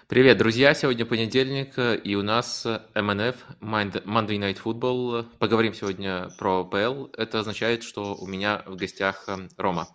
Привет, друзья! Сегодня понедельник, и у нас МНФ, Monday Night Football. Поговорим сегодня про ПЛ. Это означает, что у меня в гостях Рома.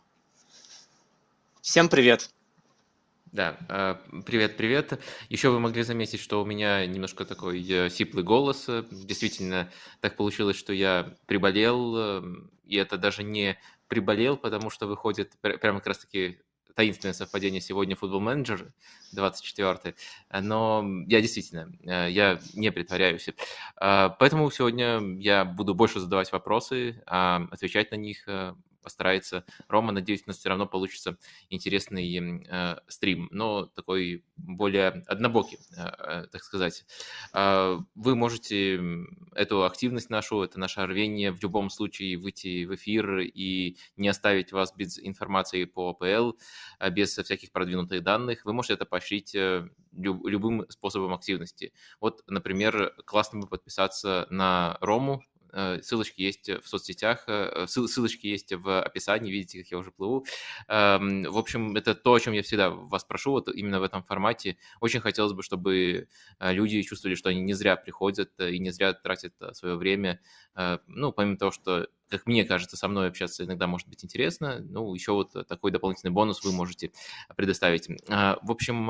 Всем привет. Да, привет. Еще вы могли заметить, что у меня немножко такой сиплый голос. Действительно, так получилось, что я приболел, и это даже не приболел, потому что выходит прямо как раз-таки таинственное совпадение сегодня футбол менеджер 24-й, но я действительно, я не притворяюсь. Поэтому сегодня я буду больше задавать вопросы, а отвечать на них постарается Рома. Надеюсь, у нас все равно получится интересный стрим, но такой более однобокий, так сказать. Вы можете эту активность нашу, это наше рвение в любом случае выйти в эфир и не оставить вас без информации по АПЛ, без всяких продвинутых данных. Вы можете это поощрить любым способом активности. Вот, например, классно бы подписаться на Рому. Ссылочки есть в соцсетях, ссылочки есть в описании, видите, как я уже плыву. В общем, это то, о чем я всегда вас прошу, вот именно в этом формате. Очень хотелось бы, чтобы люди чувствовали, что они не зря приходят и не зря тратят свое время. Ну, помимо того, что, как мне кажется, со мной общаться иногда может быть интересно, ну, еще вот такой дополнительный бонус вы можете предоставить. В общем,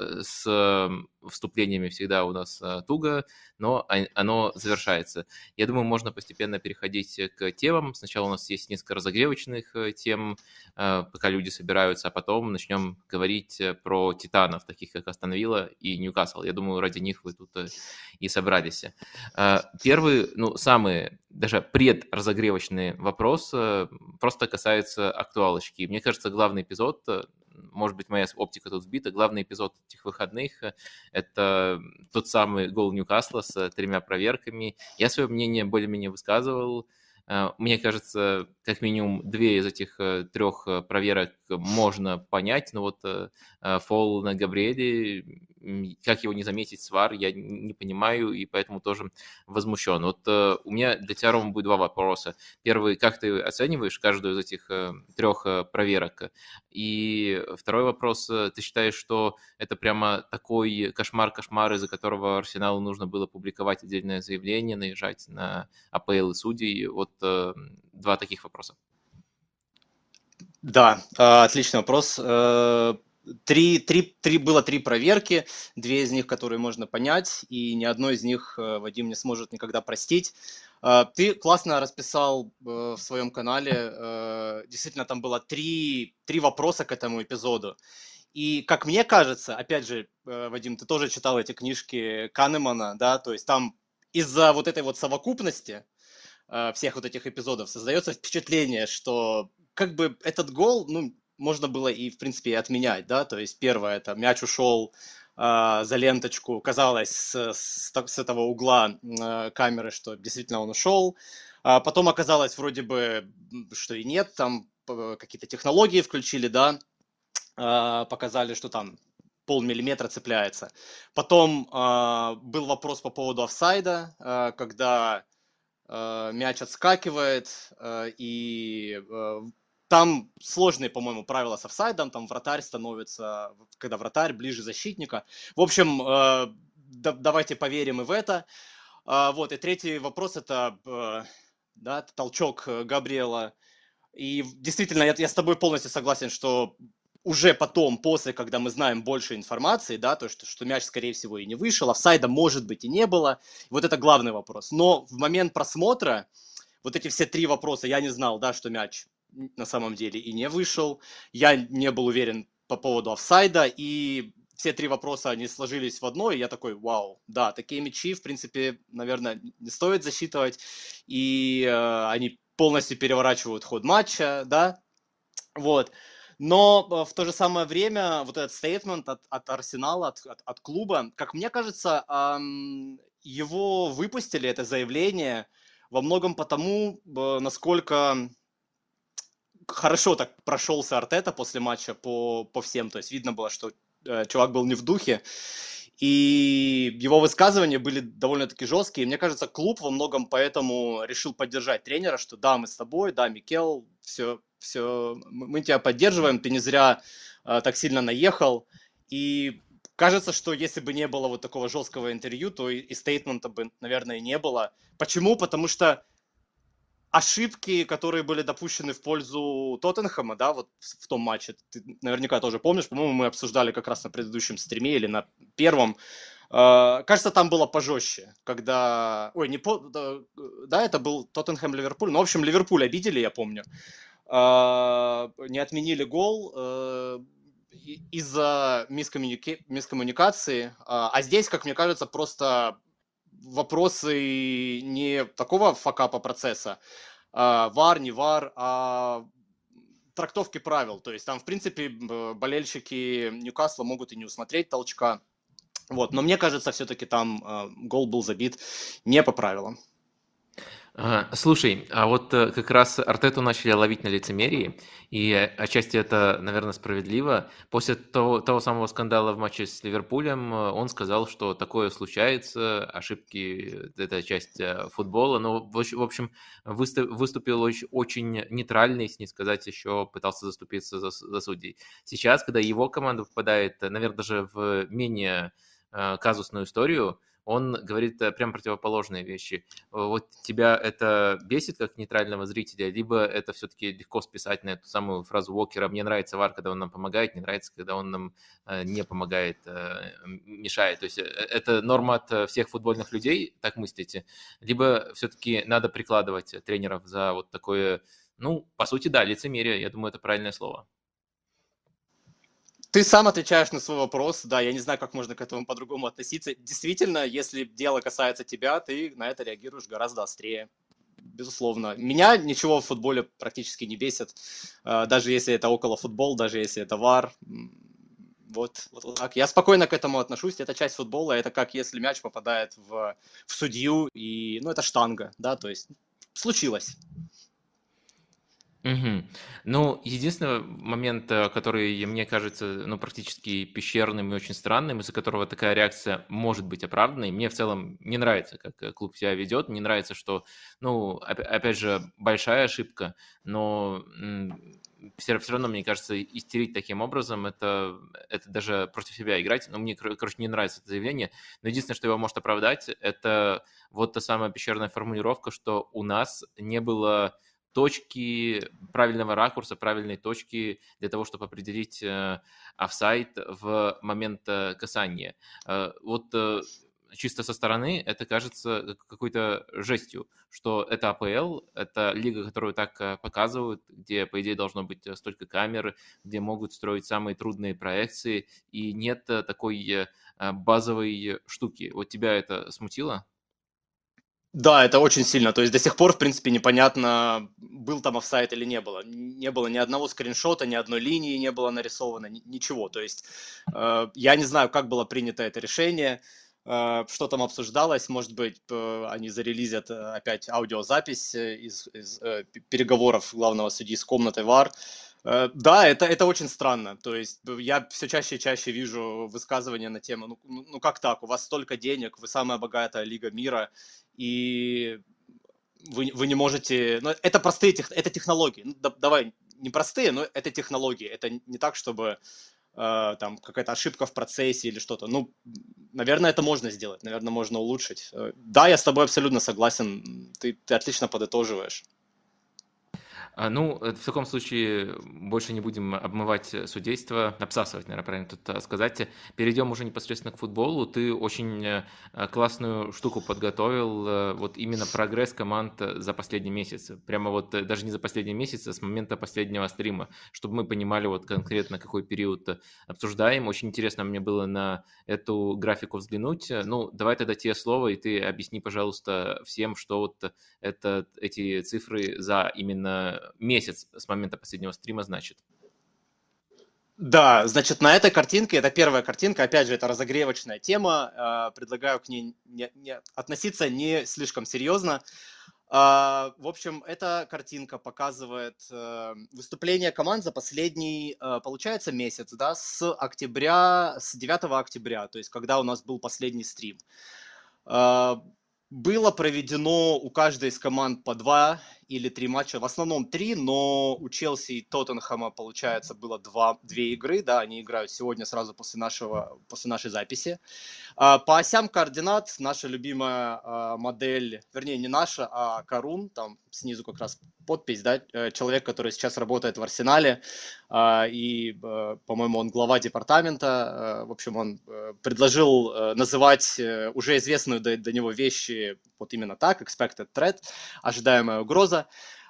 с вступлениями всегда у нас туго, но оно завершается. Я думаю, можно постепенно переходить к темам. Сначала у нас есть несколько разогревочных тем, пока люди собираются, а потом начнем говорить про титанов, таких как Астон Вилла и Ньюкасл. Я думаю, ради них вы тут и собрались. Первый, ну, самый даже предразогревочный вопрос просто касается актуалочки. Мне кажется, главный эпизод, может быть, моя оптика тут сбита, главный эпизод этих выходных – это тот самый гол Ньюкасла с тремя проверками. Я свое мнение более-менее высказывал. Мне кажется, как минимум две из этих трех проверок можно понять, но вот фол на Габриэле, как его не заметить с ВАР, я не понимаю, и поэтому тоже возмущен. Вот у меня для тебя, Рома, будет два вопроса. Первый, как ты оцениваешь каждую из этих трех проверок? И второй вопрос, ты считаешь, что это прямо такой кошмар, из-за которого Арсеналу нужно было публиковать отдельное заявление, наезжать на АПЛ и судей? Вот два таких вопроса. Да, отличный вопрос. Было три проверки, две из них, которые можно понять, и ни одной из них Вадим не сможет никогда простить. Ты классно расписал в своем канале, действительно, там было три вопроса к этому эпизоду. И, как мне кажется, опять же, Вадим, ты тоже читал эти книжки Канемана, да, то есть там из-за вот этой вот совокупности всех вот этих эпизодов создается впечатление, что как бы этот гол, ну, можно было и, в принципе, и отменять, да, то есть первое, это мяч ушел за ленточку, казалось с этого угла камеры, что действительно он ушел, потом оказалось вроде бы, что и нет, там какие-то технологии включили, да, показали, что там полмиллиметра цепляется. Потом был вопрос по поводу офсайда, когда мяч отскакивает, и там сложные, по-моему, правила с офсайдом, там вратарь становится, когда вратарь ближе защитника. В общем, давайте поверим и в это. Вот, и третий вопрос, это да, толчок Габриэла. И действительно, я с тобой полностью согласен, что уже потом, после, когда мы знаем больше информации, да, то, что мяч, скорее всего, и не вышел, офсайда, может быть, и не было, вот это главный вопрос. Но в момент просмотра вот эти все три вопроса я не знал, да, что мяч на самом деле и не вышел, я не был уверен по поводу офсайда, и все три вопроса, они сложились в одно, и я такой, вау, да, такие мячи, в принципе, наверное, не стоит засчитывать, и они полностью переворачивают ход матча, да, вот. Но в то же самое время вот этот стейтмент от Арсенала, от клуба, как мне кажется, его выпустили, это заявление, во многом потому, насколько хорошо так прошелся Артета после матча по всем. То есть видно было, что чувак был не в духе. И его высказывания были довольно-таки жесткие. И мне кажется, клуб во многом поэтому решил поддержать тренера, что да, мы с тобой, да, Микел, все, мы тебя поддерживаем, ты не зря так сильно наехал. И Кажется, что если бы не было вот такого жесткого интервью, то и стейтмента бы, наверное, не было. Почему? Потому что ошибки, которые были допущены в пользу Тоттенхэма, да, вот в том матче, ты наверняка тоже помнишь, по-моему, мы обсуждали как раз на предыдущем стриме или на первом. Кажется, там было пожестче, когда... Ой, не по... Да, это был Тоттенхэм-Ливерпуль. Ну, в общем, Ливерпуль обидели, я помню. Не отменили гол из-за мискоммуникации. А здесь, как мне кажется, просто вопросы не такого факапа процесса, вар, не вар, а трактовки правил. То есть там, в принципе, болельщики Ньюкасла могут и не усмотреть толчка. Вот. Но мне кажется, все-таки там гол был забит не по правилам. Слушай, а вот как раз Артету начали ловить на лицемерии, и отчасти это, наверное, справедливо. После того самого скандала в матче с Ливерпулем он сказал, что такое случается, ошибки– это часть футбола. Но, в общем, выступил очень нейтрально, если не сказать, еще пытался заступиться за судей. Сейчас, когда его команда попадает, наверное, даже в менее казусную историю, он говорит прям противоположные вещи. Вот тебя это бесит как нейтрального зрителя, либо это все-таки легко списать на эту самую фразу Уокера «мне нравится ВАР, когда он нам помогает, не нравится, когда он нам не помогает, мешает». То есть это норма от всех футбольных людей, так мыслите? Либо все-таки надо прикладывать тренеров за вот такое, ну, по сути, да, лицемерие, я думаю, это правильное слово. Ты сам отвечаешь на свой вопрос. Да, я не знаю, как можно к этому по-другому относиться. Действительно, если дело касается тебя, ты на это реагируешь гораздо острее. Безусловно. Меня ничего в футболе практически не бесит. Даже если это около футбол, даже если это вар. Вот так. Я спокойно к этому отношусь. Это часть футбола. Это как если мяч попадает в судью. И, ну, это штанга, да, то есть случилось. Мгм. Ну, единственный момент, который мне кажется, ну, практически пещерным и очень странным, из-за которого такая реакция может быть оправданной, мне в целом не нравится, как клуб себя ведет, не нравится, что, ну, опять же, большая ошибка, но все равно, мне кажется, истерить таким образом, это даже против себя играть, но мне, короче, не нравится это заявление, но единственное, что его может оправдать, это вот та самая пещерная формулировка, что у нас не было точки, правильного ракурса, правильной точки для того, чтобы определить офсайд в момент касания. Вот чисто со стороны это кажется какой-то жестью, что это АПЛ, это лига, которую так показывают, где, по идее, должно быть столько камер, где могут строить самые трудные проекции, и нет такой базовой штуки. Вот тебя это смутило? Да, это очень сильно. То есть до сих пор, в принципе, непонятно, был там офсайд или не было. Не было ни одного скриншота, ни одной линии не было нарисовано, ничего. То есть я не знаю, как было принято это решение, что там обсуждалось. Может быть, они зарелизят опять аудиозапись из переговоров главного судьи с комнатой ВАР. Да, это очень странно. То есть я все чаще и чаще вижу высказывания на тему, ну как так, у вас столько денег, вы самая богатая лига мира, и вы не можете... Ну, это простые это технологии. Ну, давай, не простые, но это технологии. Это не так, чтобы там какая-то ошибка в процессе или что-то. Ну, наверное, это можно сделать, наверное, можно улучшить. Да, я с тобой абсолютно согласен. Ты отлично подытоживаешь. Ну, в таком случае больше не будем обмывать судейство, обсасывать, наверное, правильно тут сказать. Перейдем уже непосредственно к футболу. Ты очень классную штуку подготовил, вот именно прогресс команд за последний месяц. Прямо вот даже не за последний месяц, а с момента последнего стрима, чтобы мы понимали вот конкретно, какой период обсуждаем. Очень интересно мне было на эту графику взглянуть. Ну, давай тогда тебе слово, и ты объясни, пожалуйста, всем, что вот эти цифры за именно месяц с момента последнего стрима значит. Да, значит, на этой картинке, это первая картинка, опять же, это разогревочная тема, предлагаю к ней не относиться не слишком серьезно. В общем, эта картинка показывает выступление команд за последний, получается, месяц, да, с 9 октября, то есть когда у нас был последний стрим. А, Было проведено у каждой из команд по два или 3 матча, в основном 3, но у Челси и Тоттенхэма, получается, было 2 игры, да, они играют сегодня сразу после нашей записи. По осям координат наша любимая модель, вернее, не наша, а Карун, там снизу как раз подпись, да, человек, который сейчас работает в Арсенале, и, по-моему, он глава департамента, в общем, он предложил называть уже известную до него вещи вот именно так, expected threat, ожидаемая угроза.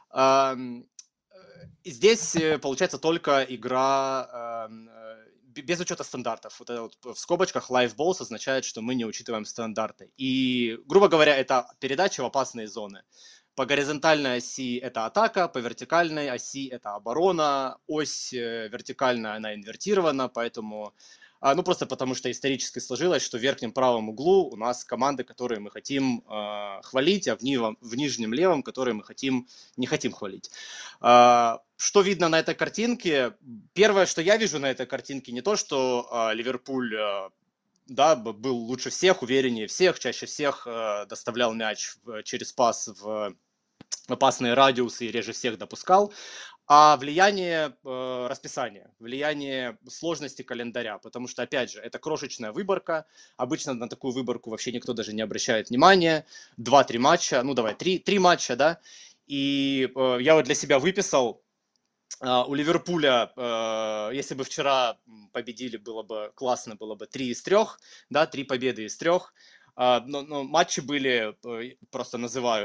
Здесь получается только игра без учета стандартов. Вот это вот в скобочках live balls означает, что мы не учитываем стандарты. И, грубо говоря, это передача в опасные зоны. По горизонтальной оси это атака, по вертикальной оси это оборона. Ось вертикальная, она инвертирована, поэтому... Ну, просто потому что исторически сложилось, что в верхнем правом углу у нас команды, которые мы хотим хвалить, а в нижнем левом, которые мы не хотим хвалить. Что видно на этой картинке? Первое, что я вижу на этой картинке, не то, что Ливерпуль да, был лучше всех, увереннее всех, чаще всех доставлял мяч через пас в опасные радиусы и реже всех допускал, а влияние расписания, влияние сложности календаря, потому что, опять же, это крошечная выборка, обычно на такую выборку вообще никто даже не обращает внимания, 2-3 матча, ну давай, 3 матча, да, и я вот для себя выписал, у Ливерпуля, если бы вчера победили, было бы классно, было бы 3 из 3, да, 3 победы из 3, но матчи были, просто называю,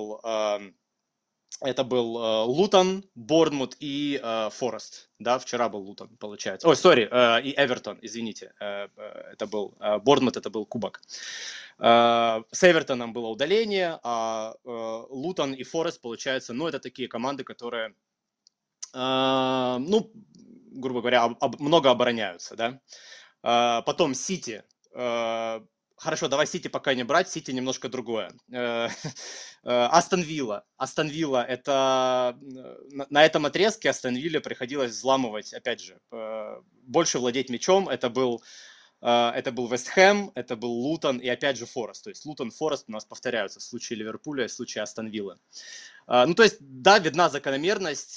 это был Лутон, Борнмут и Форест. Да, вчера был Лутон, получается. Ой, сори, и Эвертон, извините. Это был Борнмут, это был кубок. С Эвертоном было удаление, а Лутон и Форест, получается, ну, это такие команды, которые, ну, грубо говоря, много обороняются, да. Потом Сити. Хорошо, давай Сити пока не брать, Сити немножко другое. Астон Вилла. Астон Вилла, это на этом отрезке Астон Вилле приходилось взламывать, опять же, больше владеть мячом. Это был Вест Хэм, это был Лутон и опять же Форест. То есть Лутон, Форест у нас повторяются в случае Ливерпуля и в случае Астон Виллы. Ну, то есть, да, видна закономерность,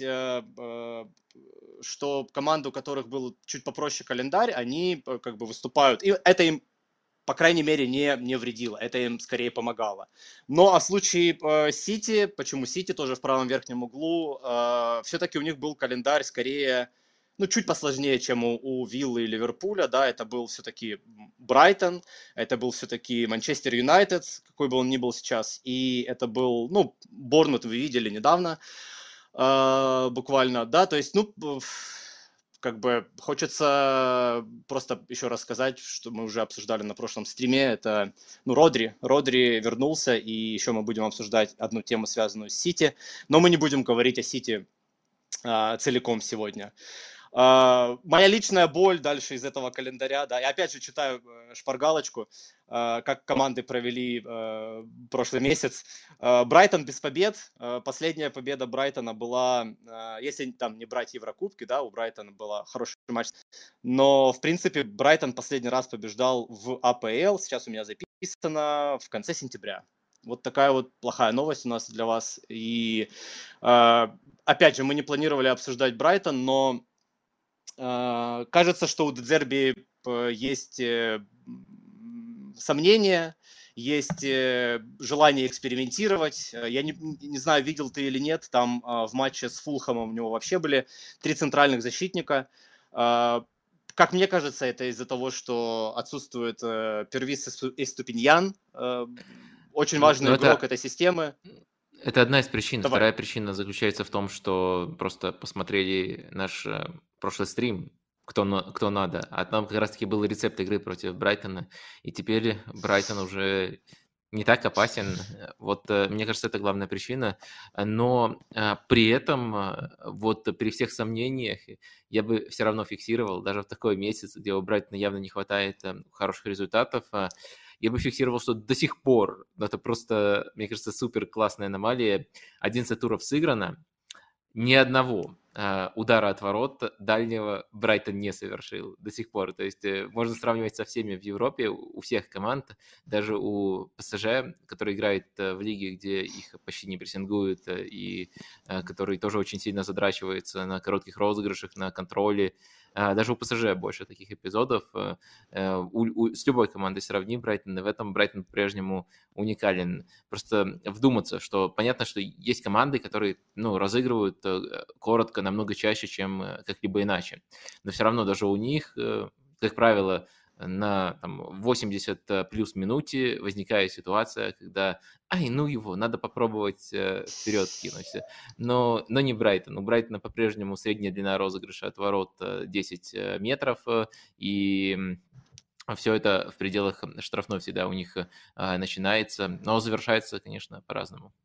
что команды, у которых был чуть попроще календарь, они как бы выступают. И это им, по крайней мере, не вредило, это им скорее помогало. Но а в случае Сити, почему Сити тоже в правом верхнем углу, все-таки у них был календарь скорее, ну, чуть посложнее, чем у Виллы и Ливерпуля, да, это был все-таки Брайтон, это был все-таки Манчестер Юнайтед, какой бы он ни был сейчас, и это был, ну, Борнмут вы видели недавно, буквально, да, то есть, ну, как бы хочется просто еще раз сказать, что мы уже обсуждали на прошлом стриме, это, ну, Родри вернулся, и еще мы будем обсуждать одну тему, связанную с Сити, но мы не будем говорить о Сити целиком сегодня. Моя личная боль дальше из этого календаря, да, я опять же читаю шпаргалочку, как команды провели прошлый месяц. Брайтон без побед, последняя победа Брайтона была, если там не брать Еврокубки, да, у Брайтона был хороший матч, но в принципе Брайтон последний раз побеждал в АПЛ, сейчас у меня записано в конце сентября. Вот такая вот плохая новость у нас для вас, и опять же мы не планировали обсуждать Брайтон, но кажется, что у Дерби есть сомнения, есть желание экспериментировать. Я не знаю, видел ты или нет, там в матче с Фулхэмом у него вообще были 3 центральных защитника. Как мне кажется, это из-за того, что отсутствует Первис Эступиньян, очень важный игрок этой системы. Это одна из причин. Давай. Вторая причина заключается в том, что просто посмотрели наш прошлый стрим, кто надо, а там как раз-таки был рецепт игры против Брайтона, и теперь Брайтон уже не так опасен. Вот мне кажется, это главная причина. Но при этом, вот при всех сомнениях, я бы все равно фиксировал, даже в такой месяц, где у Брайтона явно не хватает хороших результатов, я бы фиксировал, что до сих пор, это просто, мне кажется, супер классная аномалия, 11 туров сыграно, ни одного удара от ворот дальнего Брайтон не совершил до сих пор. То есть можно сравнивать со всеми в Европе, у всех команд, даже у ПСЖ, который играет в лиге, где их почти не прессингуют, и который тоже очень сильно задрачивается на коротких розыгрышах, на контроле. Даже у ПСЖ больше таких эпизодов. С любой командой сравни Брайтон, и в этом Брайтон по-прежнему уникален. Просто вдуматься, что понятно, что есть команды, которые, ну, разыгрывают коротко намного чаще, чем как-либо иначе. Но все равно даже у них, как правило, на там, 80 плюс минуте возникает ситуация, когда ай, ну его, надо попробовать вперед кинуть. Но не Брайтон. У Брайтона по-прежнему средняя длина розыгрыша от ворот 10 метров, и все это в пределах штрафной всегда у них начинается, но завершается, конечно, по-разному.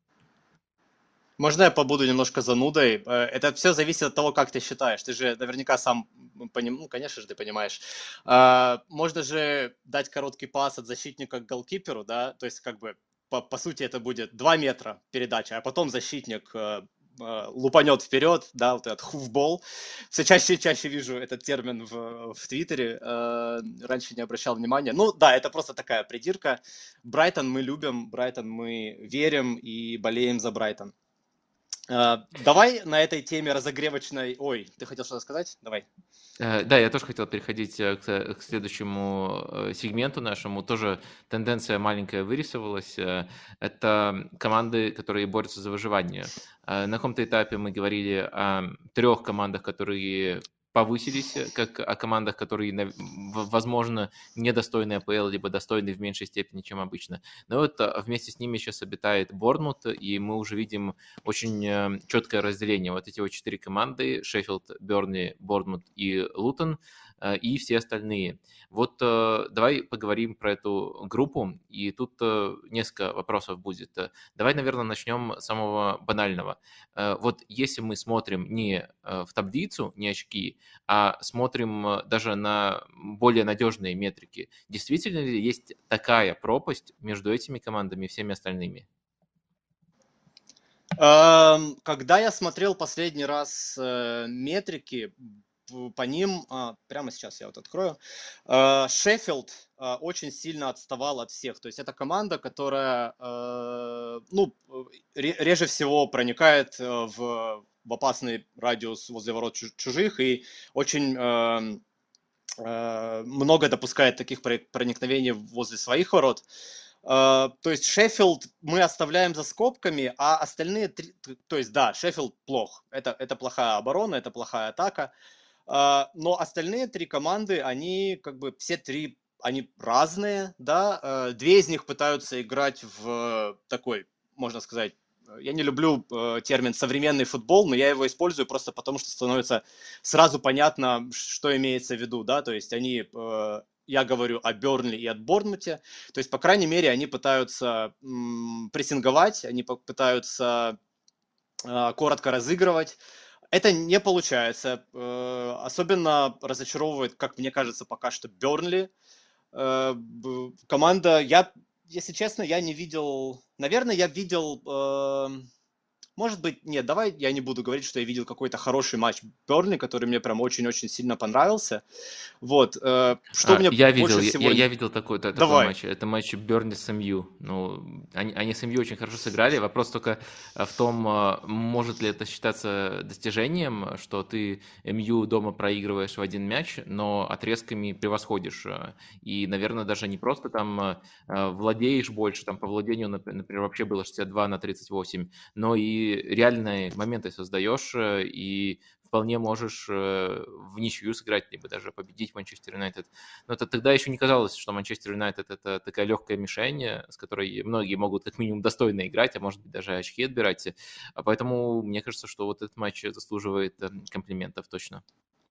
Можно я побуду немножко занудой? Это все зависит от того, как ты считаешь. Ты же наверняка сам ну, конечно же, ты понимаешь. Можно же дать короткий пас от защитника к голкиперу, да, то есть как бы по сути это будет 2 метра передача, а потом защитник лупанет вперед, да, вот этот хуфбол. Все чаще и чаще вижу этот термин в Твиттере, раньше не обращал внимания. Ну да, это просто такая придирка. Брайтон мы любим, Брайтон мы верим и болеем за Брайтон. Давай на этой теме разогревочной... Ой, ты хотел что-то сказать? Давай. Да, я тоже хотел переходить к следующему сегменту нашему. Тоже тенденция маленькая вырисовалась. Это команды, которые борются за выживание. На каком-то этапе мы говорили о 3 командах, которые повысились, как о командах, которые, возможно, недостойны АПЛ, либо достойны в меньшей степени, чем обычно. Но вот вместе с ними сейчас обитает Борнмут, и мы уже видим очень четкое разделение. Вот эти вот 4 команды: Шеффилд, Бернли, Борнмут и Лутон, и все остальные. Вот давай поговорим про эту группу, и тут несколько вопросов будет. Давай, наверное, начнем с самого банального. Вот если мы смотрим не в таблицу, не очки, а смотрим даже на более надежные метрики, действительно ли есть такая пропасть между этими командами и всеми остальными? Когда я смотрел последний раз метрики по ним, прямо сейчас я вот открою, Шеффилд очень сильно отставал от всех. То есть это команда, которая ну, реже всего проникает в опасный радиус возле ворот чужих и очень много допускает таких проникновений возле своих ворот. То есть Шеффилд мы оставляем за скобками, а остальные три... То есть да, Шеффилд плох. Это плохая оборона, это плохая атака. Но остальные 3 команды, они как бы все 3, они разные, да. 2 из них пытаются играть в такой, можно сказать, я не люблю термин современный футбол, но я его использую просто потому, что становится сразу понятно, что имеется в виду, да. То есть они я говорю о Бернли и от Борнмуте. То есть, по крайней мере, они пытаются прессинговать, они пытаются коротко разыгрывать. Это не получается. Особенно разочаровывает, как мне кажется, пока что Бернли. Команда, если честно, я не видел... Наверное, я видел... Может быть, нет, давай я не буду говорить, что я видел какой-то хороший матч Бернли, который мне прям очень-очень сильно понравился. Вот. Что мне Я больше видел, всего... я видел такой Давай. матч. Это матч Бернли с МЮ. Ну, они с МЮ очень хорошо сыграли. Вопрос только в том, может ли это считаться достижением, что ты МЮ дома проигрываешь в 1 мяч, но отрезками превосходишь. И, наверное, даже не просто там владеешь больше, там по владению, например, вообще было 62-38, но и реальные моменты создаешь, и вполне можешь в ничью сыграть, либо даже победить Манчестер Юнайтед. Но это тогда еще не казалось, что Манчестер Юнайтед — это такая легкая мишень, с которой многие могут как минимум достойно играть, а может быть даже очки отбирать. Поэтому мне кажется, что вот этот матч заслуживает комплиментов точно.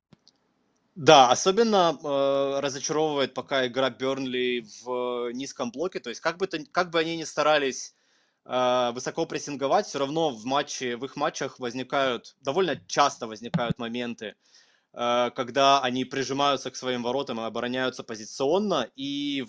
Да, особенно разочаровывает пока игра Бернли в низком блоке. То есть как бы они ни старались высоко прессинговать, все равно в их матчах довольно часто возникают моменты, когда они прижимаются к своим воротам и обороняются позиционно. И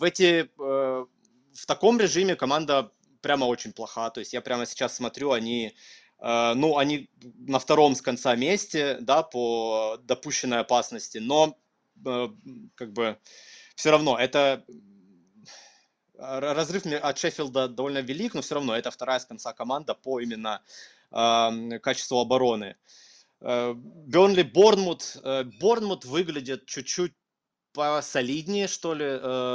в таком режиме команда прямо очень плоха. То есть я прямо сейчас смотрю, они Ну, они на втором с конца месте, да, по допущенной опасности, но э, как бы все равно это разрыв от Шеффилда довольно велик, но все равно это вторая с конца команда по именно качеству обороны. Бернли, Борнмут. Борнмут выглядит чуть-чуть посолиднее, что ли,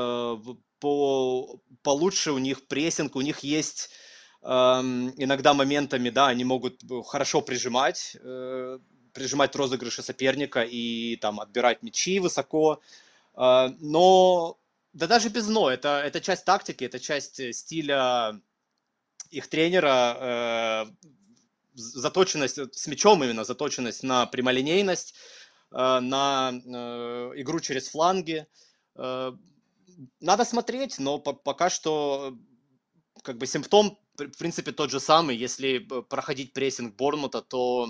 получше у них прессинг, у них есть иногда моментами, да, они могут хорошо прижимать розыгрыши соперника и там отбирать мячи высоко, но да даже без «но», это часть тактики, это часть стиля их тренера, заточенность с мячом именно, заточенность на прямолинейность, на игру через фланги. Надо смотреть, но пока что как бы симптом, в принципе, тот же самый. Если проходить прессинг Борнмута, то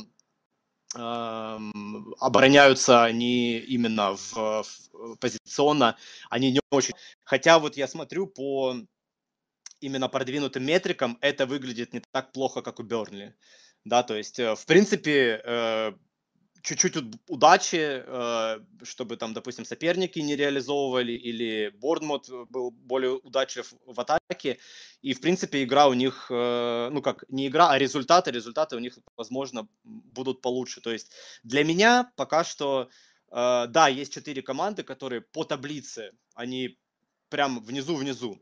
обороняются они именно позиционно, они не очень. Хотя вот я смотрю по именно продвинутым метрикам, это выглядит не так плохо, как у Бернли. Да, то есть, в принципе, чуть-чуть удачи, чтобы там, допустим, соперники не реализовывали, или Борнмут был более удачлив в атаке, и, в принципе, игра у них, ну как, не игра, а результаты у них, возможно, будут получше. То есть для меня пока что, да, есть 4 команды, которые по таблице, они прям внизу-внизу,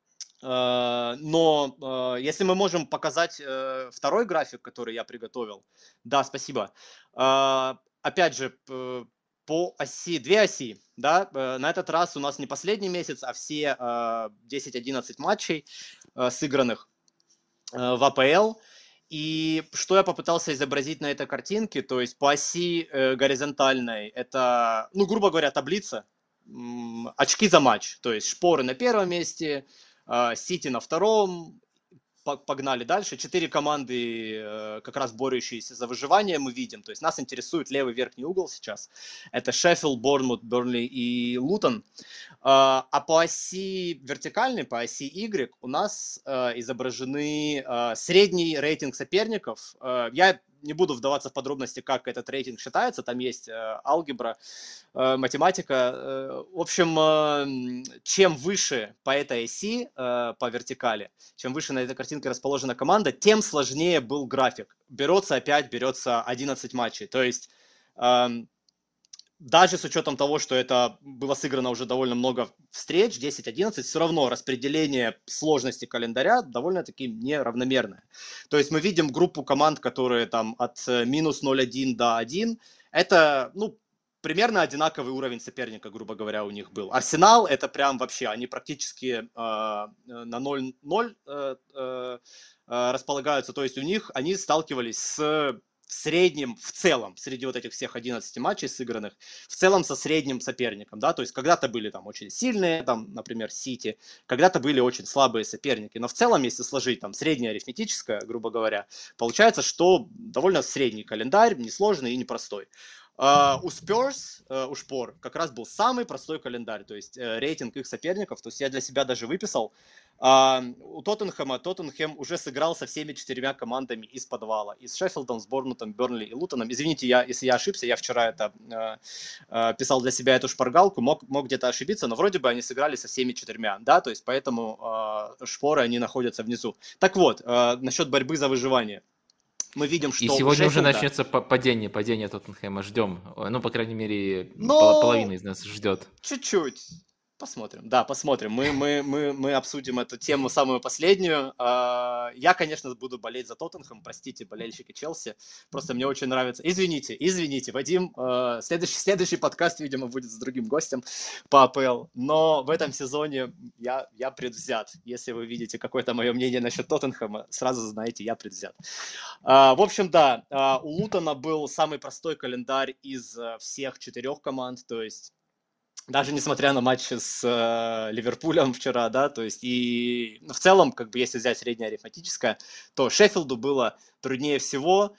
но если мы можем показать второй график, который я приготовил, да, спасибо. Опять же, по оси, две оси, да, на этот раз у нас не последний месяц, а все 10-11 матчей сыгранных в АПЛ. И что я попытался изобразить на этой картинке, то есть по оси горизонтальной, это, ну, грубо говоря, таблица, очки за матч, то есть шпоры на первом месте, Сити на втором, погнали дальше. 4 команды, как раз борющиеся за выживание, мы видим. То есть нас интересует левый верхний угол сейчас. Это Шеффилд, Борнмут, Бернли и Лутон. А по оси вертикальной, по оси Y у нас изображены средний рейтинг соперников. Я не буду вдаваться в подробности, как этот рейтинг считается. Там есть алгебра, математика. В общем, чем выше по этой оси, по вертикали, чем выше на этой картинке расположена команда, тем сложнее был график. Берется 11 матчей. То есть даже с учетом того, что это было сыграно уже довольно много встреч, 10-11, все равно распределение сложности календаря довольно-таки неравномерное. То есть мы видим группу команд, которые там от минус 0,1 до 1. Это, ну, примерно одинаковый уровень соперника, грубо говоря, у них был. Арсенал это прям вообще, они практически на 0-0 располагаются. То есть у них, они сталкивались в среднем, в целом, среди вот этих всех 11 матчей сыгранных, в целом со средним соперником, да, то есть когда-то были там очень сильные, там, например, Сити, когда-то были очень слабые соперники, но в целом, если сложить там среднее арифметическое, грубо говоря, получается, что довольно средний календарь, несложный и непростой. У Spurs, у Шпор, как раз был самый простой календарь, то есть рейтинг их соперников, то есть я для себя даже выписал. У Тоттенхэм уже сыграл со всеми 4 командами из подвала, и с Шеффилдом, с Борнмутом, Бернли и Лутоном. Извините, если я ошибся, я вчера это писал для себя эту шпаргалку, мог где-то ошибиться, но вроде бы они сыграли со всеми 4, да, то есть поэтому Шпоры, они находятся внизу. Так вот, насчет борьбы за выживание. Мы видим, И что у сегодня уже Шеффилда, начнется падение Тоттенхэма. Ждем. Ну, по крайней мере, половина но из нас ждет. чуть-чуть. Посмотрим. Да, посмотрим. Мы обсудим эту тему самую последнюю. Я, конечно, буду болеть за Тоттенхэм. Простите, болельщики Челси. Просто мне очень нравится. Извините, Вадим. Следующий подкаст, видимо, будет с другим гостем по АПЛ. Но в этом сезоне я предвзят. Если вы видите какое-то мое мнение насчет Тоттенхэма, сразу знаете, я предвзят. В общем, да, у Лутона был самый простой календарь из всех 4 команд. То есть даже несмотря на матч с Ливерпулем вчера, да, то есть и в целом, как бы если взять среднее арифметическое, то Шеффилду было труднее всего,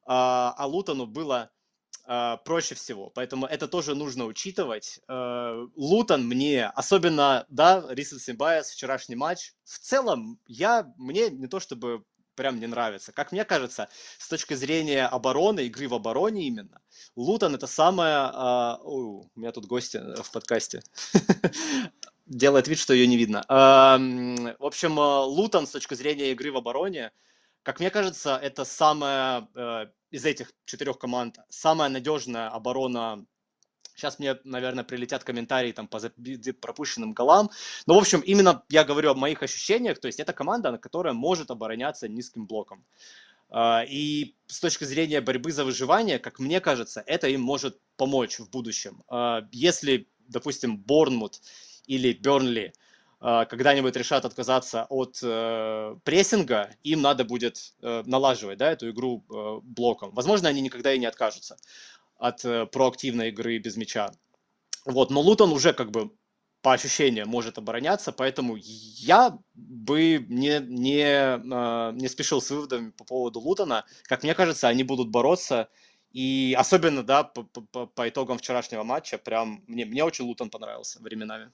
а Лутону было проще всего. Поэтому это тоже нужно учитывать. Лутон мне, особенно, да, recency bias, вчерашний матч, в целом, мне не то чтобы прям не нравится. Как мне кажется, с точки зрения обороны, игры в обороне именно, Лутон это самое... у меня тут гости в подкасте. Делает вид, что ее не видно. В общем, Лутон с точки зрения игры в обороне, как мне кажется, это самая из этих 4 команд самая надежная оборона. Сейчас мне, наверное, прилетят комментарии там по пропущенным голам. Но, в общем, именно я говорю о моих ощущениях. То есть это команда, которая может обороняться низким блоком. И с точки зрения борьбы за выживание, как мне кажется, это им может помочь в будущем. Если, допустим, Борнмут или Бернли когда-нибудь решат отказаться от прессинга, им надо будет налаживать, да, эту игру блоком. Возможно, они никогда и не откажутся от проактивной игры без мяча. Вот, но Лутон уже как бы по ощущениям может обороняться, поэтому я бы не спешил с выводами по поводу Лутона. Как мне кажется, они будут бороться. И особенно, да, по итогам вчерашнего матча, прям мне очень Лутон понравился временами.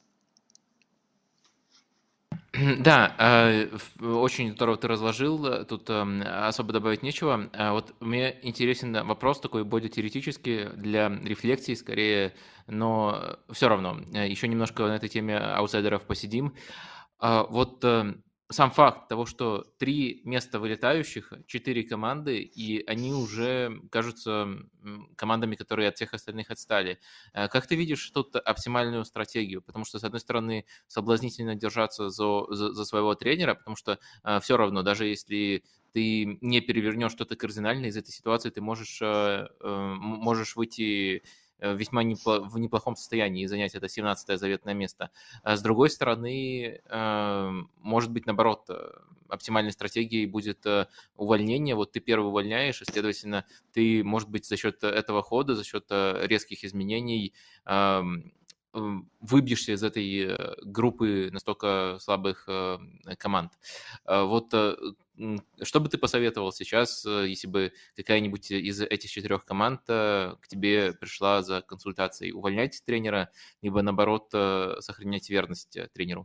Да, очень здорово ты разложил, тут особо добавить нечего. Вот мне интересен вопрос такой более теоретический, для рефлексии скорее, но все равно, еще немножко на этой теме аутсайдеров посидим. Вот сам факт того, что 3 места вылетающих, 4 команды, и они уже кажутся командами, которые от всех остальных отстали. Как ты видишь тут оптимальную стратегию? Потому что, с одной стороны, соблазнительно держаться за своего тренера, потому что все равно, даже если ты не перевернешь что-то кардинально из этой ситуации, ты можешь выйти весьма в неплохом состоянии и занять это 17-е заветное место. А с другой стороны, может быть, наоборот, оптимальной стратегией будет увольнение. Вот ты первый увольняешь, и, следовательно, ты, может быть, за счет этого хода, за счет резких изменений выбьешься из этой группы настолько слабых команд. Вот что бы ты посоветовал сейчас, если бы какая-нибудь из этих 4 команд к тебе пришла за консультацией? Увольнять тренера, либо, наоборот, сохранять верность тренеру?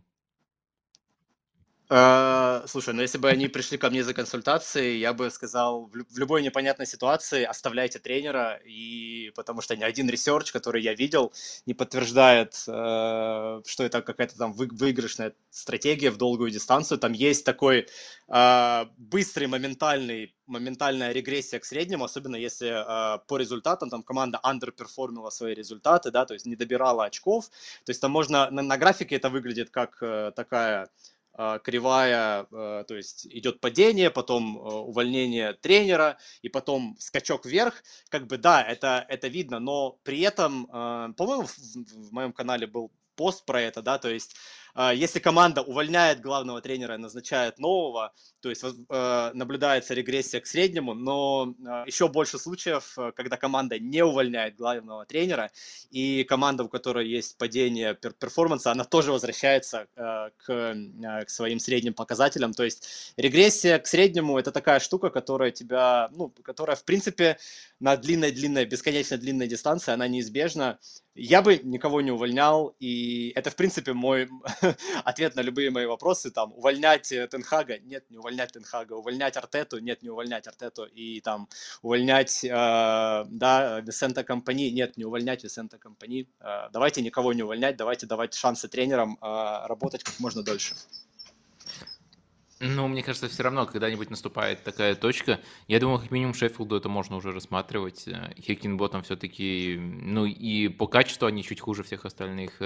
Слушай, ну если бы они пришли ко мне за консультацией, я бы сказал, в любой непонятной ситуации оставляйте тренера, и потому что ни один ресерч, который я видел, не подтверждает, что это какая-то там выигрышная стратегия в долгую дистанцию. Там есть такой быстрый, моментальная регрессия к среднему, особенно если по результатам там команда underperformила свои результаты, да, то есть не добирала очков. То есть там можно, на графике это выглядит как такая кривая, то есть идет падение, потом увольнение тренера, и потом скачок вверх. Как бы да, это видно, но при этом, по-моему, в моем канале был пост про это, да, то есть если команда увольняет главного тренера и назначает нового, то есть наблюдается регрессия к среднему, но еще больше случаев, когда команда не увольняет главного тренера, и команда, у которой есть падение перформанса, она тоже возвращается к своим средним показателям. То есть регрессия к среднему – это такая штука, которая тебя, ну, которая, в принципе, на длинной, бесконечно длинной дистанции, она неизбежна. Я бы никого не увольнял, и это, в принципе, мой ответ на любые мои вопросы. Там, увольнять Тенхага? Нет, не увольнять Тенхага. Увольнять Артету? Нет, не увольнять Артету. И там, увольнять, да, Висента Компани? Нет, не увольнять Висента Компани. Давайте никого не увольнять, давайте давать шансы тренерам работать как можно дольше. Ну, мне кажется, все равно когда-нибудь наступает такая точка. Я думал, как минимум Шеффилду это можно уже рассматривать. Хекинботом все-таки, ну и по качеству они чуть хуже всех остальных.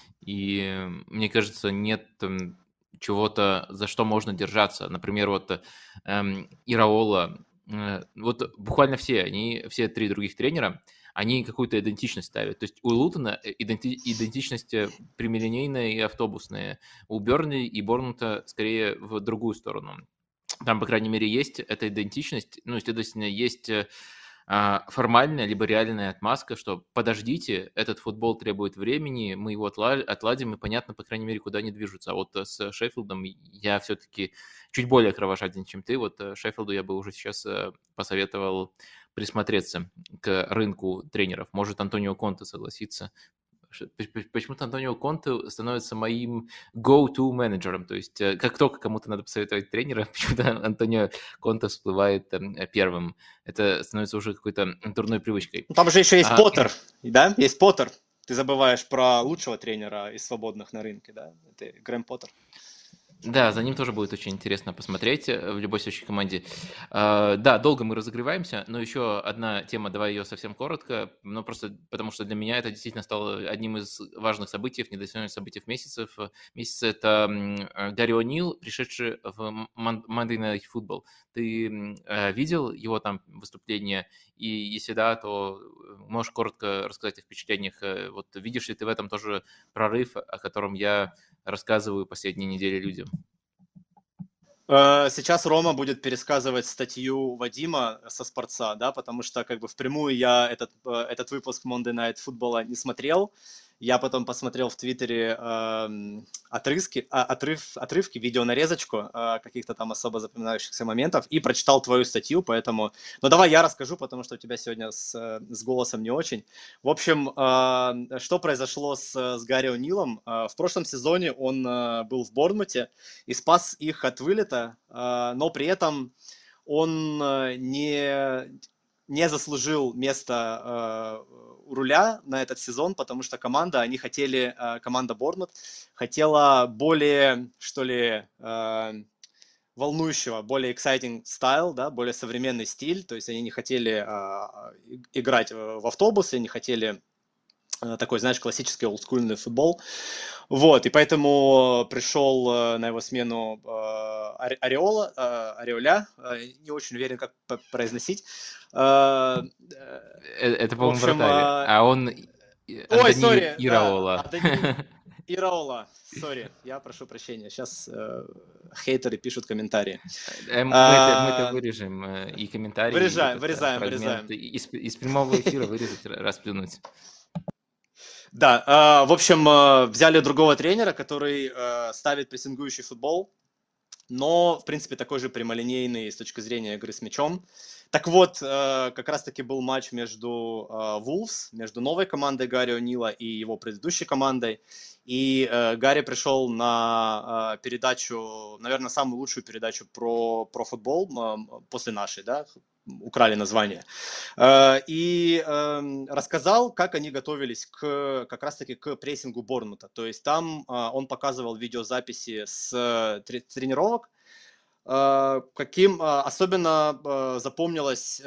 И мне кажется, нет чего-то, за что можно держаться. Например, вот Ираола, вот буквально все 3 других тренера, они какую-то идентичность ставят. То есть у Лутона идентичность прямолинейная и автобусная. У Бернли и Борнмута скорее в другую сторону. Там, по крайней мере, есть эта идентичность, ну, следовательно, есть формальная либо реальная отмазка, что подождите, этот футбол требует времени, мы его отладим, и понятно, по крайней мере, куда они движутся. А вот с Шеффилдом я все-таки чуть более кровожаден, чем ты. Вот Шеффилду я бы уже сейчас посоветовал присмотреться к рынку тренеров. Может, Антонио Конте согласится, почему-то Антонио Конте становится моим go-to менеджером. То есть как только кому-то надо посоветовать тренера, почему-то Антонио Конте всплывает первым. Это становится уже какой-то дурной привычкой. Ну, там же еще есть А, Поттер, да? Есть Поттер. Ты забываешь про лучшего тренера из свободных на рынке, да? Это Грэм Поттер. Да, за ним тоже будет очень интересно посмотреть в любой следующей команде. Да, долго мы разогреваемся, но еще одна тема, давай ее совсем коротко, но просто потому что для меня это действительно стало одним из важных событий, недооцененных событий месяца. Это Гарри О'Нил, пришедший в Monday Night Football. Ты видел его там выступление? И если да, то можешь коротко рассказать о впечатлениях. Вот видишь ли ты в этом тоже прорыв, о котором я рассказываю последние недели людям? Сейчас Рома будет пересказывать статью Вадима со Спортса, да, потому что как бы впрямую я этот выпуск Monday Night Football не смотрел. Я потом посмотрел в Твиттере отрывки, видеонарезочку каких-то там особо запоминающихся моментов и прочитал твою статью, поэтому... Ну, давай я расскажу, потому что у тебя сегодня с голосом не очень. В общем, что произошло с Гарри О'Нилом? В прошлом сезоне он был в Борнмуте и спас их от вылета, но при этом он не заслужил место у руля на этот сезон, потому что команда Борнмут хотела более, что ли, волнующего, более exciting style, да, более современный стиль, то есть они не хотели играть в автобусы, не хотели такой, знаешь, классический олдскульный футбол. Вот, и поэтому пришел на его смену Ореоля, не очень уверен, как произносить. Это, В по-моему, общем, вратарь, а он ой, Андони сори, да, Ираола. Андони Ираола, сори, я прошу прощения, сейчас хейтеры пишут комментарии. Мы это вырежем, и комментарии, и Вырезаем, этот вырезаем, фрагмент вырезаем. из прямого эфира вырезать, расплюнуть. Да, в общем, взяли другого тренера, который ставит прессингующий футбол, но, в принципе, такой же прямолинейный с точки зрения игры с мячом. Так вот, как раз-таки был матч между Wolves, между новой командой Гарри О'Нила и его предыдущей командой. И Гарри пришел на передачу, наверное, самую лучшую передачу про футбол после нашей, да, украли название. И рассказал, как они готовились как раз-таки к прессингу Борнмута. То есть там он показывал видеозаписи с тренировок, каким особенно запомнилось,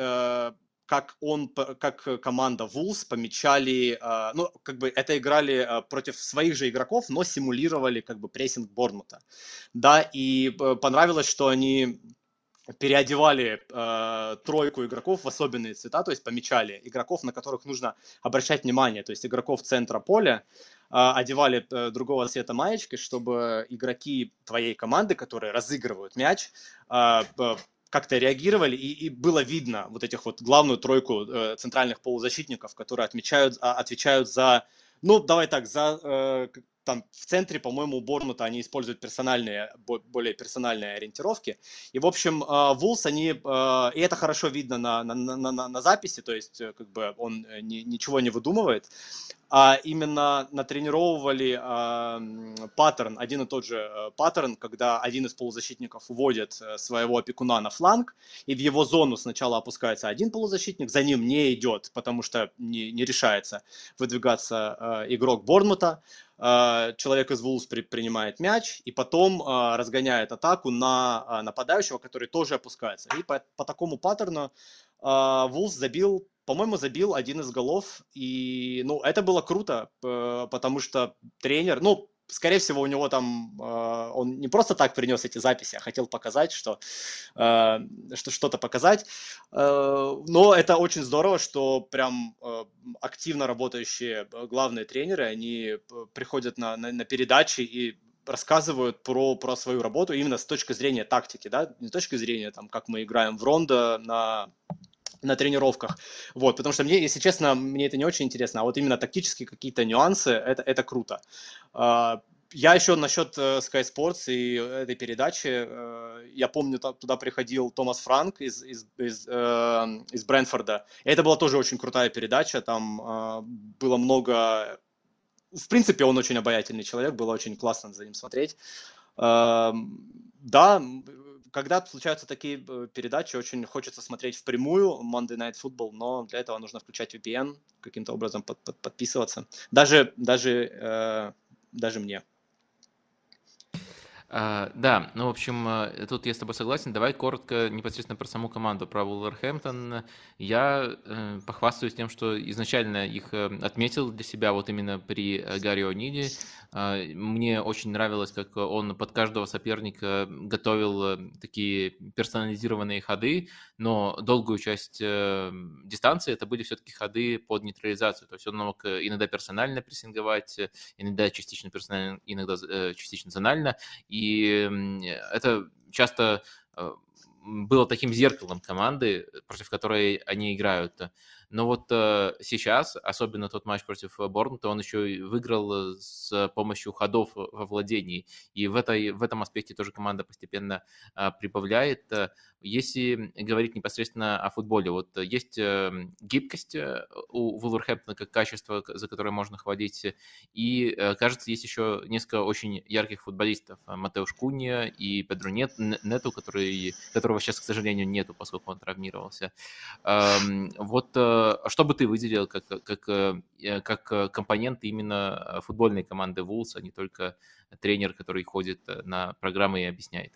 как команда Wolves помечали, ну, как бы это играли против своих же игроков, но симулировали как бы прессинг Борнмута. Да, и понравилось, что они переодевали тройку игроков в особенные цвета, то есть помечали игроков, на которых нужно обращать внимание, то есть игроков центра поля, одевали другого цвета маечки, чтобы игроки твоей команды, которые разыгрывают мяч, как-то реагировали, и было видно вот этих вот главную тройку центральных полузащитников, которые отвечают за, ну, давай так, за там в центре, по-моему, у Борнмута они используют более персональные ориентировки. И, в общем, Вулс, и это хорошо видно на записи, то есть, как бы, он ничего не выдумывает, а именно натренировывали паттерн, один и тот же паттерн, когда один из полузащитников уводит своего опекуна на фланг, и в его зону сначала опускается один полузащитник, за ним не идет, потому что не решается выдвигаться игрок Борнмута, человек из Вулс принимает мяч и потом разгоняет атаку на нападающего, который тоже опускается. И по такому паттерну Вулс по-моему, забил один из голов, и, ну, это было круто, потому что тренер, ну, скорее всего, у него там, он не просто так принес эти записи, а хотел показать, что что-то показать, но это очень здорово, что прям активно работающие главные тренеры, они приходят на передачи и рассказывают про свою работу именно с точки зрения тактики, да, не с точки зрения, там, как мы играем в рондо на тренировках, вот, потому что мне, если честно, мне это не очень интересно, а вот именно тактические какие-то нюансы, это круто. Я еще насчет Sky Sports и этой передачи, я помню, туда приходил Томас Франк из Брэнфорда, и это была тоже очень крутая передача, там было много в принципе, он очень обаятельный человек, было очень классно за ним смотреть. Да, когда случаются такие передачи, очень хочется смотреть впрямую Monday Night Football, но для этого нужно включать VPN, каким-то образом подписываться. Даже мне. Да, ну, в общем, тут я с тобой согласен. Давай коротко непосредственно про саму команду, про Вулверхэмптон. Я похвастаюсь тем, что изначально их отметил для себя вот именно при Гарри О'Ниле. Мне очень нравилось, как он под каждого соперника готовил такие персонализированные ходы, но долгую часть дистанции это были все-таки ходы под нейтрализацию. То есть он мог иногда персонально прессинговать, иногда частично персонально, иногда частично зонально. И это часто было таким зеркалом команды, против которой они играют. Но вот сейчас, особенно тот матч против Борнмута, он еще и выиграл с помощью ходов во владении. И в этом аспекте тоже команда постепенно прибавляет. Если говорить непосредственно о футболе, вот есть гибкость у Вулверхэмптона как качество, за которое можно хвалить, и, кажется, есть еще несколько очень ярких футболистов. Матеуш Кунья и Педро Нету, которого сейчас, к сожалению, нету, поскольку он травмировался. Вот что бы ты выделил как компонент именно футбольной команды Вулс, а не только тренер, который ходит на программы и объясняет?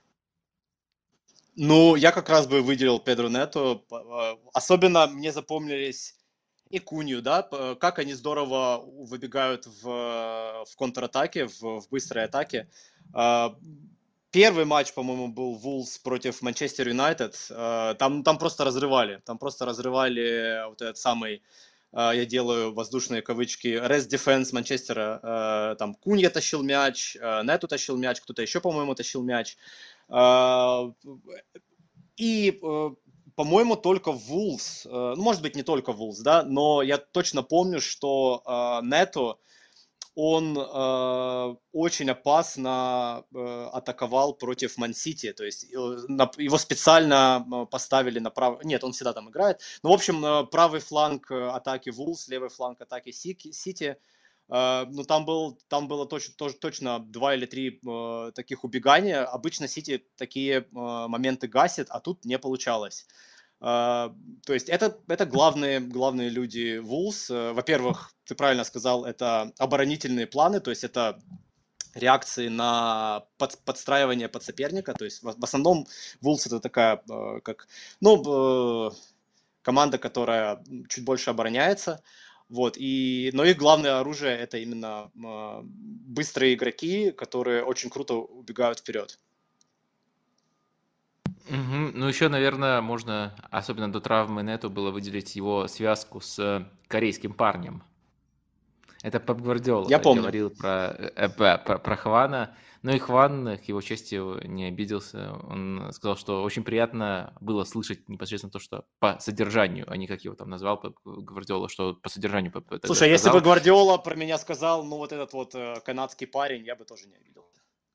Ну, я как раз бы выделил Педро Нето. Особенно мне запомнились и Кунью, да, как они здорово выбегают в контратаке, в быстрой атаке. А, Первый матч, по-моему, был Вулс против Манчестер Юнайтед. Там просто разрывали. Там просто разрывали вот этот самый, я делаю воздушные кавычки, rest defense Манчестера. Там Кунья тащил мяч, Нету тащил мяч, кто-то еще, по-моему, тащил мяч. А, И, по-моему, только Вулс, ну, может быть, не только Вулс, да, но я точно помню, что Нето, он очень опасно атаковал против Ман-Сити, то есть его специально поставили на правый, нет, он всегда там играет, ну, в общем, правый фланг атаки Вулс, левый фланг атаки Сити, ну, там было точно два или три таких убегания. Обычно Сити такие моменты гасит, а тут не получалось. То есть это главные люди Wolves. Во-первых, ты правильно сказал, это оборонительные планы, то есть это реакции на подстраивание под соперника. То есть в основном Wolves это такая, ну, команда, которая чуть больше обороняется. Вот, но их главное оружие это именно быстрые игроки, которые очень круто убегают вперед. Мгм. Ну, еще, наверное, можно, особенно до травмы Нету, было выделить его связку с корейским парнем. Это Пеп Гвардиола Я так помню. говорил про Хвана. Но и Хван, к его чести, не обиделся. Он сказал, что очень приятно было слышать непосредственно то, что по содержанию, а не как его там назвал Пеп Гвардиола, что по содержанию Пеп тогда Слушай, если бы сказал. Гвардиола про меня сказал, ну вот этот вот канадский парень, я бы тоже не обиделся.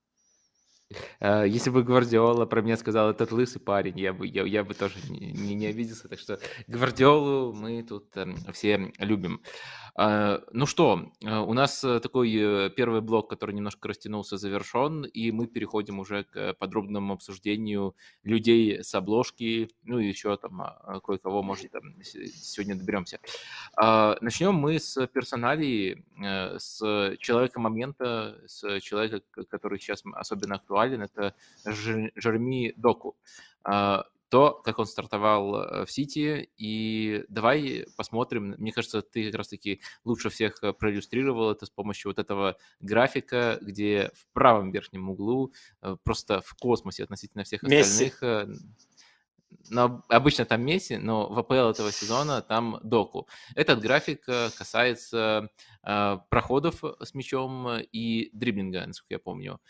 Если бы Гвардиола про меня сказал этот лысый парень, я бы тоже не обиделся. Так что Гвардиолу мы тут все любим. Ну что, у нас такой первый блок, который немножко растянулся, завершен, и мы переходим уже к подробному обсуждению людей с обложки, ну и еще там кое-кого, может, там, сегодня доберемся. Начнем мы с персоналии, с человека момента, с человека, который сейчас особенно актуален, это Жереми Доку. То, как он стартовал в Сити, и давай посмотрим, мне кажется, ты как раз-таки лучше всех проиллюстрировал это с помощью вот этого графика, где в правом верхнем углу просто в космосе относительно всех Месси. остальных но обычно там Месси, но в АПЛ этого сезона там Доку. Этот график касается проходов с мячом и дриблинга, насколько я помню.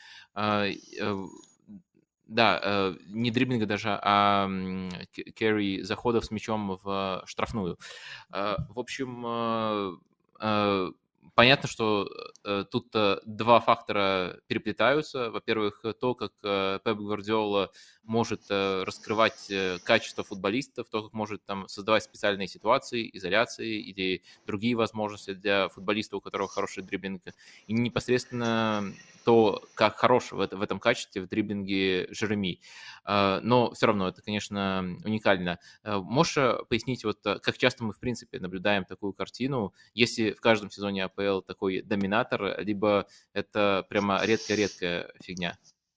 Да, не дриблинга даже, а керри заходов с мячом в штрафную. В общем, понятно, что тут два фактора переплетаются. Во-первых, то, как Пеп Гвардиола может раскрывать качество футболистов, то, как может там создавать специальные ситуации, изоляции или другие возможности для футболиста, у которого хороший дриблинг, и непосредственно то, как хорош в этом качестве в дриблинге Жереми. Но все равно это, конечно, уникально. Можешь пояснить, вот как часто мы, в принципе, наблюдаем такую картину, если в каждом сезоне АПЛ такой доминатор, либо это прямо редкая-редкая фигня?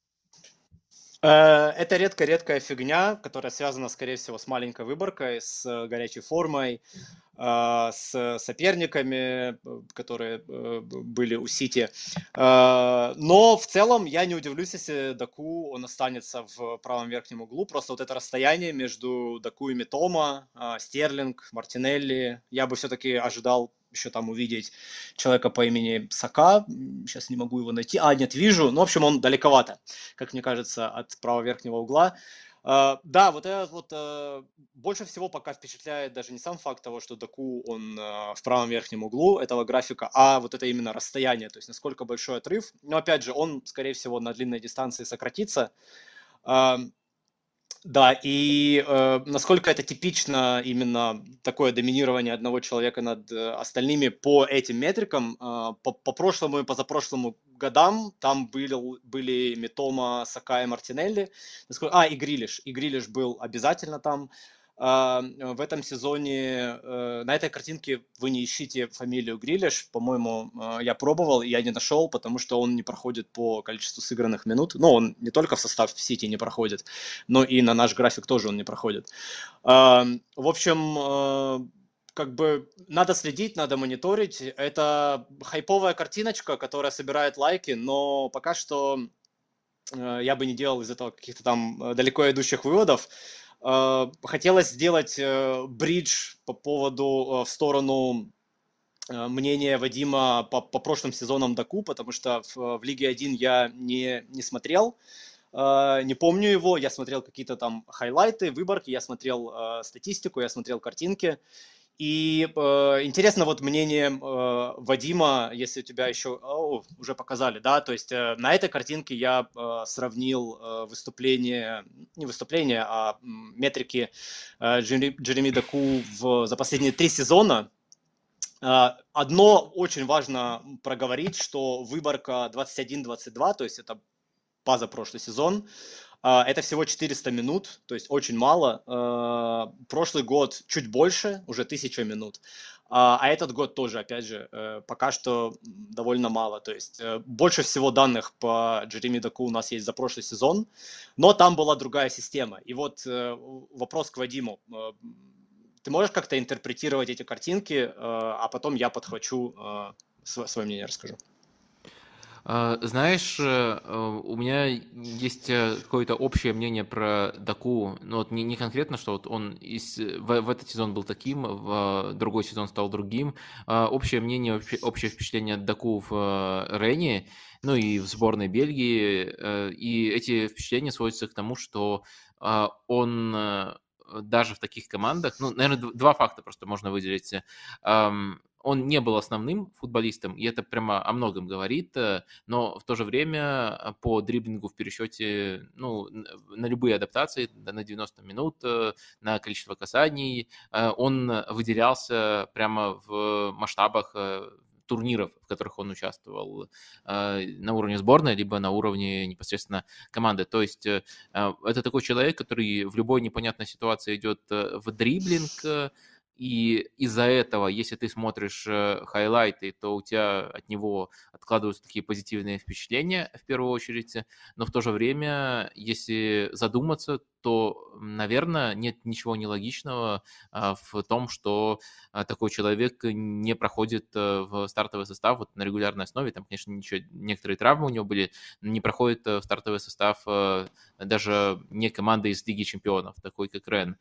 Это редкая фигня, которая связана, скорее всего, с маленькой выборкой, с горячей формой, с соперниками, которые были у Сити. Но в целом я не удивлюсь, если Даку он останется в правом верхнем углу. Просто вот это расстояние между Даку и Митома, Стерлинг, Мартинелли, я бы все-таки ожидал еще там увидеть человека по имени Сака. Сейчас не могу его найти. Нет, вижу. Ну, в общем, он далековато, как мне кажется, от правого верхнего угла. Да, вот это вот больше всего пока впечатляет даже не сам факт того, что Даку, он в правом верхнем углу этого графика, а вот это именно расстояние, то есть насколько большой отрыв. Но опять же, он, скорее всего, на длинной дистанции сократится. Да, и насколько это типично именно такое доминирование одного человека над остальными по этим метрикам, по прошлому и позапрошлому годам там были Митома, Сака и Мартинелли, и Грилиш. И Грилиш был обязательно там. В этом сезоне на этой картинке вы не ищите фамилию Грилиш, по-моему, я пробовал, и я не нашел, потому что он не проходит по количеству сыгранных минут. Ну, он не только в состав Сити не проходит, но и на наш график тоже он не проходит. В общем, как бы надо следить, надо мониторить. Это хайповая картиночка, которая собирает лайки, но пока что я бы не делал из этого каких-то там далеко идущих выводов. Хотелось сделать бридж по поводу в сторону мнения Вадима по прошлым сезонам Даку, потому что в Лиге 1 я не смотрел, не помню его, я смотрел какие-то там хайлайты, выборки, я смотрел статистику, я смотрел картинки. И интересно вот мнение Вадима, если у тебя еще уже показали, да, то есть на этой картинке я сравнил не выступление, а метрики Джереми Даку за последние 3 сезона. Одно очень важно проговорить, что выборка 21-22, то есть это позапрошлый сезон, это всего 400 минут, то есть очень мало. Прошлый год чуть больше, уже 1000 минут. А этот год тоже, опять же, пока что довольно мало. То есть больше всего данных по Джереми Даку у нас есть за прошлый сезон, но там была другая система. И вот вопрос к Вадиму. Ты можешь как-то интерпретировать эти картинки, а потом я подхвачу, свое мнение расскажу. Знаешь, у меня есть какое-то общее мнение про Даку, но вот не конкретно, что вот он в этот сезон был таким, в другой сезон стал другим. Общее мнение, общее впечатление от Даку в Рене, ну и в сборной Бельгии, и эти впечатления сводятся к тому, что он даже в таких командах, ну, наверное, два факта просто можно выделить. Он не был основным футболистом, и это прямо о многом говорит, но в то же время по дриблингу в пересчете, ну, на любые адаптации, на 90 минут, на количество касаний, он выделялся прямо в масштабах турниров, в которых он участвовал на уровне сборной, либо на уровне непосредственно команды. То есть это такой человек, который в любой непонятной ситуации идет в дриблинг, и из-за этого, если ты смотришь хайлайты, то у тебя от него откладываются такие позитивные впечатления в первую очередь, но в то же время, если задуматься, то, наверное, нет ничего нелогичного в том, что такой человек не проходит в стартовый состав вот на регулярной основе. Там, конечно, некоторые травмы у него были, не проходит в стартовый состав даже не команда из Лиги Чемпионов, такой как Рен.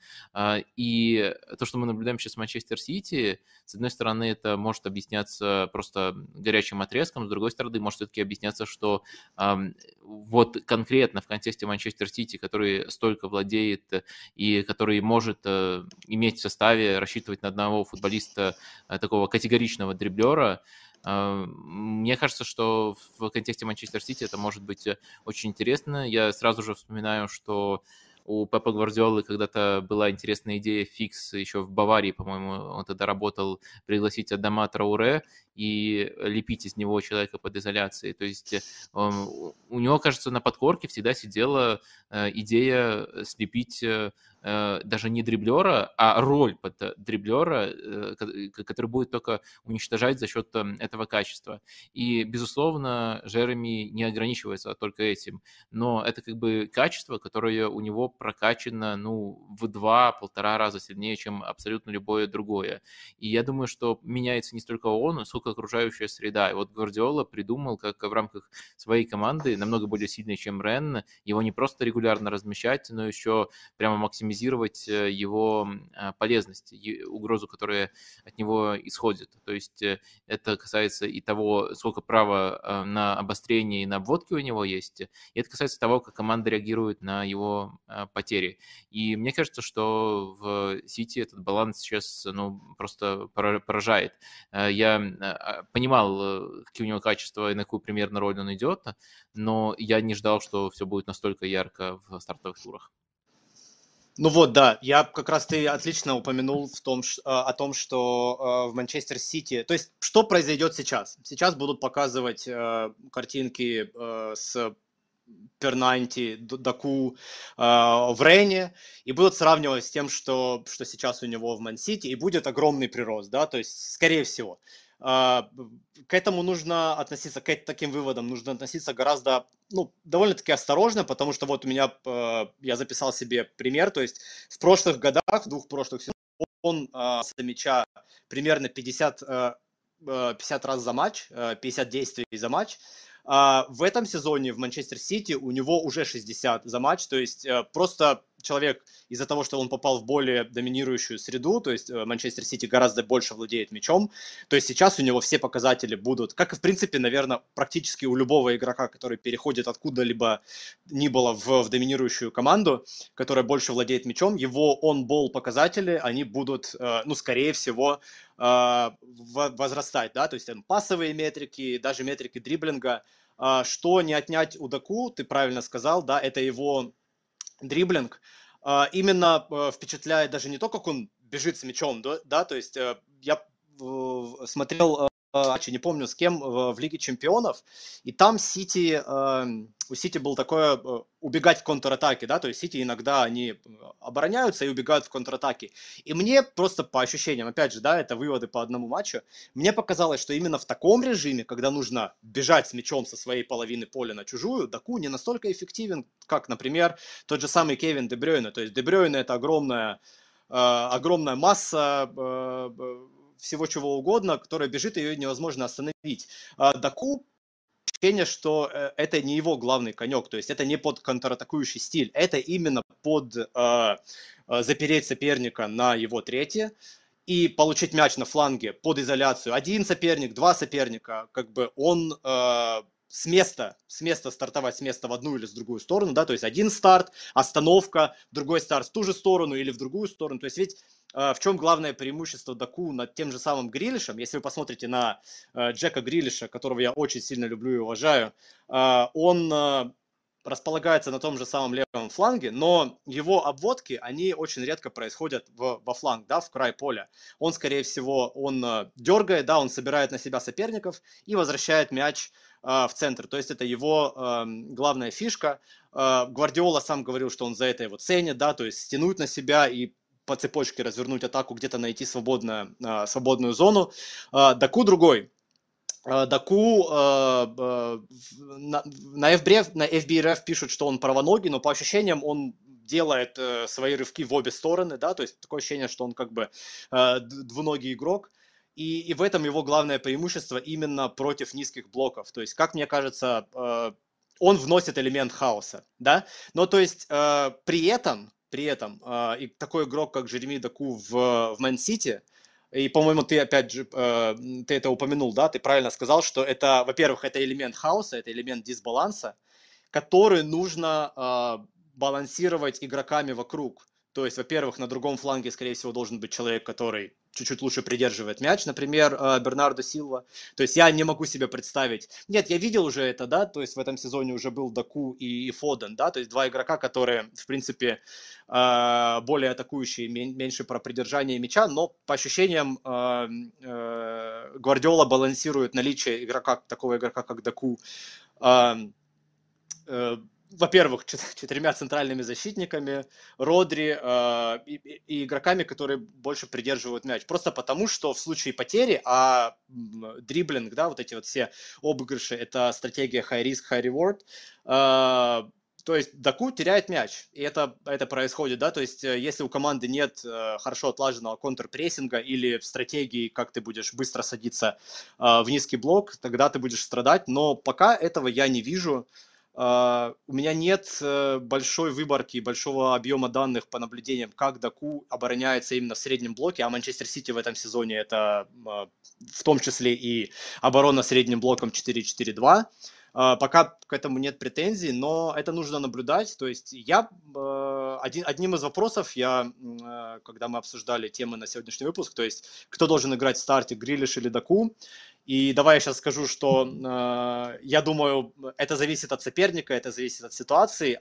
И то, что мы наблюдаем сейчас с Манчестер Сити, с одной стороны, это может объясняться просто горячим отрезком, с другой стороны, может все-таки объясняться, что вот конкретно в контексте Манчестер Сити, который столько владеет и который может иметь в составе, рассчитывать на одного футболиста такого категоричного дриблера, Мне кажется, что в контексте Манчестер Сити это может быть очень интересно. Я сразу же вспоминаю, что у Пепа Гвардиолы когда-то была интересная идея фикс еще в Баварии, по-моему, он тогда работал, пригласить Адама Трауре и лепить из него человека под изоляцией. То есть у него, кажется, на подкорке всегда сидела идея слепить даже не дриблера, а роль под дриблера, который будет только уничтожать за счет этого качества. И, безусловно, Джереми не ограничивается только этим, но это как бы качество, которое у него прокачано, ну, в 2-1,5 раза сильнее, чем абсолютно любое другое. И я думаю, что меняется не столько он, сколько окружающая среда. И вот Гвардиола придумал, как в рамках своей команды, намного более сильной, чем Рен, его не просто регулярно размещать, но еще прямо максимизировать его полезность, угрозу, которая от него исходит. То есть это касается и того, сколько права на обострение и на обводки у него есть, и это касается того, как команда реагирует на его потери. И мне кажется, что в Сити этот баланс сейчас ну, просто поражает. Я понимал, какие у него качества и на какую примерно роль он идет, но я не ждал, что все будет настолько ярко в стартовых турах. Ну вот, да, я как раз ты отлично упомянул о том, что в Манчестер Сити, то есть что произойдет сейчас? Сейчас будут показывать картинки с Пернанти, Даку в Рейне, и будут сравнивать с тем, что сейчас у него в Ман-Сити, и будет огромный прирост, да, то есть, скорее всего. К этому нужно относиться, к таким выводам нужно относиться гораздо, ну, довольно-таки осторожно, потому что вот у меня, я записал себе пример, то есть в прошлых годах, в двух прошлых сезонах, он с мяча примерно 50 раз за матч, 50 действий за матч. В этом сезоне в Манчестер Сити у него уже 60 за матч, то есть просто человек из-за того, что он попал в более доминирующую среду, то есть Манчестер Сити гораздо больше владеет мячом, то есть сейчас у него все показатели будут, как и в принципе, наверное, практически у любого игрока, который переходит откуда-либо ни было в доминирующую команду, которая больше владеет мячом, его он-бол показатели, они будут, ну, скорее всего, возрастать, да, то есть там пасовые метрики, даже метрики дриблинга, что не отнять у Даку, ты правильно сказал, да, это его дриблинг, именно впечатляет даже не то, как он бежит с мячом, да, то есть я смотрел матчи, не помню с кем, в Лиге Чемпионов, и там у Сити было такое убегать в контратаке, да, то есть Сити иногда они обороняются и убегают в контратаке. И мне просто по ощущениям, опять же, да, это выводы по одному матчу, мне показалось, что именно в таком режиме, когда нужно бежать с мячом со своей половины поля на чужую, Даку не настолько эффективен, как, например, тот же самый Кевин Де Брюйне. То есть Де Брюйне это огромная масса всего чего угодно, которая бежит, ее невозможно остановить. Даку ощущение, что это не его главный конек, то есть это не под контратакующий стиль, это именно под запереть соперника на его третье и получить мяч на фланге под изоляцию. Один соперник, два соперника, как бы он с места стартовать, с места в одну или с другую сторону, да, то есть один старт, остановка, другой старт в ту же сторону или в другую сторону, то есть ведь в чем главное преимущество Даку над тем же самым Грилишем, если вы посмотрите на Джека Грилиша, которого я очень сильно люблю и уважаю, он располагается на том же самом левом фланге, но его обводки, они очень редко происходят во фланг, да, в край поля. Он, скорее всего, он дергает, да, он собирает на себя соперников и возвращает мяч в центр. То есть это его главная фишка. Гвардиола сам говорил, что он за это его ценит, да, то есть стянуть на себя и по цепочке развернуть атаку, где-то найти свободную зону. Даку другой. Даку на FBref пишут, что он правоногий, но по ощущениям он делает свои рывки в обе стороны, да, то есть такое ощущение, что он как бы двуногий игрок. И в этом его главное преимущество именно против низких блоков. То есть, как мне кажется, он вносит элемент хаоса, да. Но то есть при этом и такой игрок, как Джереми Даку в Ман-Сити, и, по-моему, ты опять же, ты это упомянул, да, ты правильно сказал, что это, во-первых, это элемент хаоса, это элемент дисбаланса, который нужно балансировать игроками вокруг. То есть, во-первых, на другом фланге, скорее всего, должен быть человек, который чуть-чуть лучше придерживает мяч, например, Бернардо Силва. То есть я не могу себе представить. Нет, я видел уже это, да, то есть в этом сезоне уже был Доку и Фоден, да, то есть два игрока, которые, в принципе, более атакующие, меньше про придержание мяча, но по ощущениям Гвардиола балансирует наличие такого игрока, как Доку, во-первых, четырьмя центральными защитниками, Родри и игроками, которые больше придерживают мяч. Просто потому, что в случае потери, дриблинг, да, вот эти вот все обыгрыши, это стратегия high risk, high reward, то есть Доку теряет мяч, и это происходит, да, то есть если у команды нет хорошо отлаженного контрпрессинга или стратегии, как ты будешь быстро садиться в низкий блок, тогда ты будешь страдать, но пока этого я не вижу. У меня нет большой выборки, большого объема данных по наблюдениям, как Доку обороняется именно в среднем блоке, а Манчестер Сити в этом сезоне это в том числе и оборона средним блоком 4-4-2. Пока к этому нет претензий, но это нужно наблюдать. То есть одним из вопросов, когда мы обсуждали темы на сегодняшний выпуск, то есть кто должен играть в старте, Грилиш или Доку, и давай я сейчас скажу, что я думаю, это зависит от соперника, это зависит от ситуации,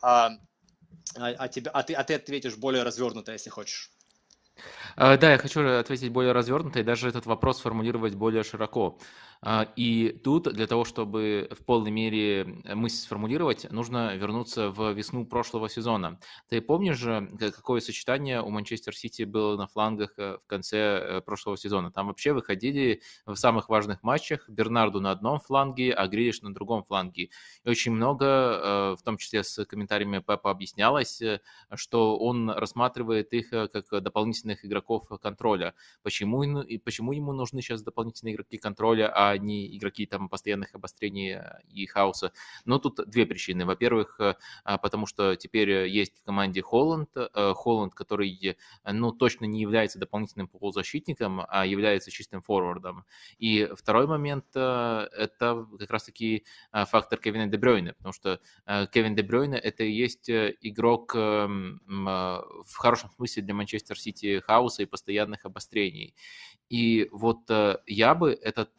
ты ответишь более развернуто, если хочешь. Да, я хочу ответить более развернуто и даже этот вопрос сформулировать более широко. И тут для того, чтобы в полной мере мысль сформулировать, нужно вернуться в весну прошлого сезона. Ты помнишь же, какое сочетание у Манчестер Сити было на флангах в конце прошлого сезона? Там вообще выходили в самых важных матчах Бернарду на одном фланге, а Грилиш на другом фланге. И очень много, в том числе с комментариями Пепа, объяснялось, что он рассматривает их как дополнительных игроков контроля. Почему ему нужны сейчас дополнительные игроки контроля, а не игроки там постоянных обострений и хаоса? Ну, тут две причины. Во-первых, потому что теперь есть в команде Холланд, который, ну, точно не является дополнительным полузащитником, а является чистым форвардом. И второй момент – это как раз-таки фактор Кевина Де Брюйне, потому что Кевин Де Брюйне – это и есть игрок в хорошем смысле для Манчестер Сити хаоса и постоянных обострений. И вот я бы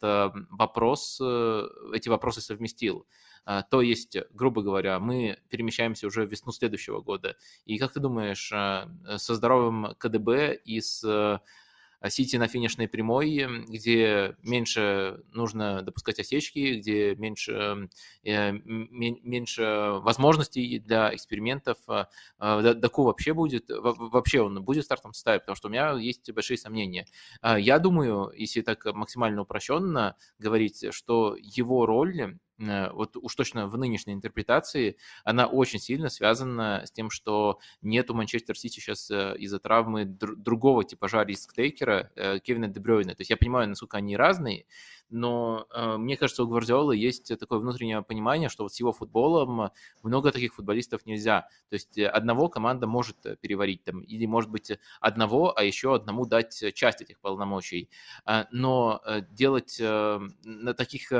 эти вопросы совместил. То есть, грубо говоря, мы перемещаемся уже в весну следующего года. И как ты думаешь, со здоровым КДБ и с Сити на финишной прямой, где меньше нужно допускать осечки, где меньше возможностей для экспериментов. Доку вообще он будет в стартовом составе, потому что у меня есть большие сомнения. Я думаю, если так максимально упрощенно говорить, что его роль вот уж точно в нынешней интерпретации, она очень сильно связана с тем, что нет у Манчестер Сити сейчас из-за травмы другого типажа риск-тейкера Кевина Де Брюйне. То есть я понимаю, насколько они разные, но мне кажется, у Гвардиолы есть такое внутреннее понимание, что вот с его футболом много таких футболистов нельзя. То есть одного команда может переварить там, или, может быть, одного, а еще одному дать часть этих полномочий. Но делать на таких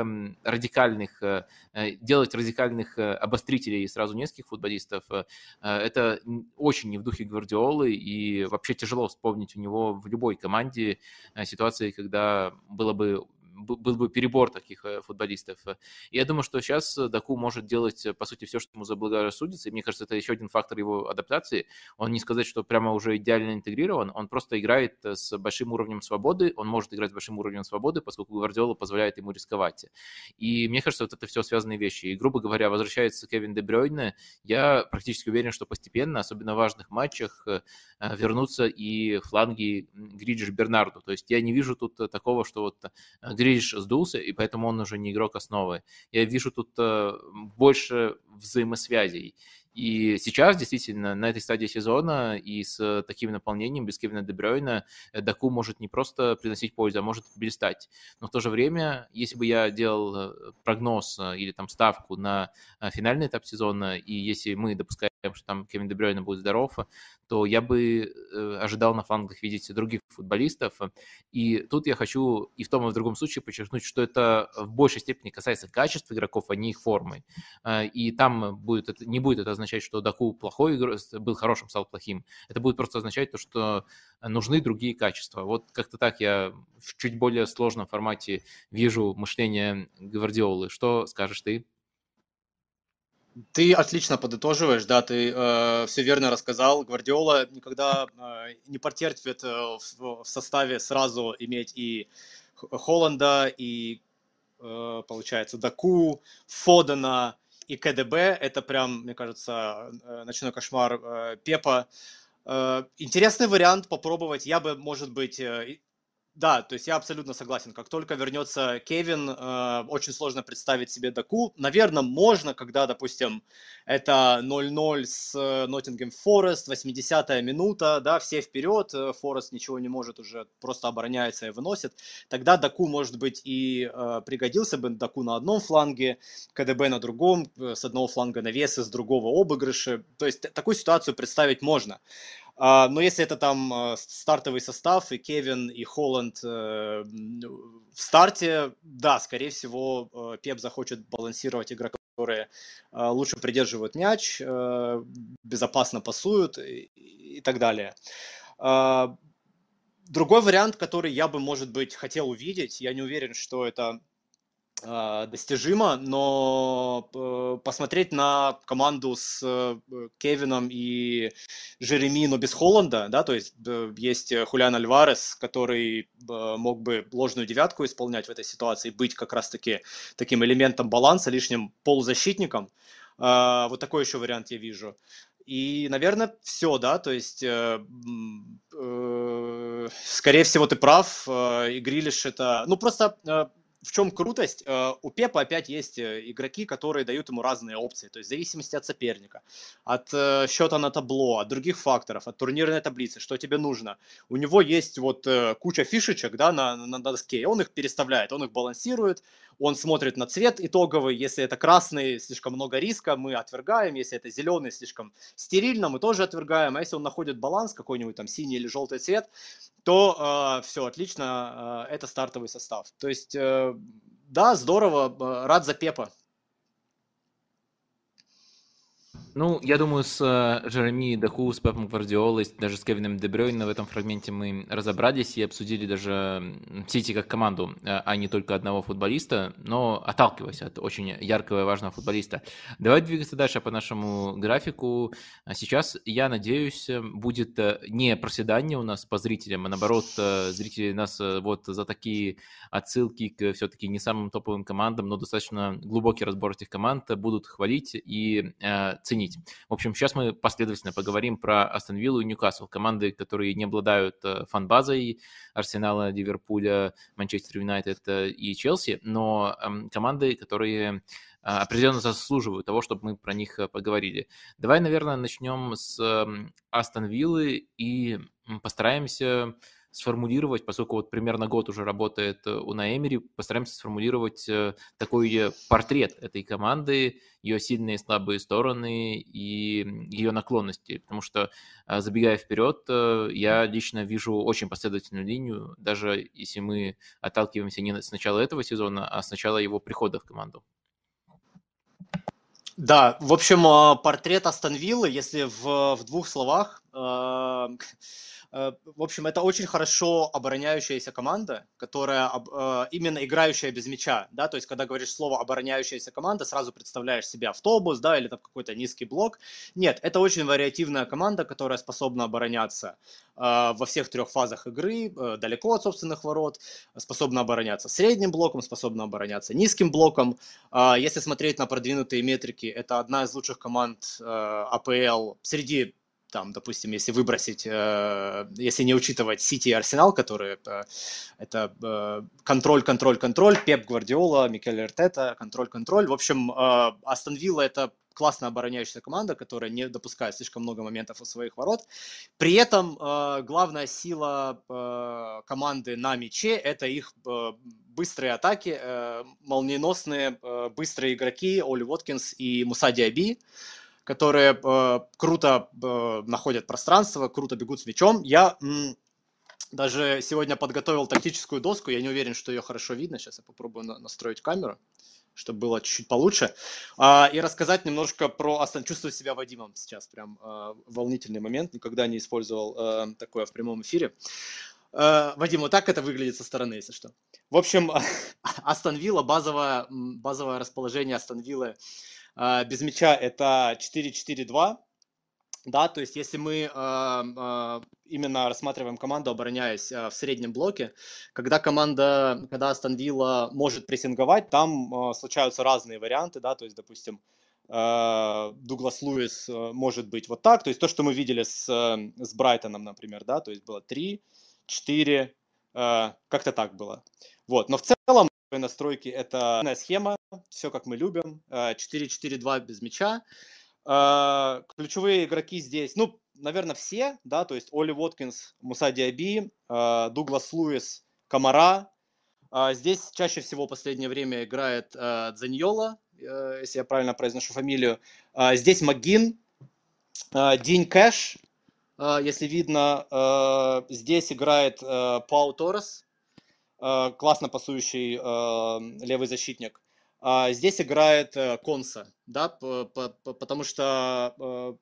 делать радикальных обострителей сразу нескольких футболистов, это очень не в духе Гвардиолы, и вообще тяжело вспомнить у него в любой команде ситуации, когда был бы перебор таких футболистов. И я думаю, что сейчас Доку может делать, по сути, все, что ему заблагорассудится. И мне кажется, это еще один фактор его адаптации. Он не сказать, что прямо уже идеально интегрирован, он просто играет с большим уровнем свободы, он может играть с большим уровнем свободы, поскольку Гвардиола позволяет ему рисковать. И мне кажется, вот это все связанные вещи. И, грубо говоря, возвращается Кевин Де Брюйне, я практически уверен, что постепенно, особенно в важных матчах, вернутся и фланги Гридиш-Бернарду. То есть я не вижу тут такого, что вот Гридиш сдулся, и поэтому он уже не игрок основы. Я вижу тут больше взаимосвязей. И сейчас, действительно, на этой стадии сезона и с таким наполнением без Кевина Де Брюйна Доку может не просто приносить пользу, а может блистать. Но в то же время, если бы я делал прогноз или там ставку на финальный этап сезона, и если мы допускаем, что там Кевин Де Брюйне будет здоров, то я бы ожидал на флангах видеть других футболистов. И тут я хочу и в том, и в другом случае подчеркнуть, что это в большей степени касается качества игроков, а не их формы. И там не будет это означать, означать, что Доку плохой был хорошим, стал плохим. Это будет просто означать то, что нужны другие качества. Вот как-то так я в чуть более сложном формате вижу мышление Гвардиолы. Что скажешь ты? Ты отлично подытоживаешь, да, ты все верно рассказал. Гвардиола никогда не потерпит в составе сразу иметь и Холланда, и получается Доку, Фодена и КДБ. Это прям, мне кажется, ночной кошмар Пепа. Интересный вариант попробовать. Я бы, может быть, да, то есть я абсолютно согласен. Как только вернется Кевин, очень сложно представить себе Доку. Наверное, можно, когда, допустим, это 0-0 с Ноттингем Форест, 80-я минута, да, все вперед, Форест ничего не может уже, просто обороняется и выносит. Тогда Доку, может быть, и пригодился бы. Доку на одном фланге, КДБ на другом, с одного фланга навесы, с другого обыгрыши. То есть такую ситуацию представить можно. Но если это там стартовый состав, и Кевин, и Холланд в старте, да, скорее всего, Пеп захочет балансировать игроков, которые лучше придерживают мяч, безопасно пасуют и так далее. Другой вариант, который я бы, может быть, хотел увидеть, я не уверен, что это достижимо, но посмотреть на команду с Кевином и Жереми, но без Холланда, да, то есть есть Хулиан Альварес, который мог бы ложную девятку исполнять в этой ситуации, быть как раз-таки таким элементом баланса, лишним полузащитником. Вот такой еще вариант я вижу. И, наверное, все, да, то есть, скорее всего, ты прав, и Грилиш это, ну, просто в чем крутость? У Пепа опять есть игроки, которые дают ему разные опции, то есть в зависимости от соперника, от счета на табло, от других факторов, от турнирной таблицы, что тебе нужно. У него есть вот куча фишечек, да, на доске, и он их переставляет, он их балансирует, он смотрит на цвет итоговый, если это красный, слишком много риска, мы отвергаем, если это зеленый, слишком стерильно, мы тоже отвергаем, а если он находит баланс, какой-нибудь там синий или желтый цвет, то все, отлично, это стартовый состав. То есть, да, здорово, рад за Пепа. Ну, я думаю, с Жереми Доку, с Пепом Гвардиолой, даже с Кевином Де Брюйне в этом фрагменте мы разобрались и обсудили даже Сити как команду, а не только одного футболиста, но отталкиваясь от очень яркого и важного футболиста. Давай двигаться дальше по нашему графику. Сейчас, я надеюсь, будет не проседание у нас по зрителям, а наоборот, зрители нас вот за такие отсылки к все-таки не самым топовым командам, но достаточно глубокий разбор этих команд будут хвалить и ценить. В общем, сейчас мы последовательно поговорим про Астон Виллу и Ньюкасл, команды, которые не обладают фан-базой Арсенала, Ливерпуля, Манчестер Юнайтед и Челси, но команды, которые определенно заслуживают того, чтобы мы про них поговорили. Давай, наверное, начнем с Астон Виллы и постараемся сформулировать, поскольку вот примерно год уже работает Унай Эмери, постараемся сформулировать такой портрет этой команды, ее сильные и слабые стороны и ее наклонности, потому что, забегая вперед, я лично вижу очень последовательную линию, даже если мы отталкиваемся не с начала этого сезона, а с начала его прихода в команду. Да, в общем, портрет Астон Виллы, если в двух словах, в общем, это очень хорошо обороняющаяся команда, которая именно играющая без мяча, да, то есть, когда говоришь слово обороняющаяся команда, сразу представляешь себе автобус, да, или там какой-то низкий блок. Нет, это очень вариативная команда, которая способна обороняться во всех трех фазах игры, далеко от собственных ворот, способна обороняться средним блоком, способна обороняться низким блоком. Если смотреть на продвинутые метрики, это одна из лучших команд АПЛ среди, там, допустим, если выбросить, если не учитывать Сити и Арсенал, которые это контроль, Пеп Гвардиола, Микель Артета, контроль. В общем, Астон Вилла это классно обороняющаяся команда, которая не допускает слишком много моментов у своих ворот. При этом главная сила команды на мяче это их быстрые атаки, молниеносные, быстрые игроки Оли Уоткинс и Муса Диаби, которые круто находят пространство, круто бегут с мячом. Я даже сегодня подготовил тактическую доску, я не уверен, что ее хорошо видно. Сейчас я попробую настроить камеру. чтобы было чуть-чуть получше. И рассказать немножко про Астон. Чувствую себя Вадимом сейчас, прям волнительный момент. Никогда не использовал такое в прямом эфире. Вадим, вот так это выглядит со стороны, если что. В общем, Астон Вилла, базовое расположение Астон Виллы без мяча это 4-4-2. Да, то есть если мы именно рассматриваем команду, обороняясь в среднем блоке, когда Астон Вилла может прессинговать, там случаются разные варианты, да, то есть, допустим, Дуглас Луис может быть вот так, то есть то, что мы видели с Брайтоном, например, да, то есть было 3, 4, как-то так было. Вот, но в целом настройки это схема, все как мы любим, 4-4-2 без мяча. Ключевые игроки здесь, ну, наверное, все, да, то есть Оли Уоткинс, Муса Диаби, Дуглас Луис, Камара. Здесь чаще всего в последнее время играет Дзаньола, если я правильно произношу фамилию. Здесь МcGinn, Дин Кэш, если видно. Здесь играет Пау Торрес, классно пасующий левый защитник. Здесь играет Конса, да, потому что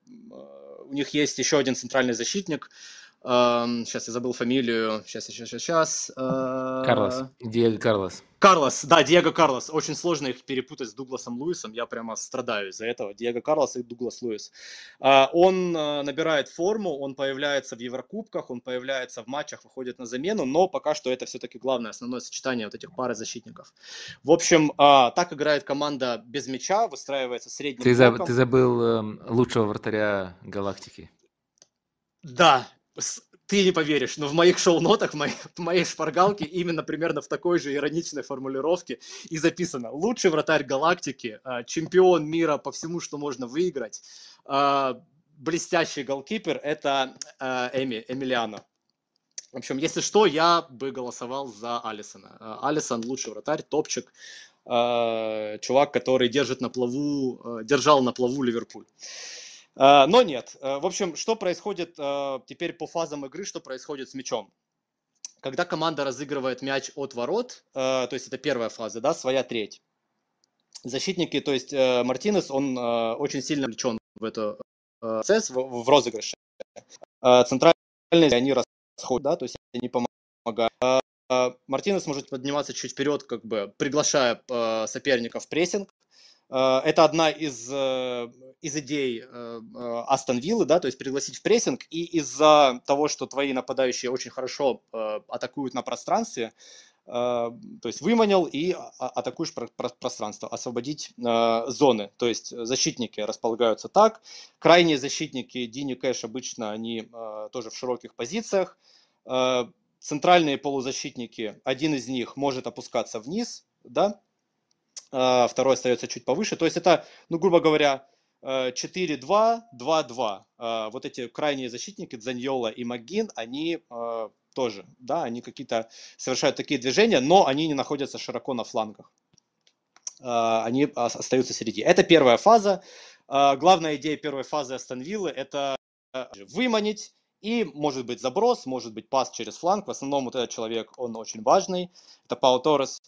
у них есть еще один центральный защитник. Сейчас я забыл фамилию. Сейчас. Карлос, Диего Карлос. Карлос, да, Диего Карлос. Очень сложно их перепутать с Дугласом Луисом. Я прямо страдаю из-за этого. Диего Карлос и Дуглас Луис. Он набирает форму, он появляется в Еврокубках, он появляется в матчах, выходит на замену, но пока что это все-таки главное, основное сочетание вот этих пары защитников. В общем, так играет команда без мяча, выстраивается средним блоком. Ты забыл лучшего вратаря галактики. Да, ты не поверишь, но в моих шоу-нотах, в моей шпаргалке именно примерно в такой же ироничной формулировке и записано: лучший вратарь галактики, чемпион мира по всему, что можно выиграть, блестящий голкипер — это Эмилиано. В общем, если что, я бы голосовал за Алисона. Алисон лучший вратарь, топчик, чувак, который держал на плаву Ливерпуль. Но нет. В общем, что происходит теперь по фазам игры, что происходит с мячом? Когда команда разыгрывает мяч от ворот, то есть это первая фаза, да, своя треть. Защитники, то есть Мартинес, он очень сильно влечен в этот процесс, в розыгрыше. Центральные они расходят, да, то есть они помогают. Мартинес может подниматься чуть вперед, как бы приглашая соперника в прессинг. Это одна из идей Астон Виллы, да, то есть пригласить в прессинг, и из-за того, что твои нападающие очень хорошо атакуют на пространстве, то есть выманил и атакуешь пространство, освободить зоны, то есть защитники располагаются так, крайние защитники Дини Кэш обычно они тоже в широких позициях, центральные полузащитники, один из них может опускаться вниз, да, второй остается чуть повыше. То есть это, ну, грубо говоря, 4-2, 2-2. Вот эти крайние защитники, Дзаньола и МcGinn, они тоже, да, они какие-то совершают такие движения, но они не находятся широко на флангах. Они остаются среди. Это первая фаза. Главная идея первой фазы Астон Виллы — это выманить, и может быть заброс, может быть пас через фланг. В основном вот этот человек, он очень важный. Это Пау Торрес.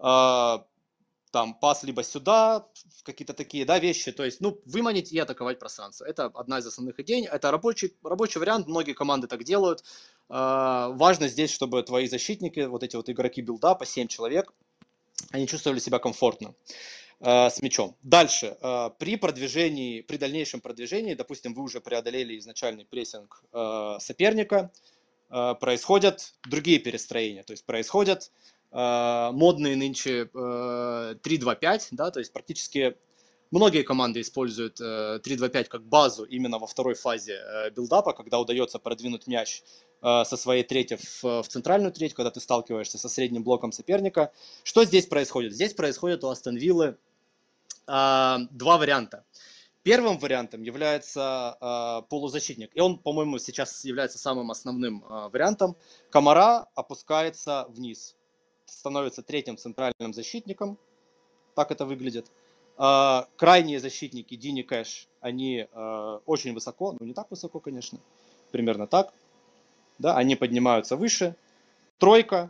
Там пас либо сюда, какие-то такие, да, вещи, то есть, ну, выманить и атаковать пространство. Это одна из основных идей, это рабочий вариант, многие команды так делают. Важно здесь, чтобы твои защитники, вот эти вот игроки билда, по 7 человек, они чувствовали себя комфортно с мячом. Дальше, при дальнейшем продвижении, допустим, вы уже преодолели изначальный прессинг соперника, происходят другие перестроения, то есть происходят модные нынче 3-2-5, да, то есть практически многие команды используют 3-2-5 как базу именно во второй фазе билдапа, когда удается продвинуть мяч со своей трети в центральную треть, когда ты сталкиваешься со средним блоком соперника. Что здесь происходит? Здесь происходит у Астон Виллы два варианта. Первым вариантом является полузащитник, и он, по-моему, сейчас является самым основным вариантом. Камара опускается вниз, становится третьим центральным защитником, так это выглядит. Крайние защитники Дини Кэш, они очень высоко, ну не так высоко, конечно, примерно так, да, они поднимаются выше. Тройка,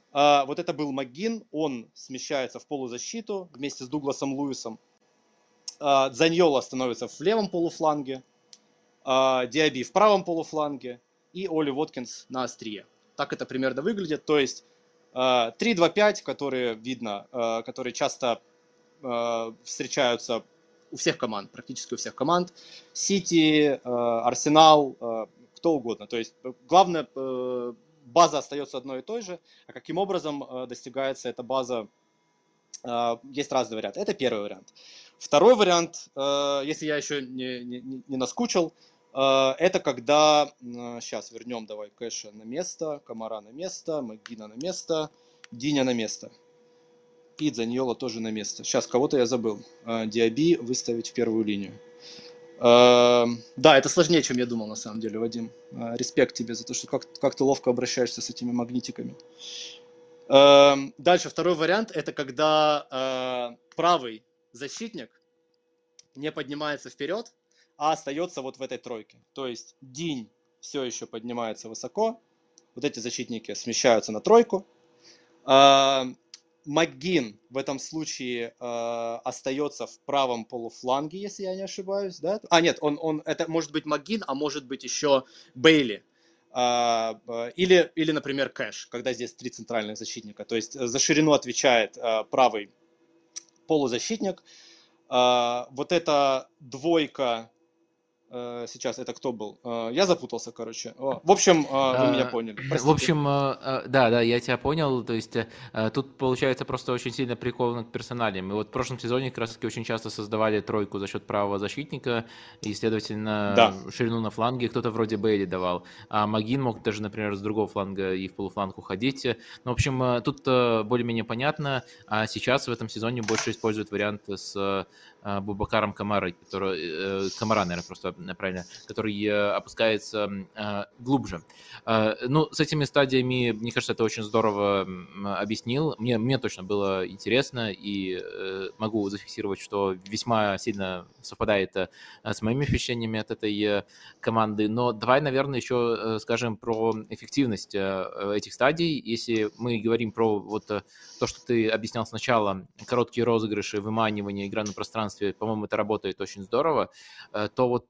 Вот это был МcГinn, он смещается в полузащиту вместе с Дугласом Луисом. Дзаньоло становится в левом полуфланге, Диаби в правом полуфланге и Оли Воткинс на острие. Так это примерно выглядит. То есть 3-2-5, которые видно, которые часто встречаются у всех команд, практически у всех команд. Сити, Арсенал, кто угодно. То есть главное, база остается одной и той же. А каким образом достигается эта база? Есть разные варианты. Это первый вариант. Второй вариант, если я еще не наскучил, это когда, сейчас вернем, давай, Кэша на место, Камара на место, МcГинна на место, Диня на место. И Дзаньоло тоже на место. Сейчас, кого-то я забыл. Диаби выставить в первую линию. Да, это сложнее, чем я думал, на самом деле, Вадим. Респект тебе за то, что как ты ловко обращаешься с этими магнитиками. Дальше, второй вариант, это когда правый защитник не поднимается вперед, а остается вот в этой тройке. То есть Динь все еще поднимается высоко, вот эти защитники смещаются на тройку. МcGinn в этом случае остается в правом полуфланге, если я не ошибаюсь, да? Нет, это может быть МcGinn, а может быть еще Бейли. Или, например, Кэш, когда здесь 3 центральных защитника. То есть за ширину отвечает правый полузащитник. Вот эта двойка, сейчас это кто был? Я запутался, короче. В общем, вы меня поняли. В Простите. общем, да, я тебя понял. То есть тут получается просто очень сильно приковано к персоналиям. И вот в прошлом сезоне как раз-таки очень часто создавали тройку за счет правого защитника, и, следовательно, Да. ширину на фланге кто-то вроде Бейли давал. А МcGinn мог даже, например, с другого фланга и в полуфланг уходить. Ну, в общем, тут более-менее понятно. А сейчас в этом сезоне больше используют вариант с Бубакаром Камарой, Камара, наверное, просто правильно, который опускается глубже. Ну, с этими стадиями, мне кажется, это очень здорово объяснил. Мне точно было интересно, и могу зафиксировать, что весьма сильно совпадает с моими впечатлениями от этой команды. Но давай, наверное, еще скажем про эффективность этих стадий. Если мы говорим про вот то, что ты объяснял сначала, короткие розыгрыши, выманивание, игра на пространстве, по-моему, это работает очень здорово, то вот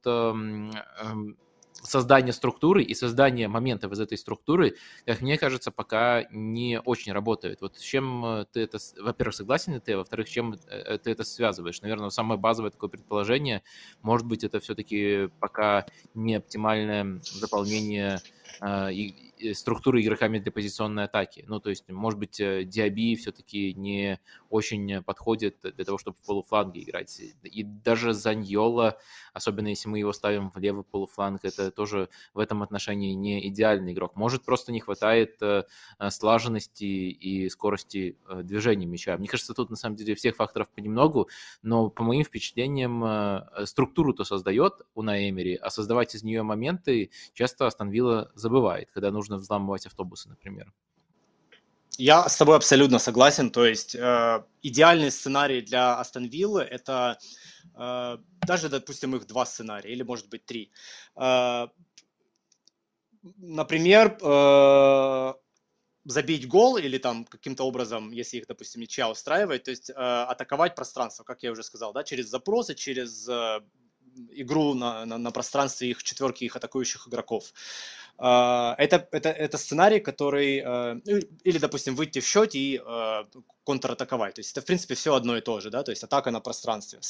создание структуры и создание моментов из этой структуры, как мне кажется, пока не очень работает. Вот с чем ты это, во-первых, согласен ли ты, а во-вторых, с чем ты это связываешь? Наверное, самое базовое такое предположение, может быть, это все-таки пока не оптимальное заполнение структуры игроками для позиционной атаки. Ну, то есть, может быть, Диаби все-таки не очень подходит для того, чтобы в полуфланге играть. И даже Заньола, особенно если мы его ставим в левый полуфланг, это тоже в этом отношении не идеальный игрок. Может, просто не хватает слаженности и скорости движения мяча. Мне кажется, тут на самом деле всех факторов понемногу, но по моим впечатлениям структуру-то создает Унай Эмери, а создавать из нее моменты часто Астон Вилла забывает, когда нужно взламывать автобусы, например. Я с тобой абсолютно согласен. То есть идеальный сценарий для Астон Виллы это даже, допустим, их 2 сценария, или может быть 3. Например, забить гол или там каким-то образом, если их, допустим, ничья устраивает, то есть атаковать пространство, как я уже сказал, да, через запросы, через игру на пространстве их четверки, их атакующих игроков. Это сценарий, который... Или, допустим, выйти в счете и контратаковать. То есть это, в принципе, все одно и то же, да, то есть атака на пространстве.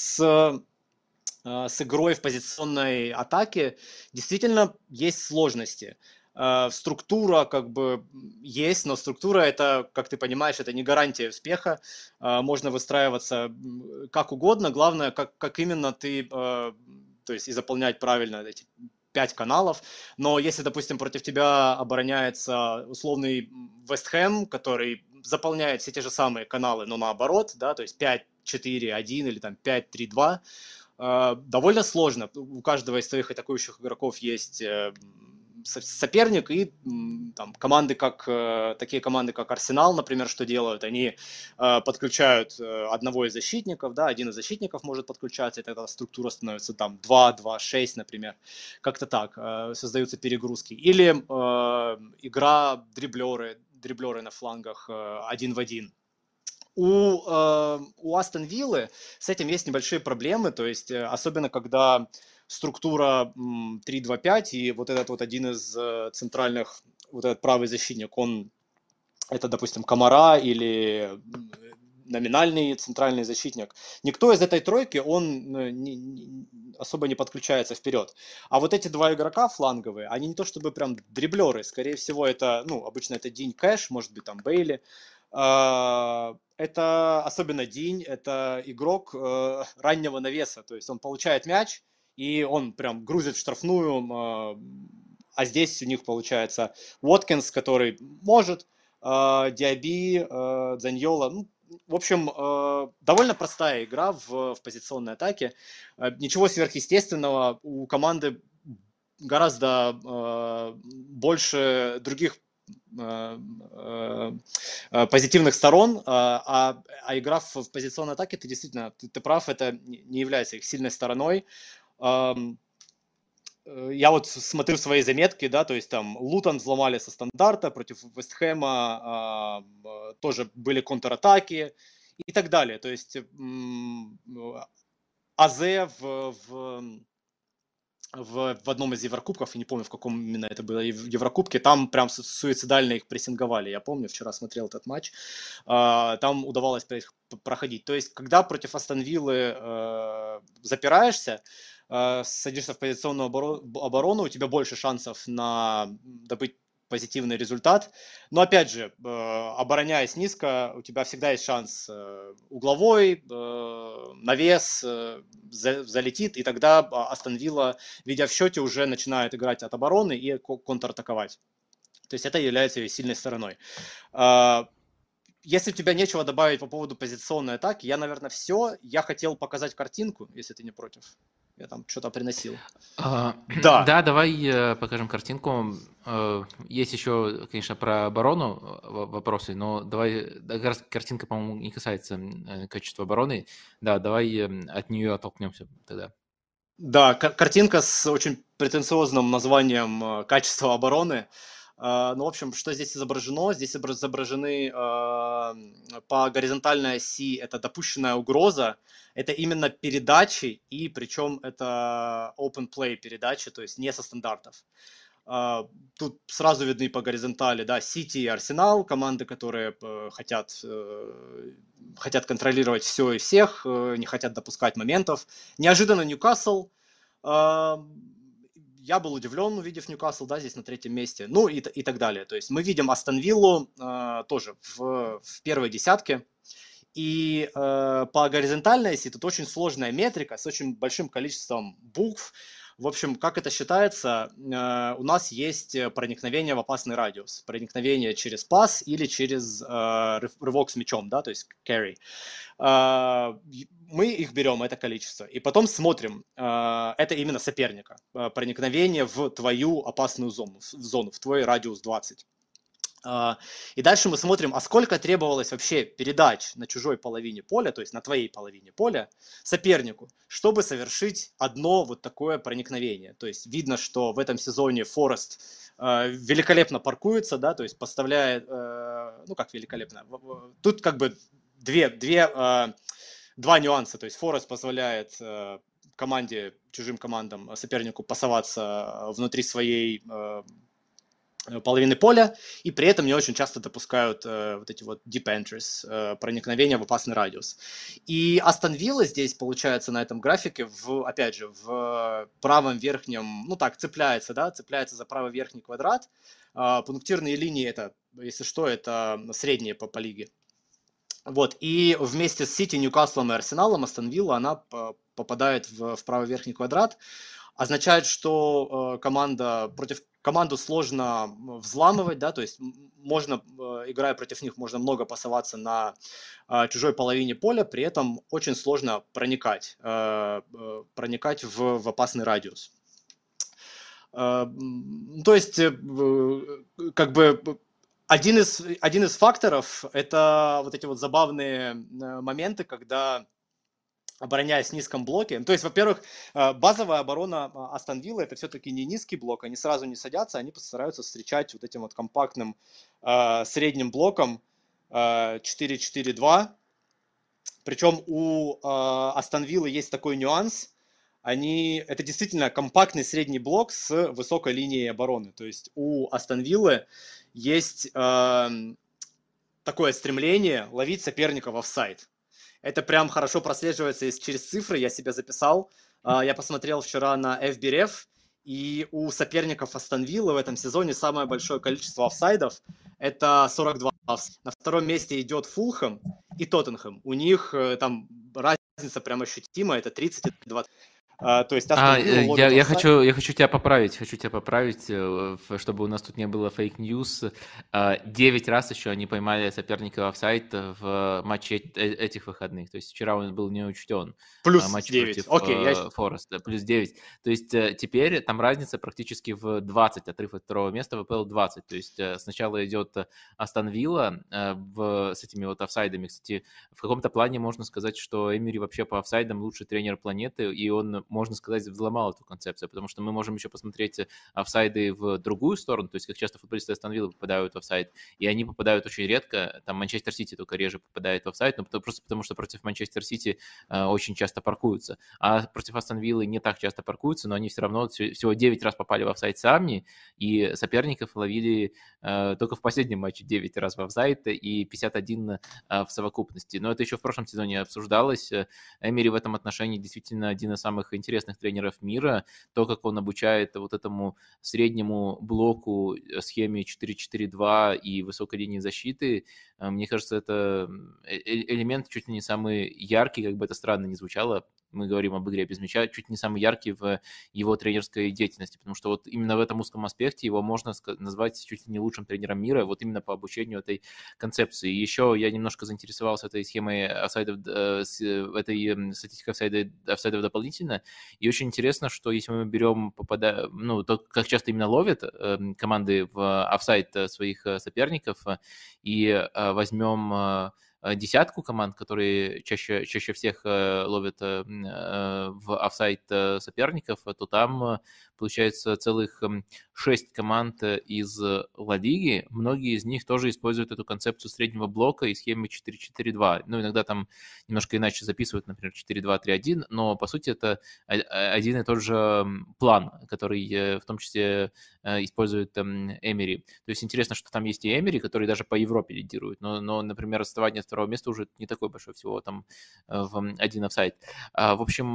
С игрой в позиционной атаке действительно есть сложности. Структура как бы есть, но структура это, как ты понимаешь, это не гарантия успеха. Можно выстраиваться как угодно, главное, как именно ты, то есть и заполнять правильно эти 5 каналов. Но если, допустим, против тебя обороняется условный Вест Хэм, который заполняет все те же самые каналы, но наоборот, да, то есть 5-4-1 или там 5-3-2, довольно сложно. У каждого из твоих атакующих игроков есть соперник, и там такие команды, как Арсенал, например, что делают, они подключают одного из защитников, да, один из защитников может подключаться, и тогда структура становится там 2-2-6, например, как-то так, создаются перегрузки. Или игра дриблеры, дриблеры на флангах один в один. У Астон Виллы с этим есть небольшие проблемы, то есть особенно когда структура 3-2-5 и вот этот вот один из центральных, вот этот правый защитник, это, допустим, Камара или номинальный центральный защитник. Никто из этой тройки, он особо не подключается вперед. А вот эти два игрока фланговые, они не то чтобы прям дриблеры, скорее всего, это, обычно это Динь Кэш, может быть, там Бейли. Это особенно Динь, это игрок раннего навеса, то есть он получает мяч, и он прям грузит в штрафную, а здесь у них получается Уоткинс, который может, Диаби, Дзаньола. В общем, довольно простая игра в позиционной атаке. Ничего сверхъестественного. У команды гораздо больше других позитивных сторон, а игра в позиционной атаке, ты действительно, ты прав, это не является их сильной стороной. Я вот смотрю свои заметки, да, то есть там Лутон взломали со стандарта, против Вестхэма тоже были контратаки и так далее. То есть Азе в одном из Еврокубков, я не помню, в каком именно это было Еврокубке, там прям суицидально их прессинговали. Я помню, вчера смотрел этот матч, там удавалось проходить. То есть, когда против Астон Виллы запираешься, садишься в позиционную оборону, у тебя больше шансов на добыть позитивный результат. Но опять же, обороняясь низко, у тебя всегда есть шанс угловой, навес, залетит, и тогда Астон Вилла, видя в счете, уже начинает играть от обороны и контратаковать. То есть это является ее сильной стороной. Если у тебя нечего добавить по поводу позиционной атаки, я, наверное, все. Я хотел показать картинку, если ты не против. Я там что-то приносил. Да. Да, давай покажем картинку. Есть еще, конечно, про оборону вопросы, но давай, как раз картинка, по-моему, не касается качества обороны. Да, давай от нее оттолкнемся тогда. Да, картинка с очень претенциозным названием «Качество обороны». Ну, в общем, что здесь изображено? Здесь изображены по горизонтальной оси это допущенная угроза, это именно передачи, и причем это open play передачи, то есть не со стандартов. Тут сразу видны по горизонтали, да, Сити и Арсенал, команды, которые хотят контролировать все и всех, не хотят допускать моментов. Неожиданно Ньюкасл. Я был удивлен, увидев Ньюкасл, да, здесь на третьем месте, ну и так далее. То есть мы видим Астон Виллу тоже в первой десятке. И по горизонтальной оси тут очень сложная метрика с очень большим количеством букв. В общем, как это считается, у нас есть проникновение в опасный радиус. Проникновение через пас или через рывок с мячом, да, то есть carry. Мы их берем, это количество, и потом смотрим, это именно соперника, проникновение в твою опасную зону, в твой радиус 20. И дальше мы смотрим, а сколько требовалось вообще передач на чужой половине поля, то есть на твоей половине поля, сопернику, чтобы совершить одно вот такое проникновение. То есть видно, что в этом сезоне Форест великолепно паркуется, да, то есть поставляет, ну как великолепно, тут как бы два нюанса, то есть Форест позволяет чужим командам, сопернику пасоваться внутри своей половины поля, и при этом не очень часто допускают вот эти вот deep entries, проникновения в опасный радиус. И Астон Вилла здесь, получается, на этом графике, опять же, в правом верхнем, ну так, цепляется за правый верхний квадрат. Пунктирные линии, это, если что, это средние по лиге. Вот, и вместе с Сити, Ньюкаслом и Арсеналом Астон Вилла, она попадает в правый верхний квадрат. Означает, что против команду сложно взламывать, да, то есть можно, играя против них, можно много пасоваться на чужой половине поля, при этом очень сложно проникать в опасный радиус. То есть, как бы, один из факторов – это вот эти вот забавные моменты, когда обороняясь в низком блоке. То есть, во-первых, базовая оборона Астон Виллы это все-таки не низкий блок, они сразу не садятся, они постараются встречать вот этим вот компактным средним блоком 4-4-2. Причем у Астон Виллы есть такой нюанс, это действительно компактный средний блок с высокой линией обороны. То есть у Астон Виллы есть такое стремление ловить соперника в офсайд. Это прям хорошо прослеживается через цифры, я себя записал. Я посмотрел вчера на FBref, и у соперников Астон Виллы в этом сезоне самое большое количество офсайдов – это 42 офсайда. На втором месте идет Фулхэм и Тоттенхэм. У них там разница прям ощутимая, это 30 и 20. То есть Астон Вилла ловит Я офсайд. хочу тебя поправить, чтобы у нас тут не было фейк-ньюс. 9 раз еще они поймали соперника в офсайд в матче этих выходных. То есть вчера он был не учтен. Плюс Матч 9. против Окей, Фореста, плюс 9. То есть теперь там разница практически в 20, отрыв от второго места в ВПЛ 20. То есть сначала идет Астон Вилла с этими вот офсайдами. Кстати, в каком-то плане можно сказать, что Эмери вообще по офсайдам лучший тренер планеты, и он, можно сказать, взломал эту концепцию, потому что мы можем еще посмотреть офсайды в другую сторону, то есть как часто футболисты Астон Виллы попадают в офсайд, и они попадают очень редко, там Манчестер Сити только реже попадает в офсайд, но просто потому что против Манчестер Сити очень часто паркуются, а против Астон Виллы не так часто паркуются, но они все равно всего 9 раз попали в офсайд сами, и соперников ловили только в последнем матче 9 раз в офсайд и 51 в совокупности. Но это еще в прошлом сезоне обсуждалось. Эмери в этом отношении действительно один из самых интересных тренеров мира. То, как он обучает вот этому среднему блоку, схеме 4-4-2 и высокой линии защиты, мне кажется, это элемент чуть ли не самый яркий, как бы это странно ни звучало, мы говорим об игре без мяча, чуть не самый яркий в его тренерской деятельности, потому что вот именно в этом узком аспекте его можно назвать чуть ли не лучшим тренером мира, вот именно по обучению этой концепции. Еще я немножко заинтересовался этой схемой офсайдов, этой статистикой офсайдов дополнительно, и очень интересно, что если мы берем, то, как часто именно ловят команды в офсайд своих соперников, и возьмем десятку команд, которые чаще всех ловят в офсайд соперников, то там получается целых 6 команд из Ла Лиги. Многие из них тоже используют эту концепцию среднего блока и схемы 4-4-2. Ну, иногда там немножко иначе записывают, например, 4-2-3-1, но по сути это один и тот же план, который в том числе использует Эмери. То есть интересно, что там есть и Эмери, который даже по Европе лидирует, но например, отставание от второго места уже не такое большое, всего там в один офсайд. В общем,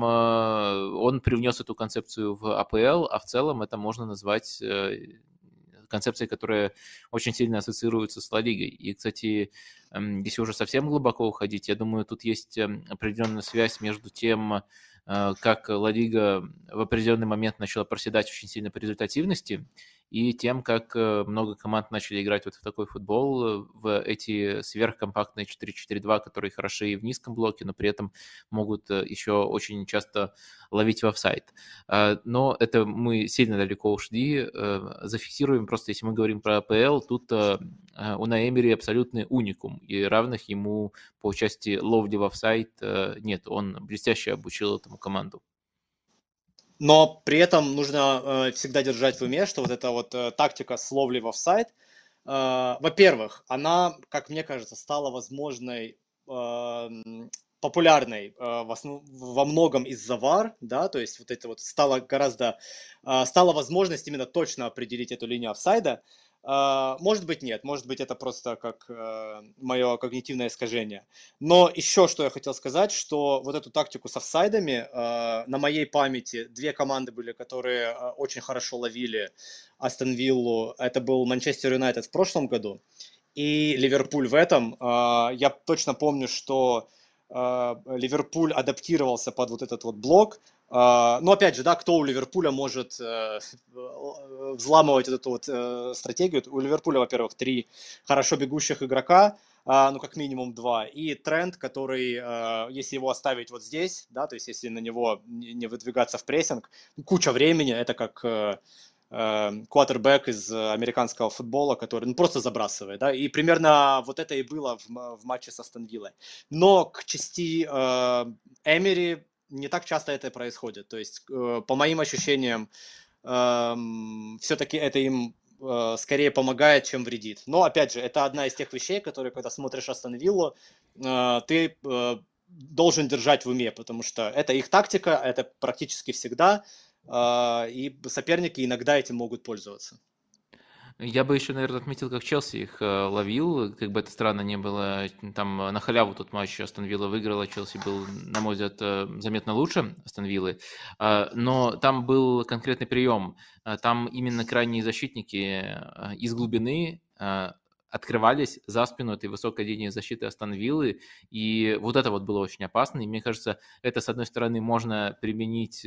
он привнес эту концепцию в АПЛ, а в целом это можно назвать концепцией, которая очень сильно ассоциируется с Ла Лигой. И, кстати, если уже совсем глубоко уходить, я думаю, тут есть определенная связь между тем, как Ла Лига в определенный момент начала проседать очень сильно по результативности, и тем, как много команд начали играть вот в такой футбол, в эти сверхкомпактные 4-4-2, которые хороши и в низком блоке, но при этом могут еще очень часто ловить в офсайд. Но это мы сильно далеко ушли. Зафиксируем просто, если мы говорим про АПЛ, тут Унай Эмери абсолютный уникум, и равных ему по части ловли в офсайд нет. Он блестяще обучил этому команду. Но при этом нужно всегда держать в уме, что вот эта вот тактика с ловли в офсайд, во-первых, она, как мне кажется, стала возможной, популярной во многом из-за VAR, да, то есть вот это вот стала возможность именно точно определить эту линию офсайда. Может быть, нет, может быть, это просто как мое когнитивное искажение. Но еще что я хотел сказать, что вот эту тактику с офсайдами на моей памяти две команды были, которые очень хорошо ловили Астон Виллу. Это был Манчестер Юнайтед в прошлом году и Ливерпуль в этом. Я точно помню, что Ливерпуль адаптировался под вот этот вот блок. Но опять же, да, кто у Ливерпуля может взламывать эту вот стратегию? У Ливерпуля, во-первых, 3 хорошо бегущих игрока, ну, как минимум 2, и Трент, который, если его оставить вот здесь, да, то есть если на него не выдвигаться в прессинг, куча времени, это как квотербек из американского футбола, который ну, просто забрасывает, да, и примерно вот это и было в матче с Астон Виллой. Но к чести Эмери не так часто это происходит, то есть по моим ощущениям все-таки это им скорее помогает, чем вредит. Но, опять же, это одна из тех вещей, которые, когда смотришь Астон Виллу, ты должен держать в уме, потому что это их тактика, это практически всегда, и соперники иногда этим могут пользоваться. Я бы еще, наверное, отметил, как Челси их ловил, как бы это странно не было, там на халяву тот матч Астон Вилла выиграла, Челси был, на мой взгляд, заметно лучше Астон Виллы, но там был конкретный прием, там именно крайние защитники из глубины открывались за спину этой высокой линии защиты Астон Виллы, и вот это вот было очень опасно, и мне кажется, это, с одной стороны, можно применить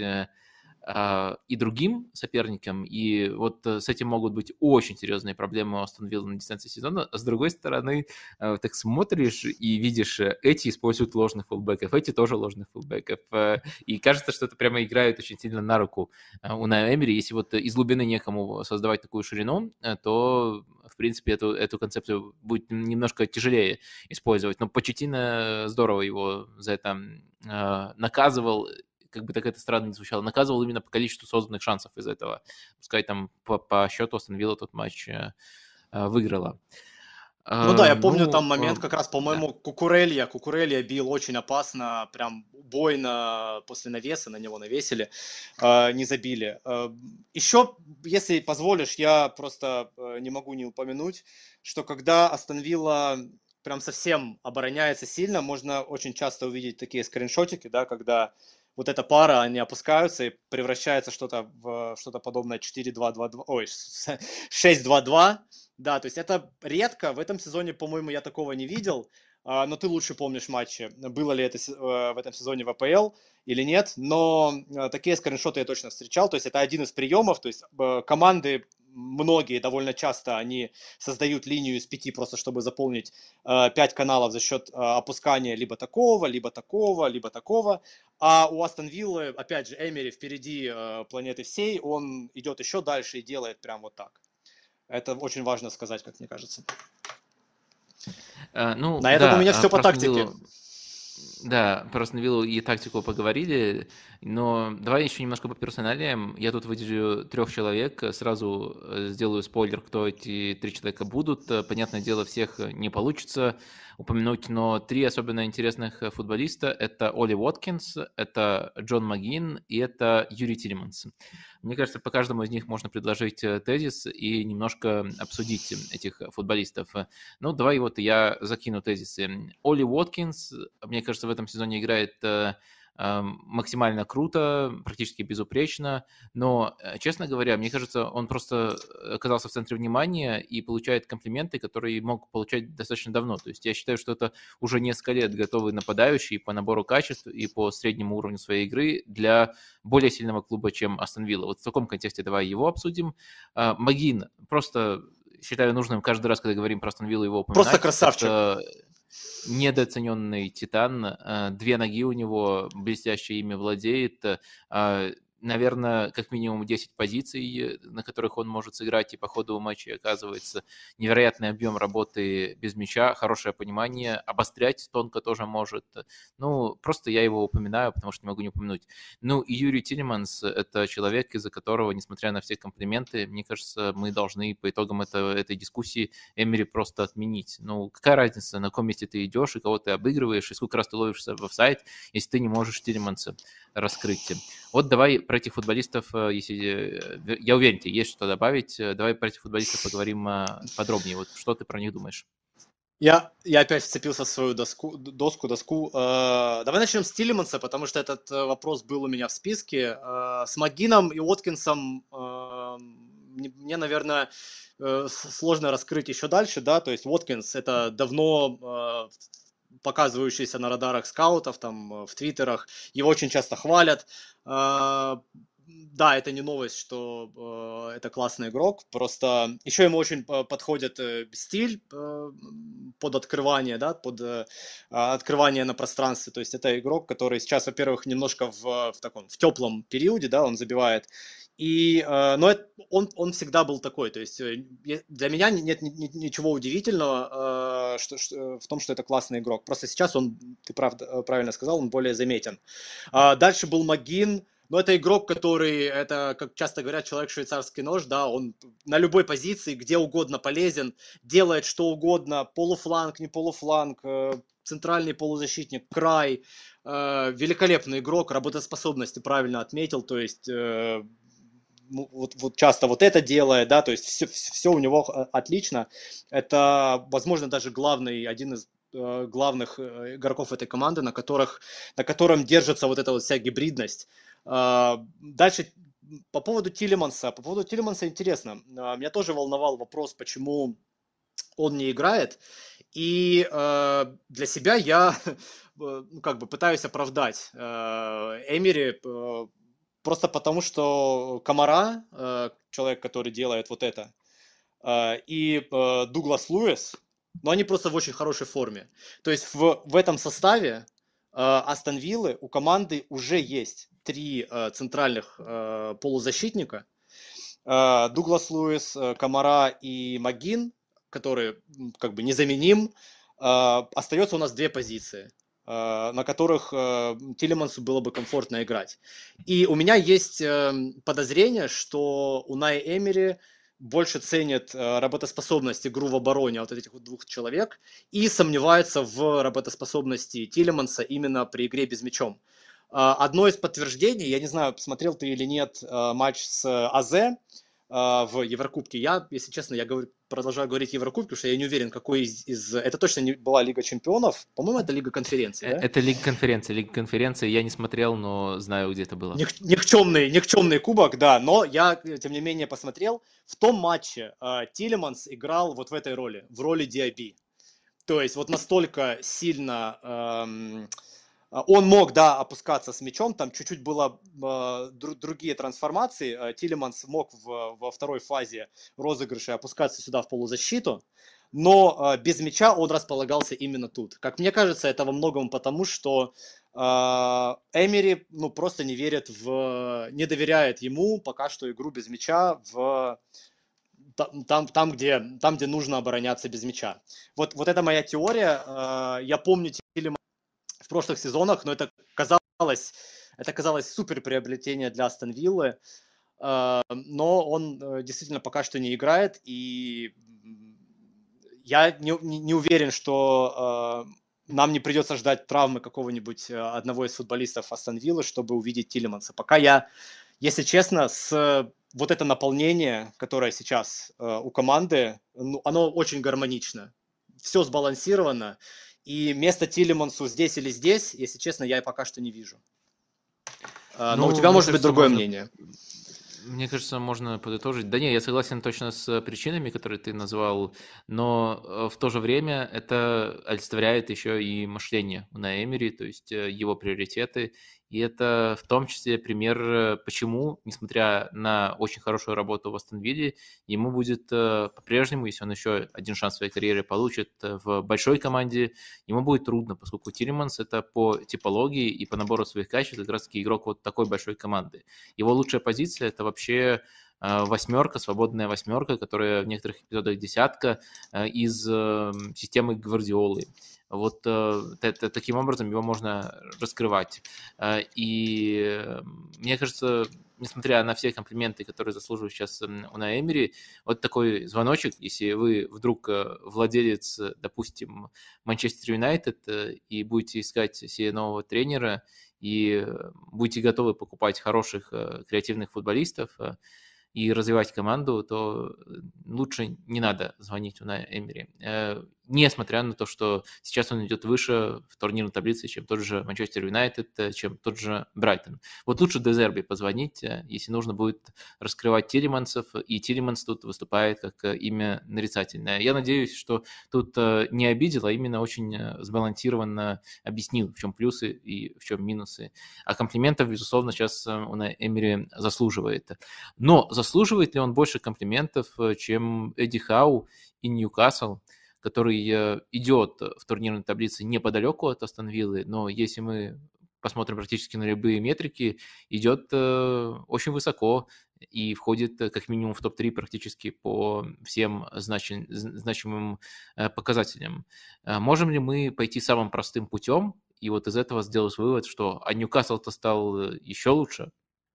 и другим соперникам, и вот с этим могут быть очень серьезные проблемы у Астон Вилла на дистанции сезона. А с другой стороны, так смотришь и видишь, эти используют ложных фулбеков, эти тоже ложных фулбеков, и кажется, что это прямо играет очень сильно на руку Унаю Эмери. Если вот из глубины некому создавать такую ширину, то, в принципе, эту концепцию будет немножко тяжелее использовать. Но Почеттино здорово его за это наказывал, как бы так это странно не звучало, наказывал именно по количеству созданных шансов из этого. Пускай там по счету Астон Вилла тот матч выиграла. Ну да, я помню там Ну, момент как раз, да. по-моему, Кукурелья бил очень опасно, прям убойно после навеса, на него навесили, не забили. Еще, если позволишь, я просто не могу не упомянуть, что когда Астон Вилла прям совсем обороняется сильно, можно очень часто увидеть такие скриншотики, да, когда вот эта пара, они опускаются и превращается что-то в что-то подобное 4-2-2-2, ой, 6-2-2, да, то есть это редко. В этом сезоне, по-моему, я такого не видел. Но ты лучше помнишь матчи. Было ли это в этом сезоне в АПЛ или нет. Но такие скриншоты я точно встречал. То есть это один из приемов. То есть команды, многие довольно часто, они создают линию из 5 просто, чтобы заполнить 5 каналов за счет опускания либо такого, либо такого, либо такого. А у Астон Виллы, опять же, Эмери впереди планеты всей. Он идет еще дальше и делает прям вот так. Это очень важно сказать, как мне кажется. Ну, На этом у меня да, все по про Астон тактике. Виллу. Да, про Астон Виллу и тактику поговорили, но давай еще немножко по персоналиям. Я тут выделю 3 человек, сразу сделаю спойлер, кто эти 3 человека будут. Понятное дело, всех не получится упомянуть, но 3 особенно интересных футболиста – это Оли Уоткинс, это Джон Магин и это Юрий Тилеманс. Мне кажется, по каждому из них можно предложить тезис и немножко обсудить этих футболистов. Ну, давай вот я закину тезисы. Оли Уоткинс, мне кажется, в этом сезоне играет максимально круто, практически безупречно, но, честно говоря, мне кажется, он просто оказался в центре внимания и получает комплименты, которые мог получать достаточно давно. То есть я считаю, что это уже несколько лет готовый нападающий по набору качеств и по среднему уровню своей игры для более сильного клуба, чем Астон Вилла. Вот в таком контексте давай его обсудим. Магин, просто считаю нужным каждый раз, когда говорим про Астон Виллу, его Просто упоминать. красавчик. Это недооцененный титан, 2 ноги у него, блестяще ими владеет, наверное, как минимум 10 позиций, на которых он может сыграть, и по ходу матча оказывается невероятный объем работы без мяча, хорошее понимание, обострять тонко тоже может. Ну, просто я его упоминаю, потому что не могу не упомянуть. Ну, и Юрий Тилеманс – это человек, из-за которого, несмотря на все комплименты, мне кажется, мы должны по итогам этой дискуссии Эмери просто отменить. Ну, какая разница, на каком месте ты идешь, и кого ты обыгрываешь, и сколько раз ты ловишься в офсайд, если ты не можешь Тилеманса раскрыть. Вот давай про этих футболистов, если я уверен, тебе есть что добавить, давай про этих футболистов поговорим подробнее. Вот что ты про них думаешь? Я опять вцепился в свою доску. Давай начнем с Тилеманса, потому что этот вопрос был у меня в списке. С Магином и Уоткинсом мне, наверное, сложно раскрыть еще дальше, да, то есть Уоткинс это давно показывающийся на радарах скаутов, там, в твиттерах, его очень часто хвалят. Да, это не новость, что это классный игрок, просто еще ему очень подходит стиль под открывание, да, под открывание на пространстве, то есть это игрок, который сейчас, во-первых, немножко в таком, в теплом периоде, да, он забивает Но он всегда был такой. То есть для меня нет ничего удивительного в том, что это классный игрок. Просто сейчас он, ты правильно сказал, он более заметен. Дальше был Магин. Но это игрок, который, это, как часто говорят, человек швейцарский нож, да, он на любой позиции, где угодно полезен, делает что угодно, полуфланг, не полуфланг, центральный полузащитник, край, великолепный игрок, работоспособности правильно отметил, то есть вот часто вот это делает, да, то есть все у него отлично. Это, возможно, даже один из главных игроков этой команды, на котором держится вот эта вот вся гибридность. Дальше по поводу Тилеманса. По поводу Тилеманса интересно. Меня тоже волновал вопрос, почему он не играет. И для себя я как бы пытаюсь оправдать Эмери просто потому, что Камара, человек, который делает вот это, и Дуглас Луис, но они просто в очень хорошей форме. То есть в этом составе Астон Виллы у команды уже есть 3 центральных полузащитника. Дуглас Луис, Камара и Магин, который как бы незаменим. Остается у нас 2 позиции, на которых Тилемансу было бы комфортно играть. И у меня есть подозрение, что Унай Эмери больше ценит работоспособность, игру в обороне от этих вот 2 человек и сомневается в работоспособности Тилеманса именно при игре без мячом. Одно из подтверждений, я не знаю, посмотрел ты или нет матч с АЗ в Еврокубке. Я, если честно, продолжаю говорить Еврокубке, потому что я не уверен, какой из... Это точно не была Лига Чемпионов. По-моему, это Лига Конференций, да? Это Лига конференции. Лига конференции я не смотрел, но знаю, где это было. Никчемный кубок, да, но я, тем не менее, посмотрел. В том матче Тилеманс играл вот в этой роли, в роли Диаби. То есть вот настолько сильно он мог, да, опускаться с мячом, там чуть-чуть было другие трансформации. Тилеманс мог во второй фазе розыгрыша опускаться сюда в полузащиту, но без мяча он располагался именно тут. Как мне кажется, это во многом потому, что Эмери ну, просто не доверяет ему пока что игру без мяча там, где нужно обороняться без мяча. Вот это моя теория. Я помню Тилеманс в прошлых сезонах, но это казалось супер приобретение для Астон Виллы, но он действительно пока что не играет, и я не уверен, что нам не придется ждать травмы какого-нибудь одного из футболистов Астон Виллы, чтобы увидеть Тилеманса. Пока если честно, вот это наполнение, которое сейчас у команды, ну, оно очень гармонично. Все сбалансировано. И место Тилемансу здесь или здесь, если честно, я пока что не вижу. Но у Ну, тебя может быть другое мнение. Мне кажется, можно подытожить. Да не, я согласен точно с причинами, которые ты назвал, но в то же время это олицетворяет еще и мышление Унai Эмери, то есть его приоритеты. И это в том числе пример, почему, несмотря на очень хорошую работу в Астон Вилле, ему будет по-прежнему, если он еще один шанс в своей карьере получит в большой команде, ему будет трудно, поскольку Тилеманс это по типологии и по набору своих качеств как раз-таки игрок вот такой большой команды. Его лучшая позиция – это вообще восьмерка, свободная восьмерка, которая в некоторых эпизодах десятка из системы Гвардиолы. Вот таким образом его можно раскрывать. И мне кажется, несмотря на все комплименты, которые заслуживает сейчас Унай Эмери, вот такой звоночек, если вы вдруг владелец, допустим, Манчестер Юнайтед и будете искать себе нового тренера, и будете готовы покупать хороших креативных футболистов и развивать команду, то лучше не надо звонить Унай Эмери. Несмотря на то, что сейчас он идет выше в турнирной таблице, чем тот же Манчестер Юнайтед, чем тот же Брайтон. Вот лучше Дезерби позвонить, если нужно будет раскрывать Тилемансов, и Тилеманс тут выступает как имя нарицательное. Я надеюсь, что тут не обидел, а именно очень сбалансированно объяснил, в чем плюсы и в чем минусы. А комплиментов, безусловно, сейчас Унай Эмери заслуживает. Но заслуживает ли он больше комплиментов, чем Эдди Хау и Ньюкасл, который идет в турнирной таблице неподалеку от Астон Виллы, но если мы посмотрим практически на любые метрики, идет очень высоко и входит как минимум в топ-3 практически по всем значимым показателям. Можем ли мы пойти самым простым путем и вот из этого сделать вывод, что Ньюкасл-то стал еще лучше?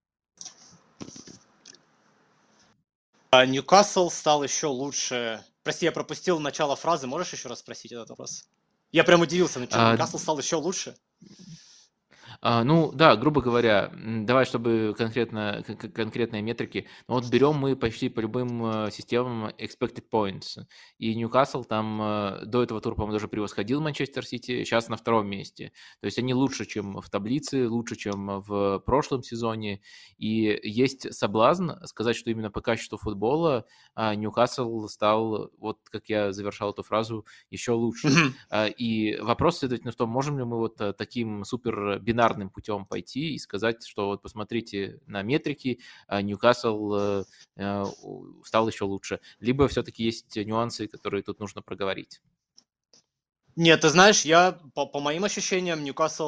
Ньюкасл стал еще лучше. Прости, я пропустил начало фразы. Можешь еще раз спросить этот вопрос? Я прям удивился. Ну что, А, Ньюкасл стал еще лучше? Ну да, грубо говоря, давай, чтобы конкретные метрики. Ну, вот берем мы почти по любым системам expected points. И Ньюкасл там до этого тура, по-моему, даже превосходил Манчестер Сити, сейчас на втором месте. То есть они лучше, чем в таблице, лучше, чем в прошлом сезоне. И есть соблазн сказать, что именно по качеству футбола Ньюкасл стал, вот как я завершал эту фразу, еще лучше. Мгм. И вопрос, следовательно, в том, можем ли мы вот таким супер бинарным путем пойти и сказать, что вот посмотрите на метрики, Ньюкасл стал еще лучше. Либо все-таки есть нюансы, которые тут нужно проговорить. Нет, ты знаешь, я по моим ощущениям,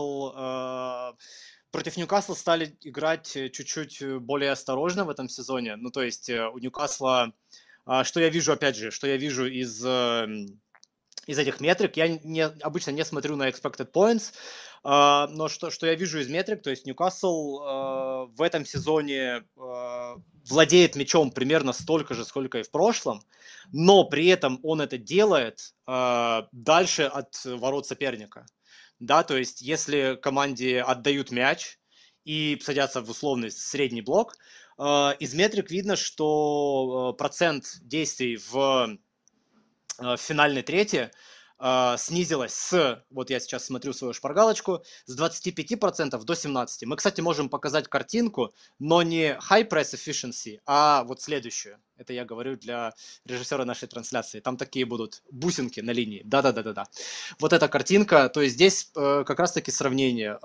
против Ньюкасла стали играть чуть-чуть более осторожно в этом сезоне. Ну, то есть у Ньюкасла, что я вижу, опять же, что я вижу из этих метрик. Я обычно не смотрю на expected points, но что я вижу из метрик, то есть Ньюкасл в этом сезоне владеет мячом примерно столько же, сколько и в прошлом, но при этом он это делает дальше от ворот соперника. Да, то есть если команде отдают мяч и садятся в условный средний блок, из метрик видно, что процент действий в финальной трети снизилась вот я сейчас смотрю свою шпаргалочку, с 25% до 17%. Мы, кстати, можем показать картинку, но не high press efficiency, а вот следующую. Это я говорю для режиссера нашей трансляции. Там такие будут бусинки на линии. Да-да-да-да-да. Вот эта картинка, то есть здесь как раз-таки сравнение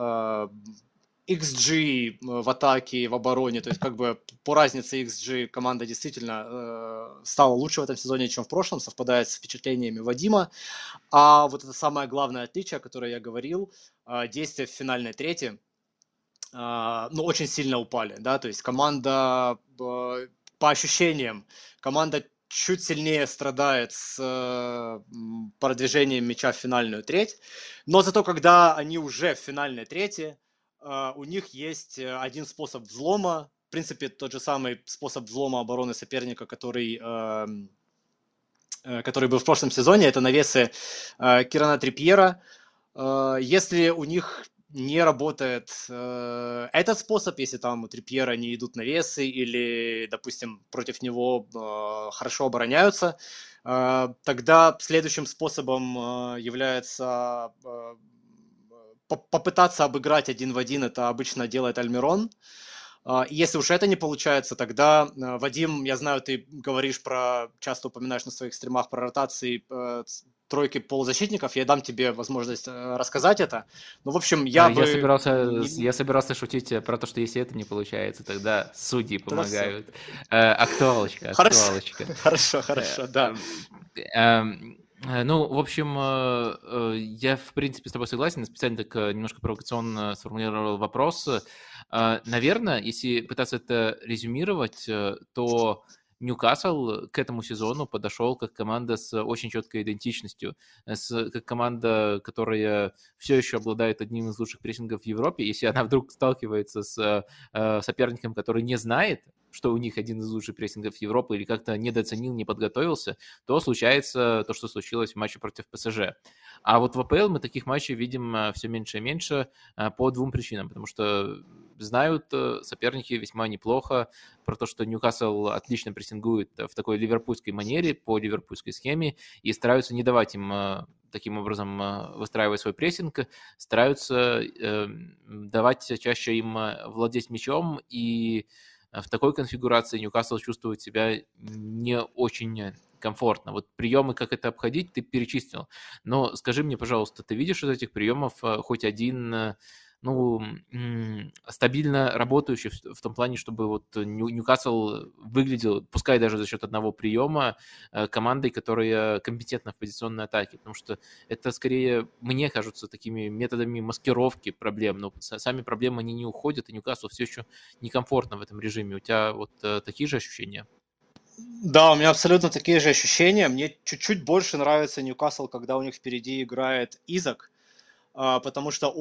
XG в атаке, в обороне, то есть как бы по разнице XG команда действительно стала лучше в этом сезоне, чем в прошлом, совпадает с впечатлениями Вадима. А вот это самое главное отличие, о котором я говорил, действия в финальной трети, ну, очень сильно упали, да, то есть команда, по ощущениям, команда чуть сильнее страдает с продвижением мяча в финальную треть, но зато когда они уже в финальной трети, у них есть один способ взлома, в принципе, тот же самый способ взлома обороны соперника, который был в прошлом сезоне, это навесы Кирана Трипьера. Если у них не работает этот способ, если там у Трипьера не идут навесы или, допустим, против него хорошо обороняются, тогда следующим способом является попытаться обыграть один в один. Это обычно делает Альмирон. Если уж это не получается, тогда, Вадим, я знаю, ты говоришь часто упоминаешь на своих стримах про ротации тройки полузащитников, я дам тебе возможность рассказать это. Ну, в общем, я Я бы... собирался, я собирался шутить про то, что если это не получается, тогда судьи Тогда все. помогают. Актуалочка, Хорошо, актуалочка. хорошо, Э, хорошо, да. Ну, в общем, я, в принципе, с тобой согласен. Специально так немножко провокационно сформулировал вопрос. Наверное, если пытаться это резюмировать, то Ньюкасл к этому сезону подошел как команда с очень четкой идентичностью, как команда, которая все еще обладает одним из лучших прессингов в Европе. Если она вдруг сталкивается с соперником, который не знает, что у них один из лучших прессингов Европы или как-то недооценил, не подготовился, то случается то, что случилось в матче против ПСЖ. А вот в АПЛ мы таких матчей видим все меньше и меньше по двум причинам. Потому что знают соперники весьма неплохо про то, что Ньюкасл отлично прессингует в такой ливерпульской манере, по ливерпульской схеме, и стараются не давать им таким образом выстраивать свой прессинг, стараются давать чаще им владеть мячом, и в такой конфигурации Ньюкасл чувствует себя не очень комфортно. Вот приемы, как это обходить, ты перечислил. Но скажи мне, пожалуйста, ты видишь из этих приемов хоть один ну, стабильно работающий в том плане, чтобы вот Ньюкасл выглядел, пускай даже за счет одного приема, командой, которая компетентна в позиционной атаке, потому что это скорее, мне кажется, такими методами маскировки проблем, но сами проблемы, они не уходят, и Ньюкаслу все еще некомфортно в этом режиме. У тебя вот такие же ощущения? Да, у меня абсолютно такие же ощущения. Мне чуть-чуть больше нравится Ньюкасл, когда у них впереди играет Изак, потому что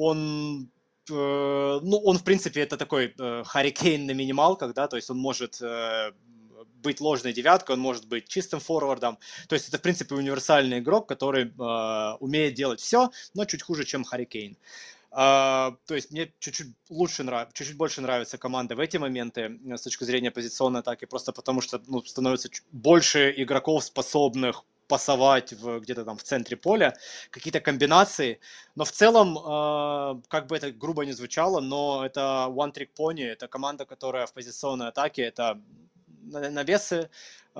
он, в принципе, это такой Харри Кейн на минималках, да, то есть он может быть ложной девяткой, он может быть чистым форвардом, то есть это, в принципе, универсальный игрок, который умеет делать все, но чуть хуже, чем Харри Кейн. То есть мне чуть-чуть больше нравится команда в эти моменты с точки зрения позиционной атаки, просто потому что становится больше игроков, способных пасовать где-то там в центре поля, какие-то комбинации. Но в целом, как бы это грубо не звучало, но это One Trick Pony, это команда, которая в позиционной атаке, это навесы,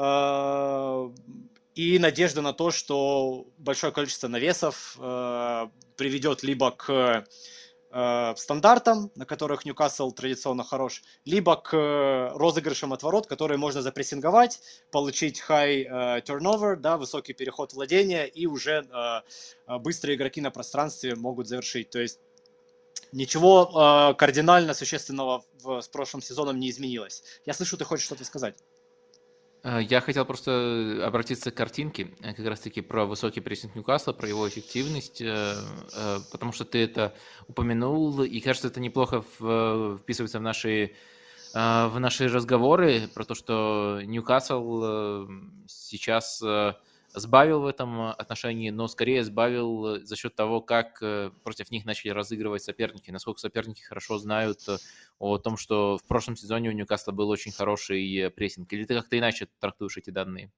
и надежда на то, что большое количество навесов приведет либо к стандартам, на которых Ньюкасл традиционно хорош, либо к розыгрышам от ворот, которые можно запрессинговать, получить high turnover, да, высокий переход владения, и уже быстрые игроки на пространстве могут завершить. То есть ничего кардинально существенного с прошлым сезоном не изменилось. Я слышу, ты хочешь что-то сказать. Я хотел просто обратиться к картинке, как раз-таки про высокий прессинг Ньюкасла, про его эффективность, потому что ты это упомянул, и кажется, это неплохо вписывается в наши разговоры про то, что Ньюкасл сейчас сбавил в этом отношении, но скорее сбавил за счет того, как против них начали разыгрывать соперники, насколько соперники хорошо знают о том, что в прошлом сезоне у Ньюкасла был очень хороший прессинг. Или ты как-то иначе трактуешь эти данные?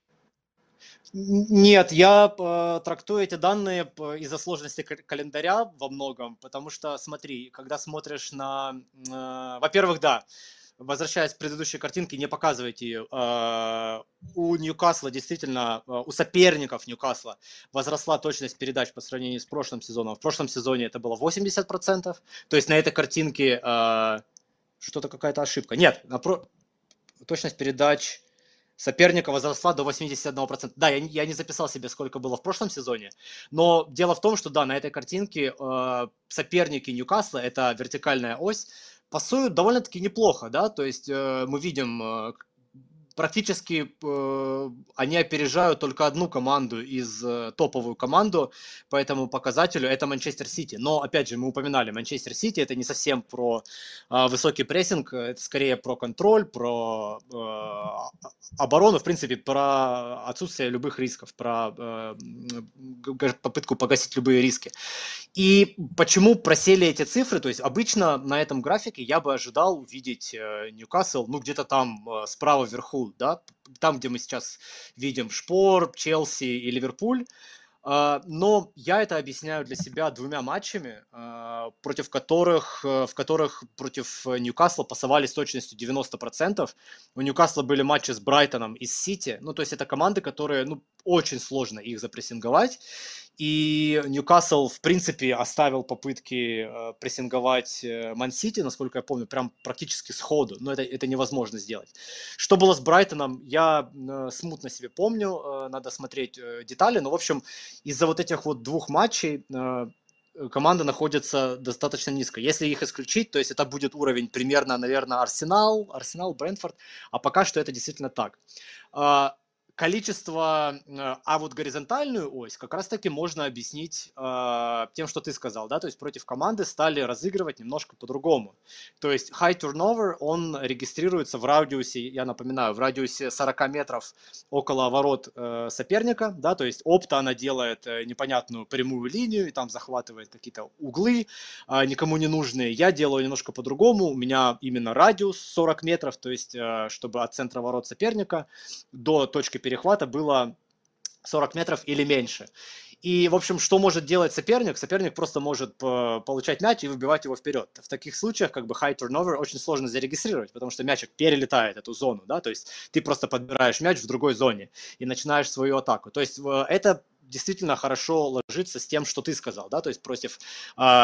Нет, я трактую эти данные из-за сложности календаря во многом, потому что, смотри, когда смотришь во-первых, да, возвращаясь к предыдущей картинке, не показывайте ее. У Ньюкасла действительно, у соперников Ньюкасла возросла точность передач по сравнению с прошлым сезоном. В прошлом сезоне это было 80%, то есть на этой картинке что-то какая-то ошибка. Нет, точность передач соперника возросла до 81%. Да, я не записал себе, сколько было в прошлом сезоне, но дело в том, что да, на этой картинке соперники Ньюкасла, это вертикальная ось, пасуют довольно-таки неплохо, да, то есть мы видим практически они опережают только одну команду топовую команду по этому показателю, это Манчестер Сити. Но, опять же, мы упоминали, Манчестер Сити это не совсем про высокий прессинг, это скорее про контроль, про оборону, в принципе, про отсутствие любых рисков, про попытку погасить любые риски. И почему просели эти цифры? То есть обычно на этом графике я бы ожидал увидеть Ньюкасл, ну где-то там справа вверху, да, там, где мы сейчас видим Шпор, Челси и Ливерпуль. Но я это объясняю для себя двумя матчами, в которых против Ньюкасла пасовали с точностью 90%. У Ньюкасла были матчи с Брайтоном и с Сити. Ну, то есть это команды, которые, ну, очень сложно их запрессинговать. И Ньюкасл, в принципе, оставил попытки прессинговать Ман-Сити, насколько я помню, прям практически сходу. Но это невозможно сделать. Что было с Брайтоном, я смутно себе помню. Надо смотреть детали. Но, в общем, из-за вот этих вот двух матчей команда находится достаточно низко. Если их исключить, то есть это будет уровень примерно, наверное, Арсенал, Брентфорд, а пока что это действительно так. Количество, а вот горизонтальную ось как раз-таки можно объяснить тем, что ты сказал, да, то есть против команды стали разыгрывать немножко по-другому. То есть high turnover, он регистрируется в радиусе, я напоминаю, в радиусе 40 метров около ворот соперника, да, то есть опта она делает непонятную прямую линию и там захватывает какие-то углы никому не нужные. Я делаю немножко по-другому, у меня именно радиус 40 метров, то есть чтобы от центра ворот соперника до точки перехвата было 40 метров или меньше. И, в общем, что может делать соперник? Соперник просто может получать мяч и выбивать его вперед. В таких случаях, как бы, high turnover очень сложно зарегистрировать, потому что мячик перелетает эту зону, да, то есть ты просто подбираешь мяч в другой зоне и начинаешь свою атаку. То есть это действительно хорошо ложится с тем, что ты сказал, да, то есть против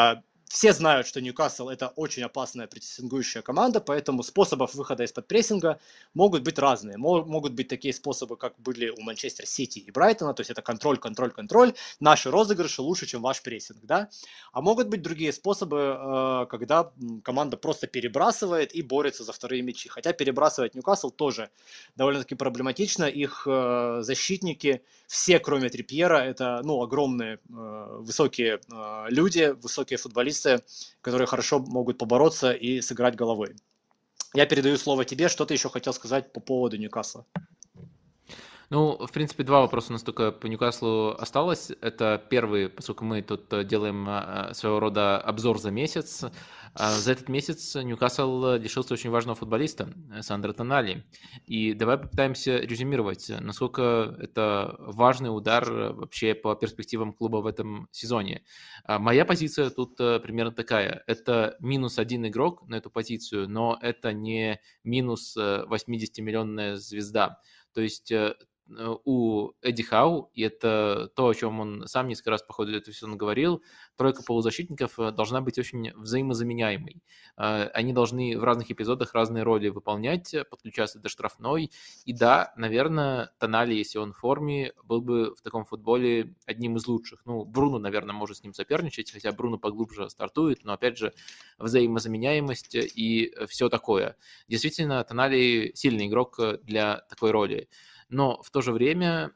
все знают, что Ньюкасл это очень опасная прессингующая команда, поэтому способов выхода из-под прессинга могут быть разные. Могут быть такие способы, как были у Манчестер Сити и Брайтона, то есть это контроль, контроль, контроль, наши розыгрыши лучше, чем ваш прессинг, да? А могут быть другие способы, когда команда просто перебрасывает и борется за вторые мячи. Хотя перебрасывать Ньюкасл тоже довольно-таки проблематично. Их защитники, все, кроме Трипьера, это огромные высокие люди, высокие футболисты, которые хорошо могут побороться и сыграть головой. Я передаю слово тебе. Что ты еще хотел сказать по поводу Ньюкасла? Ну, в принципе, два вопроса у нас только по Ньюкаслу осталось. Это первый, поскольку мы тут делаем своего рода обзор за месяц. За этот месяц Ньюкасл лишился очень важного футболиста, Сандро Тонали. И давай попытаемся резюмировать, насколько это важный удар вообще по перспективам клуба в этом сезоне. Моя позиция тут примерно такая. Это -1 игрок на эту позицию, но это не минус 80-миллионная звезда. То есть у Эдди Хау, и это то, о чем он сам несколько раз по ходу этого сезона говорил, тройка полузащитников должна быть очень взаимозаменяемой. Они должны в разных эпизодах разные роли выполнять, подключаться до штрафной. И да, наверное, Тонали, если он в форме, был бы в таком футболе одним из лучших. Ну, Бруно, наверное, может с ним соперничать, хотя Бруно поглубже стартует, но, опять же, взаимозаменяемость и все такое. Действительно, Тонали сильный игрок для такой роли. Но в то же время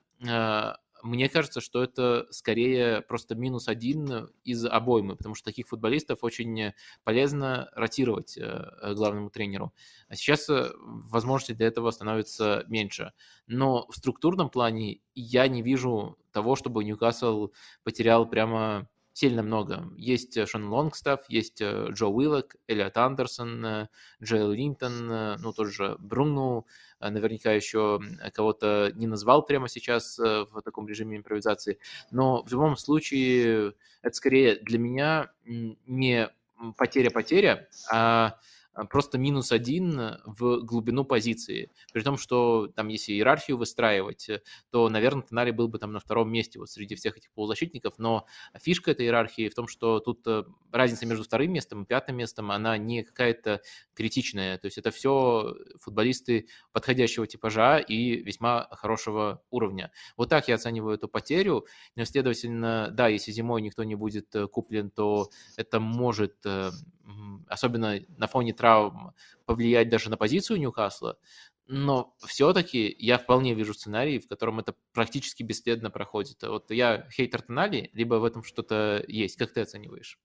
мне кажется, что это скорее просто -1 из обоймы, потому что таких футболистов очень полезно ротировать главному тренеру. А сейчас возможностей для этого становится меньше. Но в структурном плане я не вижу того, чтобы Ньюкасл потерял прямо сильно много. Есть Шон Лонгстафф, есть Джо Уиллок, Элиот Андерсон, Джоэл Линтон, ну, тот же Бруно, наверняка еще кого-то не назвал прямо сейчас в таком режиме импровизации. Но в любом случае это скорее для меня не потеря-потеря, а просто -1 в глубину позиции. При том, что там, если иерархию выстраивать, то, наверное, Тонали был бы там на втором месте вот среди всех этих полузащитников, но фишка этой иерархии в том, что тут разница между вторым местом и пятым местом, она не какая-то критичная, то есть это все футболисты подходящего типажа и весьма хорошего уровня. Вот так я оцениваю эту потерю, но, следовательно, да, если зимой никто не будет куплен, то это может, особенно на фоне травм, повлиять даже на позицию Ньюкасла, но все-таки я вполне вижу сценарий, в котором это практически бесследно проходит. Вот я хейтер Тонали, либо в этом что-то есть. Как ты оцениваешь?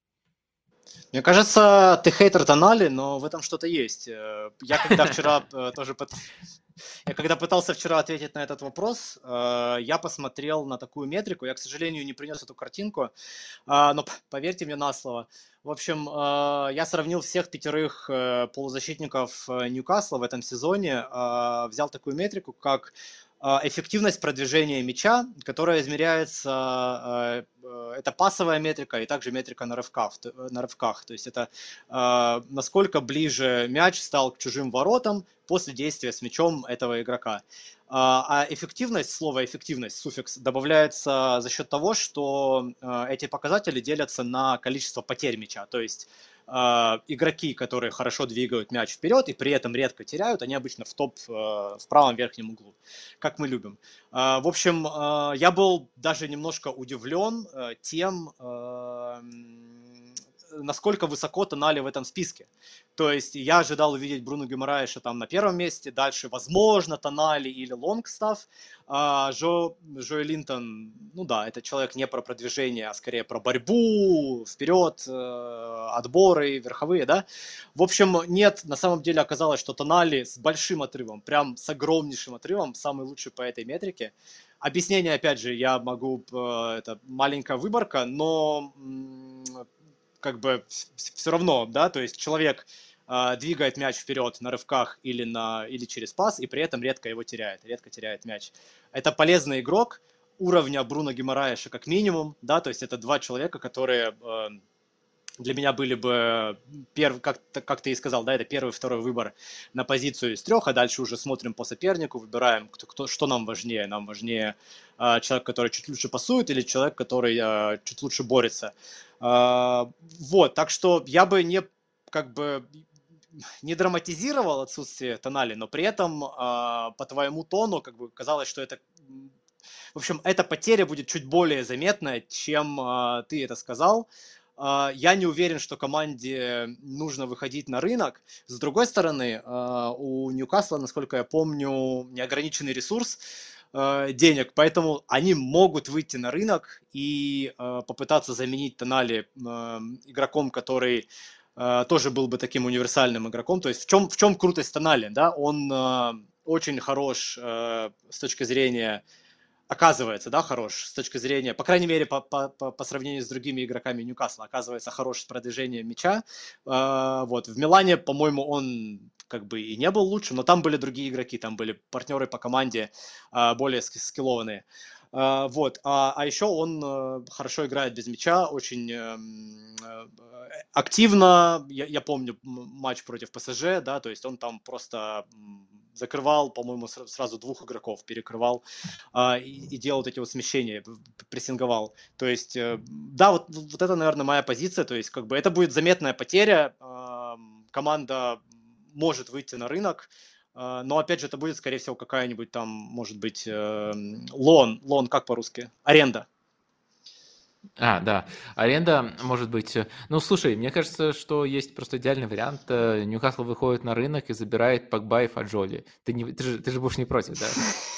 Мне кажется, ты хейтер Тонали, но в этом что-то есть. Я когда вчера тоже я когда пытался вчера ответить на этот вопрос, я посмотрел на такую метрику. Я, к сожалению, не принес эту картинку, но поверьте мне на слово. В общем, я сравнил всех 5 полузащитников Ньюкасла в этом сезоне, взял такую метрику, как эффективность продвижения мяча, которая измеряется, это пасовая метрика и также метрика на рывках. То есть это насколько ближе мяч стал к чужим воротам после действия с мячом этого игрока. А эффективность, слово эффективность, суффикс, добавляется за счет того, что эти показатели делятся на количество потерь мяча. То есть игроки, которые хорошо двигают мяч вперед и при этом редко теряют, они обычно в правом верхнем углу, как мы любим. В общем, я был даже немножко удивлен тем, насколько высоко Тонали в этом списке. То есть я ожидал увидеть Бруно Гимараеша там на первом месте, дальше, возможно, Тонали или Лонгстафф. Джоэл Линтон, ну да, это человек не про продвижение, а скорее про борьбу, вперед, отборы, верховые, да. В общем, нет, на самом деле оказалось, что Тонали с большим отрывом, прям с огромнейшим отрывом, самый лучший по этой метрике. Объяснение, опять же, я могу, это маленькая выборка, но как бы все равно, да, то есть человек двигает мяч вперед на рывках или через пас, и при этом редко теряет мяч. Это полезный игрок уровня Бруно Гимараеша как минимум, да, то есть это два человека, которые для меня были бы первый, как ты и сказал, да, это первый, второй выбор на позицию из трех, а дальше уже смотрим по сопернику, выбираем, что нам важнее. Нам важнее человек, который чуть лучше пасует, или человек, который чуть лучше борется. Вот, так что я бы не как бы не драматизировал отсутствие Тонали, но при этом по твоему тону как бы казалось, что это в общем, эта потеря будет чуть более заметная, чем ты это сказал. Я не уверен, что команде нужно выходить на рынок. С другой стороны, у Ньюкасла, насколько я помню, неограниченный ресурс денег, поэтому они могут выйти на рынок и попытаться заменить Тонали игроком, который тоже был бы таким универсальным игроком. То есть в чем крутость Тонали? Да? Он очень хорош с точки зрения оказывается, да, хорош с точки зрения, по крайней мере, по сравнению с другими игроками Ньюкасла, оказывается хорош с продвижением мяча. Вот, в Милане, по-моему, он как бы и не был лучшим, но там были другие игроки, там были партнеры по команде более скиллованные. Вот, а еще он хорошо играет без мяча, очень активно. Я помню матч против ПСЖ, да, то есть он там просто закрывал, по-моему, сразу двух игроков, перекрывал и делал вот эти вот смещения, прессинговал. То есть, да, вот это, наверное, моя позиция. То есть, как бы это будет заметная потеря. Команда может выйти на рынок, но, опять же, это будет, скорее всего, какая-нибудь там, может быть, лон, как по-русски? Аренда. Да, аренда может быть... Ну, слушай, мне кажется, что есть просто идеальный вариант. Ньюкасл выходит на рынок и забирает Погба и Фаджоли. Ты же будешь не против, да?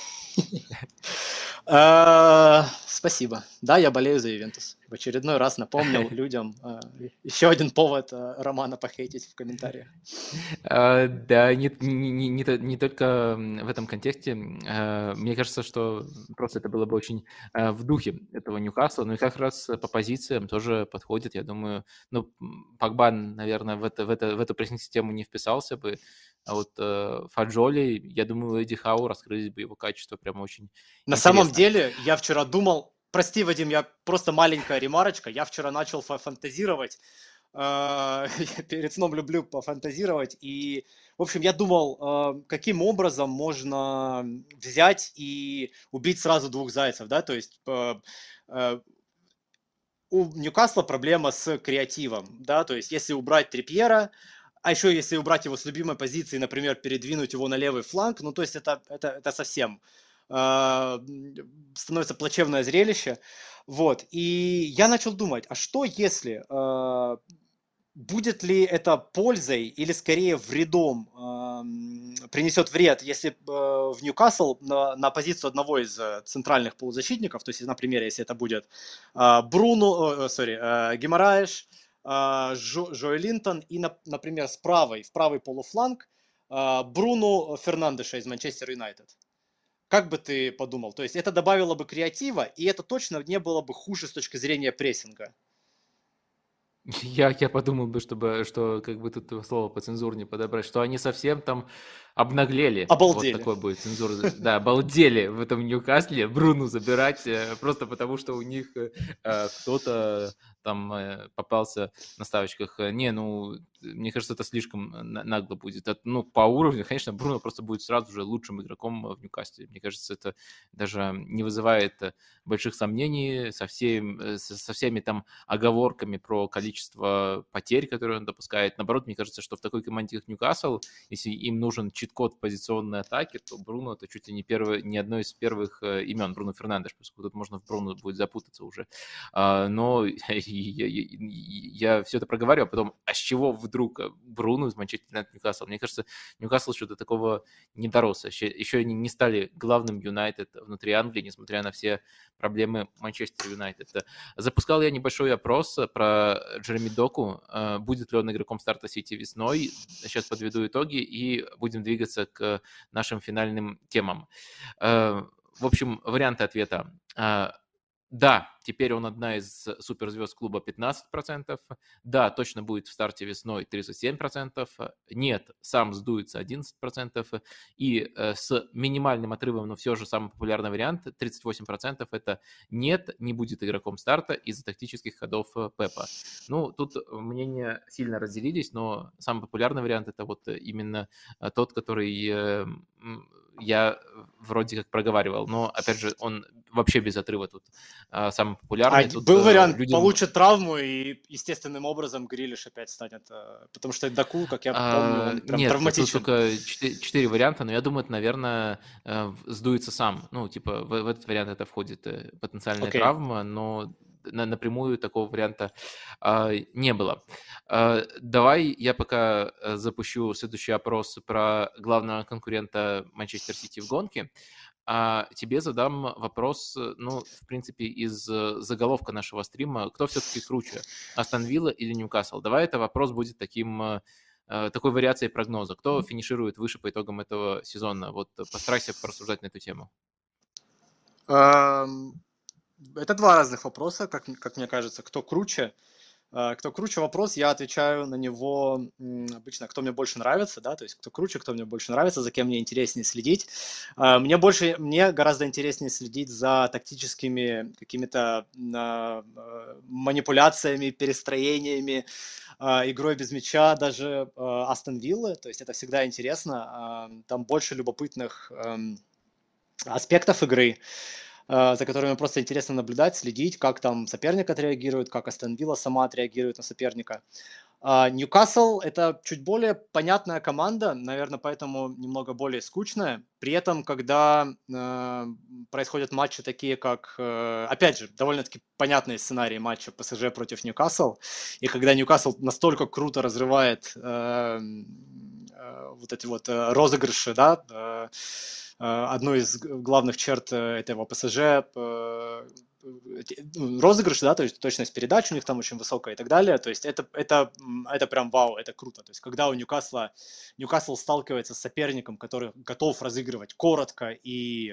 Спасибо. Да, я болею за Ювентус. В очередной раз напомнил людям еще один повод Романа похейтить в комментариях. Да, не только в этом контексте. Мне кажется, что просто это было бы очень в духе этого Ньюкасла. Ну и как раз по позициям тоже подходит. Я думаю, ну, Погба, наверное, в эту прессинг-систему не вписался бы. А вот Фаджоли, я думаю, Эдди Хау раскрылись бы его качества прямо очень На самом интересно. деле, я вчера думал, прости, Вадим, я просто маленькая ремарочка, я вчера начал фантазировать, я перед сном люблю пофантазировать, и, в общем, я думал, каким образом можно взять и убить сразу двух зайцев, да, то есть э, у Ньюкасла проблема с креативом, да, то есть если убрать Трипьера, а еще если убрать его с любимой позиции, например, передвинуть его на левый фланг, ну, то есть это совсем становится плачевное зрелище. Вот. И я начал думать, а что если будет ли это пользой или скорее вредом, принесет вред, если в Ньюкасл на позицию одного из центральных полузащитников, то есть, например, если это будет Гимараеш, Жоэлинтон и, например, в правый полуфланг Бруно Фернандеша из Манчестер Юнайтед. Как бы ты подумал? То есть это добавило бы креатива, и это точно не было бы хуже с точки зрения прессинга. Я подумал бы, что как бы тут слово по цензурне подобрать, что они совсем там обнаглели. Вот Обалдели. такой будет цензура. Да, обалдели в этом Ньюкасле Бруну забирать просто потому, что у них кто-то там попался на ставочках. Не, ну, мне кажется, это слишком нагло будет. Ну, по уровню, конечно, Бруно просто будет сразу же лучшим игроком в Ньюкасле. Мне кажется, это даже не вызывает больших сомнений со всеми там оговорками про количество потерь, которые он допускает. Наоборот, мне кажется, что в такой команде, как Ньюкасл, если им нужен чит-код в позиционной атаке, то Бруно это чуть ли не одно из первых имен, Бруно Фернандеш, поскольку тут можно в Бруно будет запутаться уже. Но я все это проговариваю, а потом, а с чего вдруг Бруно из Манчестер Юнайтед Ньюкасл? Мне кажется, Ньюкасл что-то такого не дорос. Еще они не стали главным Юнайтед внутри Англии, несмотря на все проблемы Манчестер Юнайтед. Запускал я небольшой опрос про Джереми Доку. Будет ли он игроком старта Сити весной? Сейчас подведу итоги и будем двигаться к нашим финальным темам. В общем, варианты ответа. Да, теперь он одна из суперзвезд клуба 15%. Да, точно будет в старте весной 37%. Нет, сам сдуется 11%. И с минимальным отрывом, но все же самый популярный вариант 38% это нет, не будет игроком старта из-за тактических ходов Пепа. Ну, тут мнения сильно разделились, но самый популярный вариант это вот именно тот, который я вроде как проговаривал. Но, опять же, он вообще без отрыва тут самый популярный. Тут был вариант, людям... получит травму и естественным образом Грилиш опять станет, потому что Доку, как я помню, он прям Нет, тут травматичен. только 4 варианта, но я думаю, это, наверное, сдуется сам. Ну, типа, в этот вариант это входит потенциальная Окей. травма, но напрямую такого варианта не было. Давай я пока запущу следующий опрос про главного конкурента Манчестер Сити в гонке. А тебе задам вопрос, ну, в принципе, из заголовка нашего стрима. Кто все-таки круче, Астон Вилла или Ньюкасл? Давай это вопрос будет такой вариацией прогноза. Кто финиширует выше по итогам этого сезона? Вот постарайся порассуждать на эту тему. Это два разных вопроса, как мне кажется. Кто круче? Кто круче вопрос, я отвечаю на него обычно, кто мне больше нравится, да, то есть кто круче, кто мне больше нравится, за кем мне интереснее следить. Мне гораздо интереснее следить за тактическими какими-то манипуляциями, перестроениями, игрой без мяча даже Астон Виллы, то есть это всегда интересно, там больше любопытных аспектов игры, за которыми просто интересно наблюдать, следить, как там соперник отреагирует, как Астон Вилла сама отреагирует на соперника. Ньюкасл – это чуть более понятная команда, наверное, поэтому немного более скучная. При этом, когда происходят матчи такие, как, опять же, довольно-таки понятные сценарии матча ПСЖ против Ньюкасл, и когда Ньюкасл настолько круто разрывает вот эти вот розыгрыши, да, одной из главных черт этого ПСЖ розыгрыш, да, то есть точность передач у них там очень высокая и так далее, то есть это прям вау, это круто, то есть когда у Ньюкасл сталкивается с соперником, который готов разыгрывать коротко и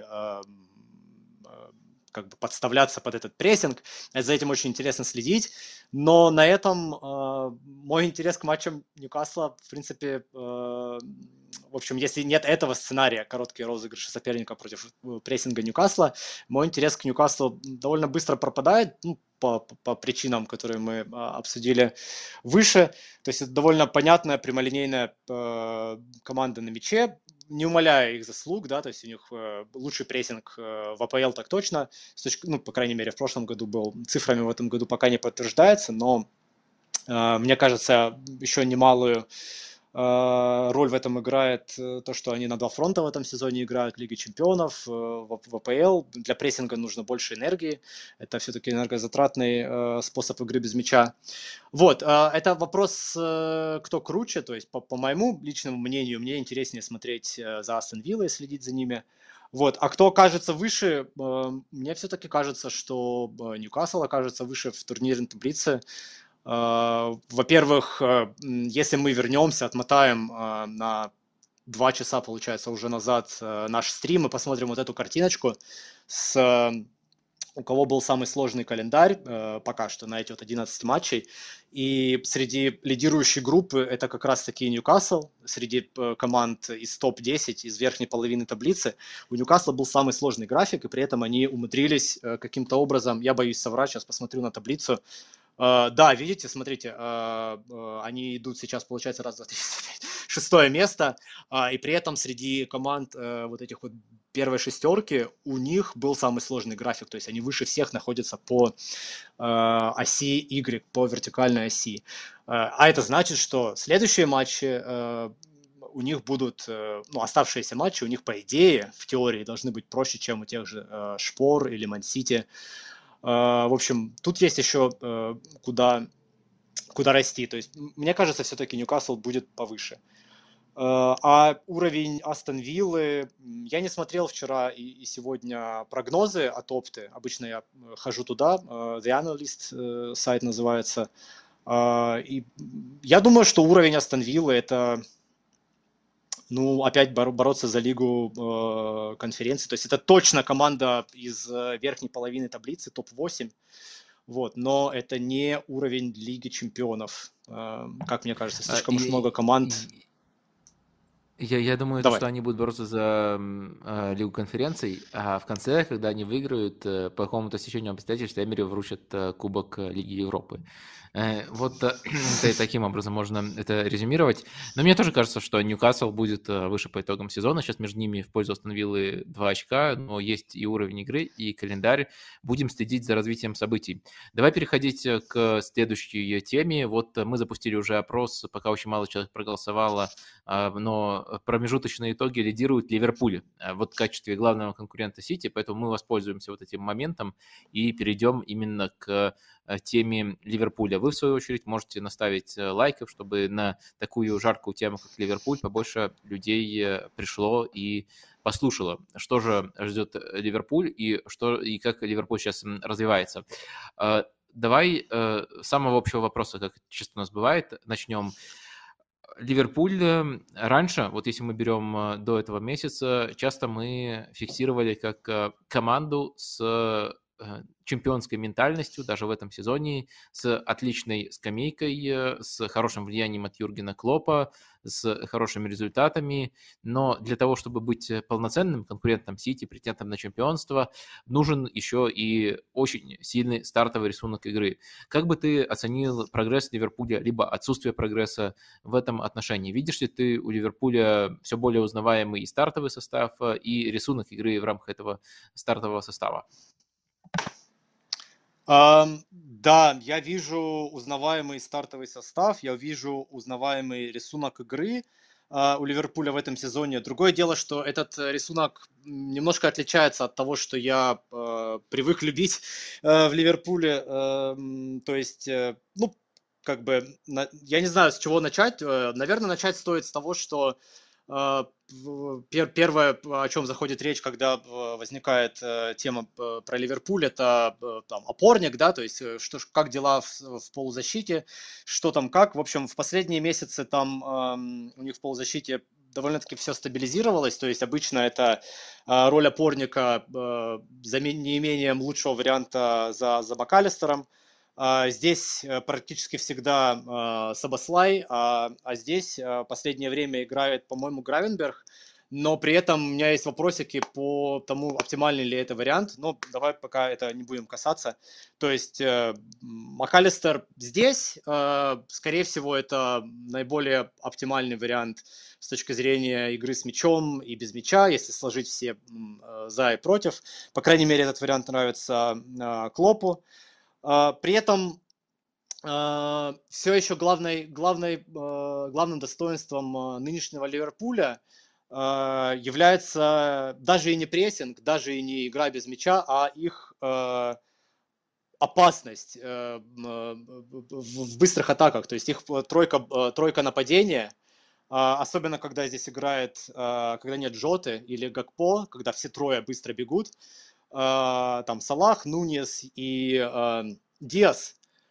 как бы подставляться под этот прессинг, за этим очень интересно следить, но на этом мой интерес к матчам Ньюкасла, в принципе, в общем, если нет этого сценария, короткие розыгрыши соперника против прессинга Ньюкасла, мой интерес к Ньюкаслу довольно быстро пропадает, ну, по причинам, которые мы обсудили выше. То есть это довольно понятная прямолинейная команда на мяче, не умаляя их заслуг, да, то есть у них лучший прессинг в АПЛ так точно, ну, по крайней мере, в прошлом году был, цифрами в этом году пока не подтверждается, но мне кажется, еще немалую роль в этом играет то, что они на два фронта в этом сезоне играют, в Лиге Чемпионов, в АПЛ. Для прессинга нужно больше энергии. Это все-таки энергозатратный способ игры без мяча. Вот, это вопрос, кто круче. То есть, по моему личному мнению, мне интереснее смотреть за Астон Виллой, следить за ними. Вот, а кто окажется выше, мне все-таки кажется, что Ньюкасл окажется выше в турнирной таблице. Во-первых, если мы вернемся, отмотаем на 2 часа, получается, уже назад наш стрим и посмотрим вот эту картиночку с у кого был самый сложный календарь пока что на эти вот 11 матчей. И среди лидирующей группы это как раз-таки Ньюкасл. Среди команд из топ-10, из верхней половины таблицы, у Ньюкасла был самый сложный график, и при этом они умудрились каким-то образом, я боюсь соврать, сейчас посмотрю на таблицу, да, видите, смотрите, они идут сейчас, получается, раз, два, три, шестое место, и при этом среди команд вот этих вот первой шестерки у них был самый сложный график, то есть они выше всех находятся по оси Y, по вертикальной оси. А это значит, что следующие матчи у них будут, ну, оставшиеся матчи у них, по идее, в теории, должны быть проще, чем у тех же Шпор или Ман-Сити. В общем, тут есть еще куда расти. То есть, мне кажется, все-таки Ньюкасл будет повыше. А уровень Астон Виллы, я не смотрел вчера и сегодня прогнозы от Опты. Обычно я хожу туда, The Analyst сайт называется. И я думаю, что уровень Астон Виллы это Ну, опять бороться за лигу конференции. То есть это точно команда из верхней половины таблицы, топ-8. Вот, но это не уровень Лиги Чемпионов, как мне кажется, А, слишком уж много команд. Я думаю, то, Давай. что они будут бороться за Лигу конференций, а в конце, когда они выиграют, по какому-то стечению обстоятельств Эмери вручат Кубок Лиги Европы. Вот таким образом можно это резюмировать. Но мне тоже кажется, что Ньюкасл будет выше по итогам сезона. Сейчас между ними в пользу Астон Виллы 2 очка, но есть и уровень игры, и календарь. Будем следить за развитием событий. Давай переходить к следующей теме. Вот мы запустили уже опрос, пока очень мало человек проголосовало, но промежуточные итоги лидирует Ливерпуль вот в качестве главного конкурента Сити, поэтому мы воспользуемся вот этим моментом и перейдем именно к теме Ливерпуля. Вы, в свою очередь, можете наставить лайков, чтобы на такую жаркую тему, как Ливерпуль, побольше людей пришло и послушало, что же ждет Ливерпуль и как Ливерпуль сейчас развивается. Давай с самого общего вопроса, как часто у нас бывает, начнем. Ливерпуль раньше, вот если мы берем до этого месяца, часто мы фиксировали как команду с чемпионской ментальностью, даже в этом сезоне, с отличной скамейкой, с хорошим влиянием от Юргена Клопа, с хорошими результатами, но для того, чтобы быть полноценным конкурентом Сити, претендентом на чемпионство, нужен еще и очень сильный стартовый рисунок игры. Как бы ты оценил прогресс Ливерпуля, либо отсутствие прогресса в этом отношении? Видишь ли ты у Ливерпуля все более узнаваемый и стартовый состав, и рисунок игры в рамках этого стартового состава? Да, я вижу узнаваемый стартовый состав, я вижу узнаваемый рисунок игры у Ливерпуля в этом сезоне. Другое дело, что этот рисунок немножко отличается от того, что я привык любить в Ливерпуле. То есть, ну, как бы, я не знаю, с чего начать. Наверное, начать стоит с того, что первое, о чем заходит речь, когда возникает тема про Ливерпуль, это там опорник, да, то есть как дела в полузащите, что там как. В общем, в последние месяцы там у них в полузащите довольно-таки все стабилизировалось, то есть обычно это роль опорника за неимением лучшего варианта за МакАлистером. Здесь практически всегда Сабаслай, а здесь последнее время играет, по-моему, Гравенберг, но при этом у меня есть вопросики по тому, оптимальный ли это вариант, но давай пока это не будем касаться. То есть МакАлистер здесь, скорее всего, это наиболее оптимальный вариант с точки зрения игры с мячом и без мяча, если сложить все за и против. По крайней мере, этот вариант нравится Клопу. При этом все еще главным достоинством нынешнего Ливерпуля является даже и не прессинг, даже и не игра без мяча, а их опасность в быстрых атаках. То есть их тройка нападения, особенно когда здесь играет, когда нет Жоты или Гакпо, когда все трое быстро бегут, там Салах, Нуньес и Диас.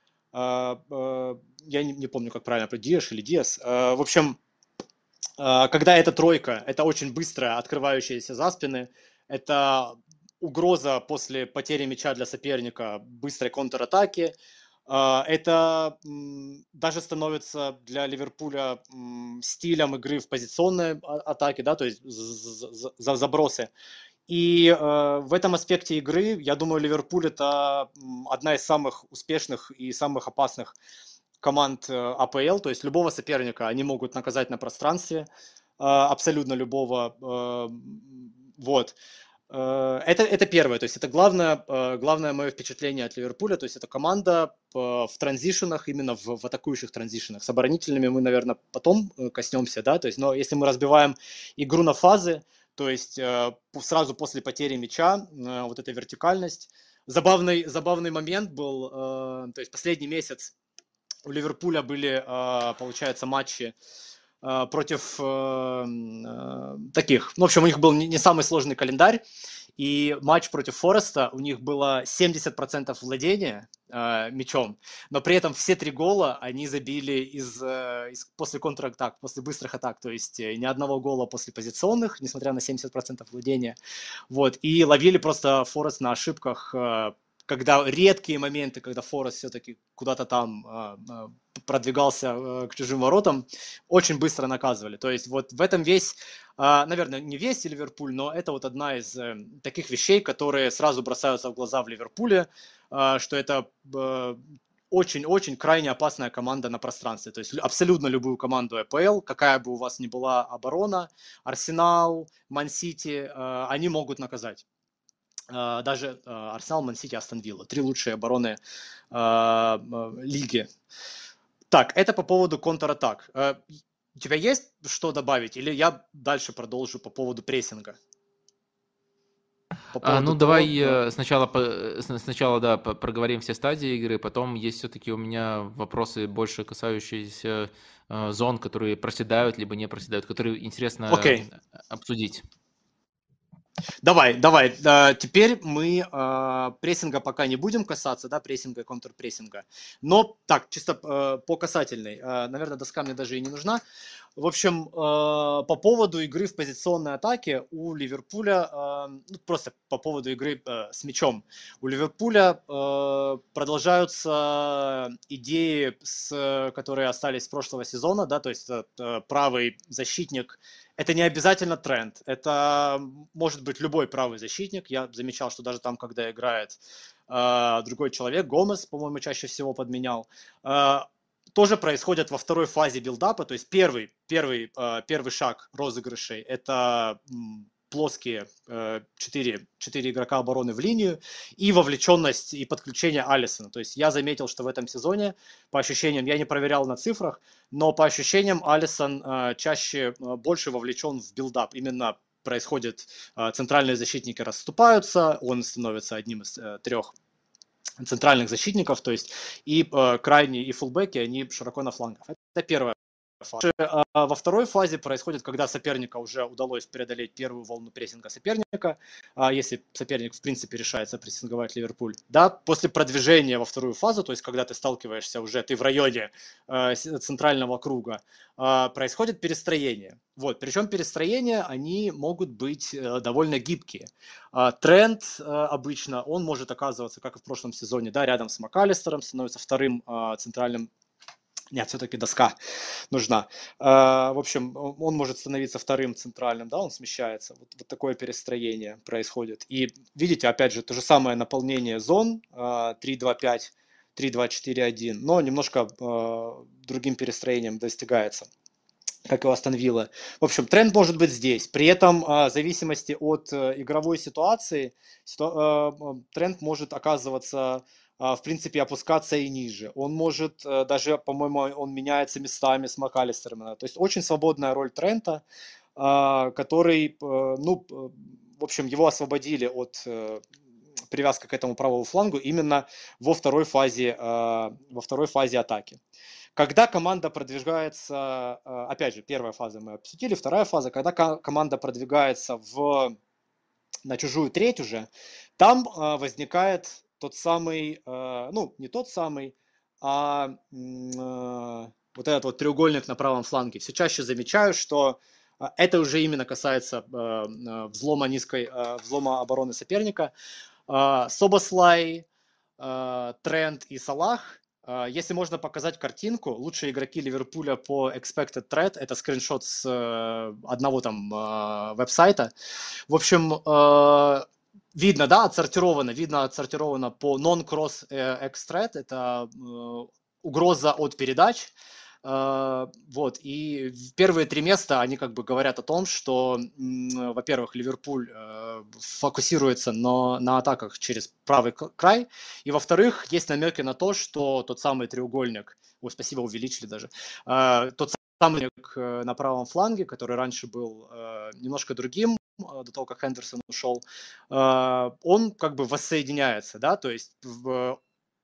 Я не помню, как правильно, про Диаш или Диас. В общем, когда эта тройка, это очень быстро открывающиеся за спины, это угроза после потери мяча для соперника, быстрой контратаки. Это даже становится для Ливерпуля стилем игры в позиционной атаке, да, то есть за забросы. И в этом аспекте игры, я думаю, Ливерпуль это одна из самых успешных и самых опасных команд АПЛ, то есть любого соперника они могут наказать на пространстве, абсолютно любого. Вот. Это первое, то есть это главное мое впечатление от Ливерпуля, то есть это команда в транзишенах, именно в атакующих транзишенах. С оборонительными мы, наверное, потом коснемся, да, то есть, но если мы разбиваем игру на фазы, то есть сразу после потери мяча, вот эта вертикальность. Забавный момент был, то есть последний месяц у Ливерпуля были, получается, матчи против таких. Ну, в общем, у них был не самый сложный календарь, и матч против Фореста, у них было 70% владения мячом, но при этом все 3 гола они забили после контратак, после быстрых атак, то есть ни одного гола после позиционных, несмотря на 70% владения. Вот, и ловили просто Форест на ошибках, когда редкие моменты, когда Форест все-таки куда-то там продвигался к чужим воротам, очень быстро наказывали. То есть вот в этом весь, наверное, не весь Ливерпуль, но это вот одна из таких вещей, которые сразу бросаются в глаза в Ливерпуле, что это очень-очень крайне опасная команда на пространстве. То есть абсолютно любую команду АПЛ, какая бы у вас ни была оборона, Арсенал, Ман-Сити, они могут наказать. Даже Арсенал, Ман-Сити, Астон Вилла. 3 лучшие обороны лиги. Так, это по поводу контратак. У тебя есть что добавить? Или я дальше продолжу по поводу прессинга? По поводу Ну, того, давай сначала, да, проговорим все стадии игры, потом есть все-таки у меня вопросы, больше касающиеся зон, которые проседают, либо не проседают, которые интересно Окей, обсудить. давай. Теперь мы прессинга пока не будем касаться, да, прессинга и контрпрессинга. Но так, чисто по касательной. Наверное, доска мне даже и не нужна. В общем, по поводу игры в позиционной атаке у Ливерпуля, ну, просто по поводу игры с мячом, у Ливерпуля продолжаются идеи, которые остались с прошлого сезона, да, то есть правый защитник. Это не обязательно Трент, это может быть любой правый защитник. Я замечал, что даже там, когда играет другой человек, Гомес, по-моему, чаще всего подменял, тоже происходят во второй фазе билдапа, то есть первый шаг розыгрышей – это плоские 4 игрока обороны в линию и вовлеченность и подключение Алисона. То есть я заметил, что в этом сезоне, по ощущениям, я не проверял на цифрах, но по ощущениям Алисон чаще больше вовлечен в билдап. Именно происходит, центральные защитники расступаются, он становится одним из 3 центральных защитников, то есть и крайние, и фулбеки, они широко на флангах. Это первая фаза. Во второй фазе происходит, когда соперника уже удалось преодолеть первую волну прессинга соперника, если соперник, в принципе, решается прессинговать Ливерпуль. Да, после продвижения во вторую фазу, то есть когда ты сталкиваешься уже, ты в районе центрального круга, происходит перестроение. Вот, причем перестроения, они могут быть довольно гибкие. Тренд обычно, он может оказываться, как и в прошлом сезоне, да, рядом с МакАлистером, становится вторым центральным. Нет, все-таки доска нужна. В общем, он может становиться вторым центральным, да, он смещается. Вот такое перестроение происходит. И видите, опять же, то же самое наполнение зон 3-2-5, 3-2-4-1, но немножко другим перестроением достигается, как и у Астон Виллы. В общем, тренд может быть здесь. При этом, в зависимости от игровой ситуации, тренд может оказываться, в принципе, опускаться и ниже. Он может даже, по-моему, он меняется местами с МакАлистером. То есть очень свободная роль Трента, который, ну, в общем, его освободили от привязки к этому правому флангу именно во второй фазе атаки. Когда команда продвигается, опять же, первая фаза мы обсудили, вторая фаза, когда команда продвигается на чужую треть уже, там возникает тот самый, ну, не тот самый, а вот этот вот треугольник на правом фланге. Все чаще замечаю, что это уже именно касается взлома обороны соперника. Собослай, Трент и Салах. Если можно показать картинку, лучшие игроки Ливерпуля по expected threat, это скриншот с одного там веб-сайта. В общем, видно, да, отсортировано по non-cross x-threat, это угроза от передач. Вот, и первые 3 места, они как бы говорят о том, что, во-первых, Ливерпуль фокусируется на атаках через правый край, и, во-вторых, есть намеки на то, что тот самый треугольник, ой, спасибо, увеличили даже, тот самый треугольник на правом фланге, который раньше был немножко другим, до того, как Хендерсон ушел, он как бы воссоединяется, да, то есть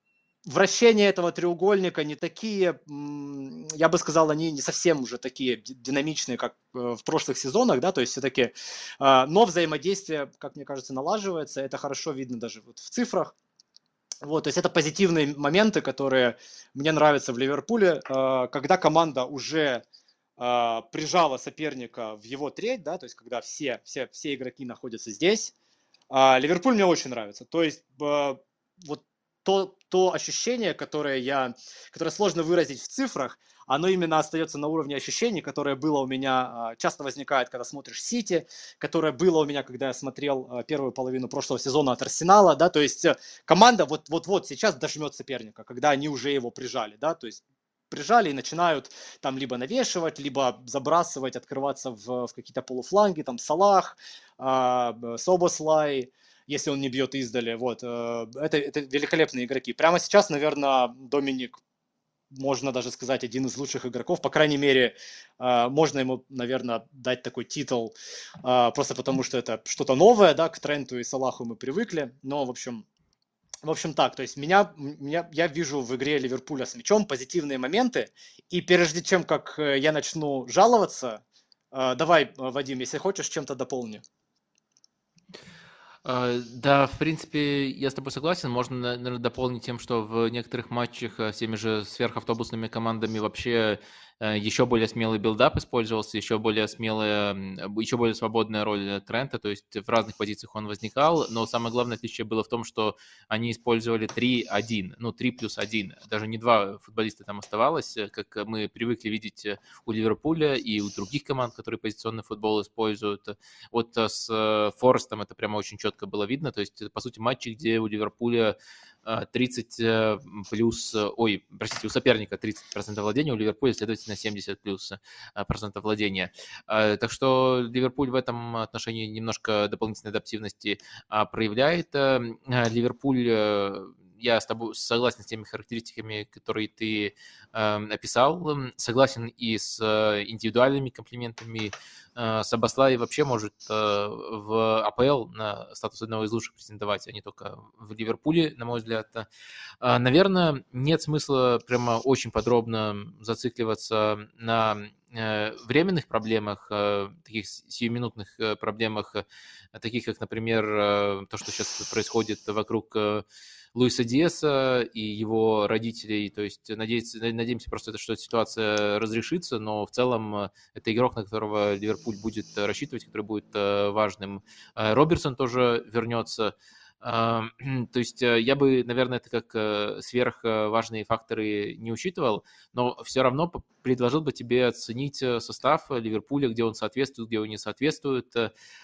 вращения этого треугольника не такие, я бы сказал, они не совсем уже такие динамичные, как в прошлых сезонах, да, то есть все-таки, но взаимодействие, как мне кажется, налаживается, это хорошо видно даже вот в цифрах. Вот, то есть это позитивные моменты, которые мне нравятся в Ливерпуле, когда команда уже прижала соперника в его треть, да, то есть когда все игроки находятся здесь. Ливерпуль мне очень нравится. То есть вот то ощущение, которое сложно выразить в цифрах, оно именно остается на уровне ощущений, которое было у меня, часто возникает, когда смотришь Сити, которое было у меня, когда я смотрел первую половину прошлого сезона от Арсенала, да, то есть команда вот сейчас дожмет соперника, когда они уже его прижали, да, то есть прижали и начинают там либо навешивать, либо забрасывать, открываться в какие-то полуфланги, там Салах, Собослай, если он не бьет издали. Вот. Это великолепные игроки. Прямо сейчас, наверное, Доминик, можно даже сказать, один из лучших игроков. По крайней мере, можно ему, наверное, дать такой титул, просто потому что это что-то новое, да, к Тренту и Салаху мы привыкли. Но, в общем так, то есть я вижу в игре Ливерпуля с мячом позитивные моменты, и прежде чем как я начну жаловаться, давай, Вадим, если хочешь, чем-то дополни. Да, в принципе, я с тобой согласен. Можно, наверное, дополнить тем, что в некоторых матчах с теми же сверхавтобусными командами вообще еще более смелый билдап использовался, еще более смелая, еще более свободная роль Трента, то есть в разных позициях он возникал, но самое главное отличие было в том, что они использовали 3-1, ну, 3+1, даже не два футболиста там оставалось, как мы привыкли видеть у Ливерпуля и у других команд, которые позиционный футбол используют. Вот с Форестом это прямо очень четко было видно. То есть, это, по сути, матчи, где у Ливерпуля 30 плюс, ой, простите, у соперника 30% владения, у Ливерпуля, следовательно, 70 плюс процентов владения. Так что Ливерпуль в этом отношении немножко дополнительной адаптивности проявляет. Ливерпуль, я с тобой согласен с теми характеристиками, которые ты описал, согласен и с индивидуальными комплиментами. Сабослай вообще может в АПЛ на статус одного из лучших претендовать, а не только в Ливерпуле, на мой взгляд. Наверное, нет смысла прямо очень подробно зацикливаться на временных проблемах, таких сиюминутных проблемах, таких как, например, то, что сейчас происходит вокруг Луиса Диаса и его родителей. То есть надеемся просто, что эта ситуация разрешится, но в целом это игрок, на которого Ливерпуль будет рассчитывать, который будет важным. Робертсон тоже вернется. То есть я бы, наверное, это как сверхважные факторы не учитывал, но все равно предложил бы тебе оценить состав Ливерпуля, где он соответствует, где он не соответствует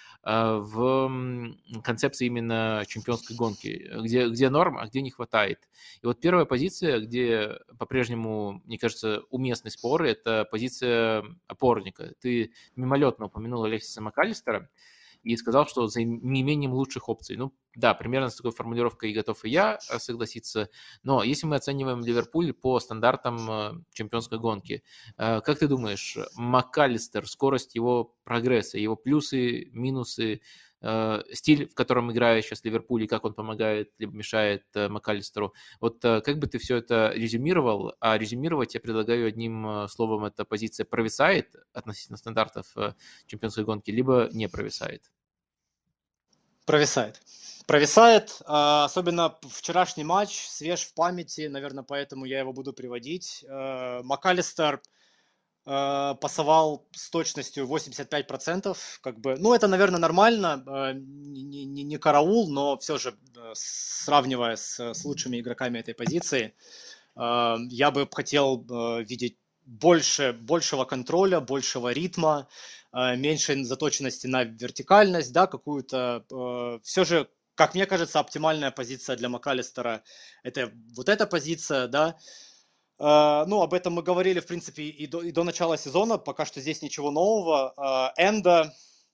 в концепции именно чемпионской гонки, где норм, а где не хватает. И вот первая позиция, где по-прежнему, мне кажется, уместный спор, это позиция опорника. Ты мимолетно упомянул Алексиса МакАлистера и сказал, что за неимением лучших опций. Ну, да, примерно с такой формулировкой готов и я согласиться. Но если мы оцениваем Ливерпуль по стандартам чемпионской гонки, как ты думаешь, МакАлистер, скорость его прогресса, его плюсы, минусы, стиль, в котором играет сейчас Ливерпуль, и как он помогает либо мешает МакАлистеру. Вот как бы ты все это резюмировал? А резюмировать я предлагаю одним словом: эта позиция провисает относительно стандартов чемпионской гонки, либо не провисает. Провисает. Провисает, особенно вчерашний матч, свеж в памяти, наверное, поэтому я его буду приводить. МакАлистер пасовал с точностью 85%, как бы, ну, это, наверное, нормально, не караул, но все же, сравнивая с лучшими игроками этой позиции, я бы хотел видеть большего контроля, большего ритма, меньшей заточенности на вертикальность, да, какую-то, все же, как мне кажется, оптимальная позиция для МакАлистера – это вот эта позиция, да. Ну, об этом мы говорили, в принципе, и до начала сезона, пока что здесь ничего нового. Энда,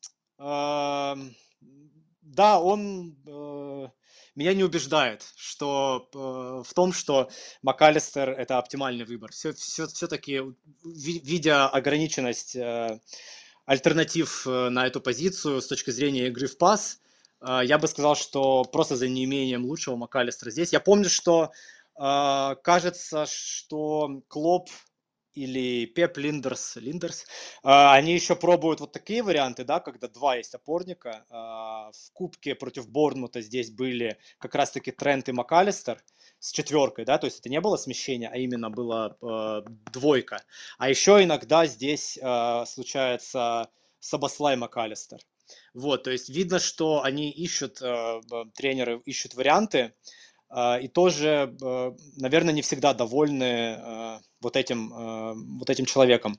да, он меня не убеждает, что в том, что МакАлистер – это оптимальный выбор. Все-таки, видя ограниченность альтернатив на эту позицию с точки зрения игры в пас, я бы сказал, что просто за неимением лучшего МакАлистера здесь. Я помню, что Кажется, что Клоп или Пеп Линдерс, они еще пробуют вот такие варианты, да, когда два есть опорника. В кубке против Борнмута здесь были как раз-таки Трент и МакАлистер с четверкой, да, то есть это не было смещение, а именно была двойка. А еще иногда здесь случается Сабаслай МакАлистер. Вот, то есть видно, что они ищут, тренеры ищут варианты, и тоже, наверное, не всегда довольны вот этим человеком.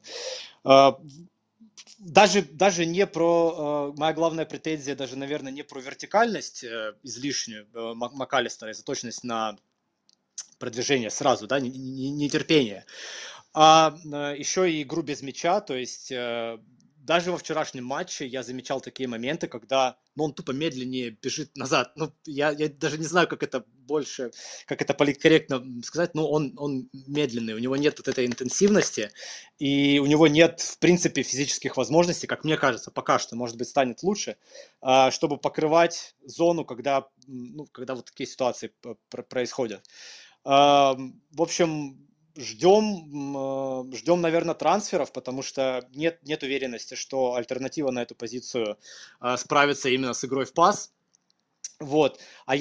Даже не про... Моя главная претензия даже, наверное, не про вертикальность излишнюю МакАлистера и заточенность на продвижение сразу, да, нетерпение, а еще и игру без мяча, то есть даже во вчерашнем матче я замечал такие моменты, когда он тупо медленнее бежит назад. Ну, я даже не знаю, как это больше, как это политкорректно сказать, но он медленный, у него нет вот этой интенсивности, и у него нет, в принципе, физических возможностей, как мне кажется, пока что, может быть, станет лучше, чтобы покрывать зону, когда вот такие ситуации происходят. В общем, ждем, наверное, трансферов, потому что нет уверенности, что альтернатива на эту позицию справится именно с игрой в пас. Вот. А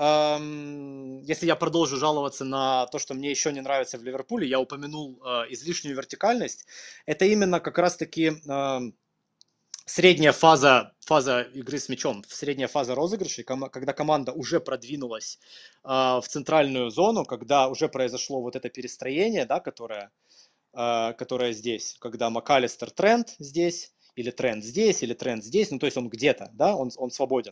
если я продолжу жаловаться на то, что мне еще не нравится в Ливерпуле, я упомянул излишнюю вертикальность. Это именно как раз-таки средняя фаза игры с мячом, средняя фаза розыгрышей, когда команда уже продвинулась в центральную зону, когда уже произошло вот это перестроение, да, которое здесь, когда МакАлистер Трент здесь, или Трент здесь, или Трент здесь, ну то есть он где-то, да, он свободен.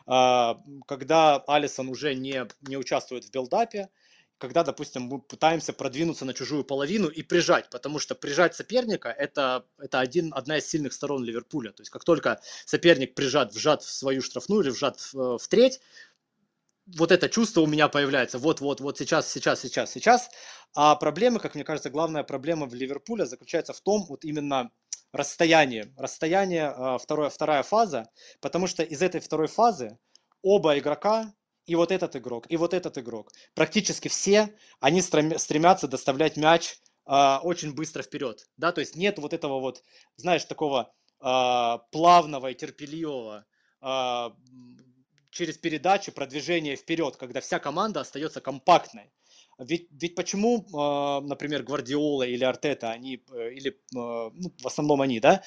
Когда Алисон уже не участвует в билдапе, когда, допустим, мы пытаемся продвинуться на чужую половину и прижать, потому что прижать соперника это одна из сильных сторон Ливерпуля. То есть как только соперник вжат в свою штрафную или вжат в треть, вот это чувство у меня появляется. Вот сейчас. А проблема, как мне кажется, главная проблема в Ливерпуле заключается в том, вот именно расстояние, вторая фаза, потому что из этой второй фазы оба игрока, и вот этот игрок, практически все, они стремятся доставлять мяч очень быстро вперед, да, то есть нет вот этого вот, знаешь, такого плавного и терпеливого через передачу продвижение вперед, когда вся команда остается компактной. Ведь почему, например, Гвардиола или Артета, в основном они, да,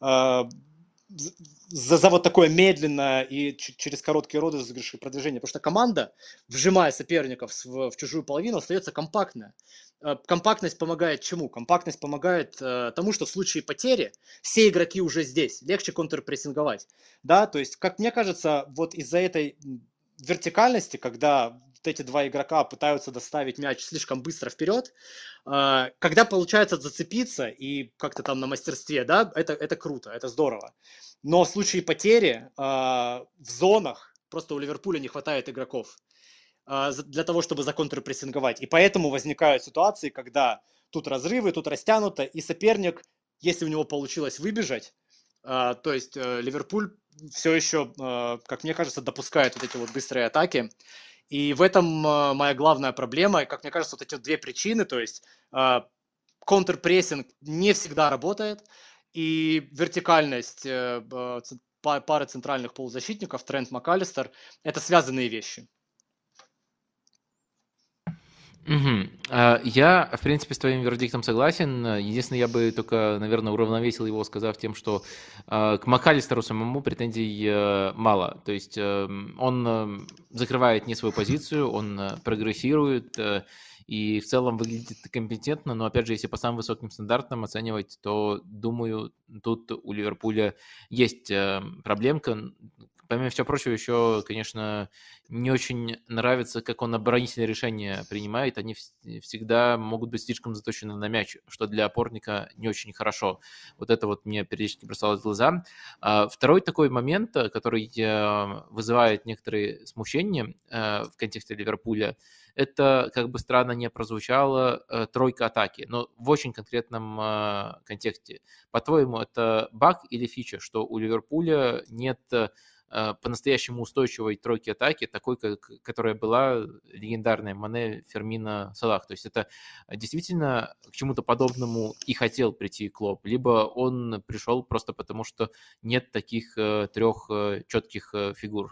за вот такое медленное и через короткие розыгрыши продвижение, потому что команда, вжимая соперников в чужую половину, остается компактная. Компактность помогает чему? Компактность помогает тому, что в случае потери все игроки уже здесь, легче контрпрессинговать. Да, то есть, как мне кажется, вот из-за этой вертикальности, когда вот эти два игрока пытаются доставить мяч слишком быстро вперед, когда получается зацепиться и как-то там на мастерстве, да, это круто, это здорово. Но в случае потери в зонах просто у Ливерпуля не хватает игроков для того, чтобы законтрпрессинговать. И поэтому возникают ситуации, когда тут разрывы, тут растянуто, и соперник, если у него получилось выбежать, то есть Ливерпуль все еще, как мне кажется, допускает вот эти вот быстрые атаки. И в этом моя главная проблема. И, как мне кажется, вот эти вот две причины, то есть контрпрессинг не всегда работает, и вертикальность пары центральных полузащитников, Трент МакАлистер, это связанные вещи. Мгм. Я, в принципе, с твоим вердиктом согласен. Единственное, я бы только, наверное, уравновесил его, сказав тем, что к МакАлистеру самому претензий мало. То есть он закрывает не свою позицию, он прогрессирует и в целом выглядит компетентно, но, опять же, если по самым высоким стандартам оценивать, то, думаю, тут у Ливерпуля есть проблемка. Помимо всего прочего, еще, конечно, не очень нравится, как он оборонительные решения принимает. Они всегда могут быть слишком заточены на мяч, что для опорника не очень хорошо. Вот это вот мне периодически бросалось в глаза. Второй такой момент, который вызывает некоторые смущения в контексте Ливерпуля, это, как бы странно не прозвучало, тройка атаки, но в очень конкретном контексте. По-твоему, это баг или фича, что у Ливерпуля нет по-настоящему устойчивой тройки атаки, такой, которая была легендарная Мане, Фермино, Салах. То есть это действительно к чему-то подобному и хотел прийти Клоп, либо он пришел просто потому, что нет таких трех четких фигур.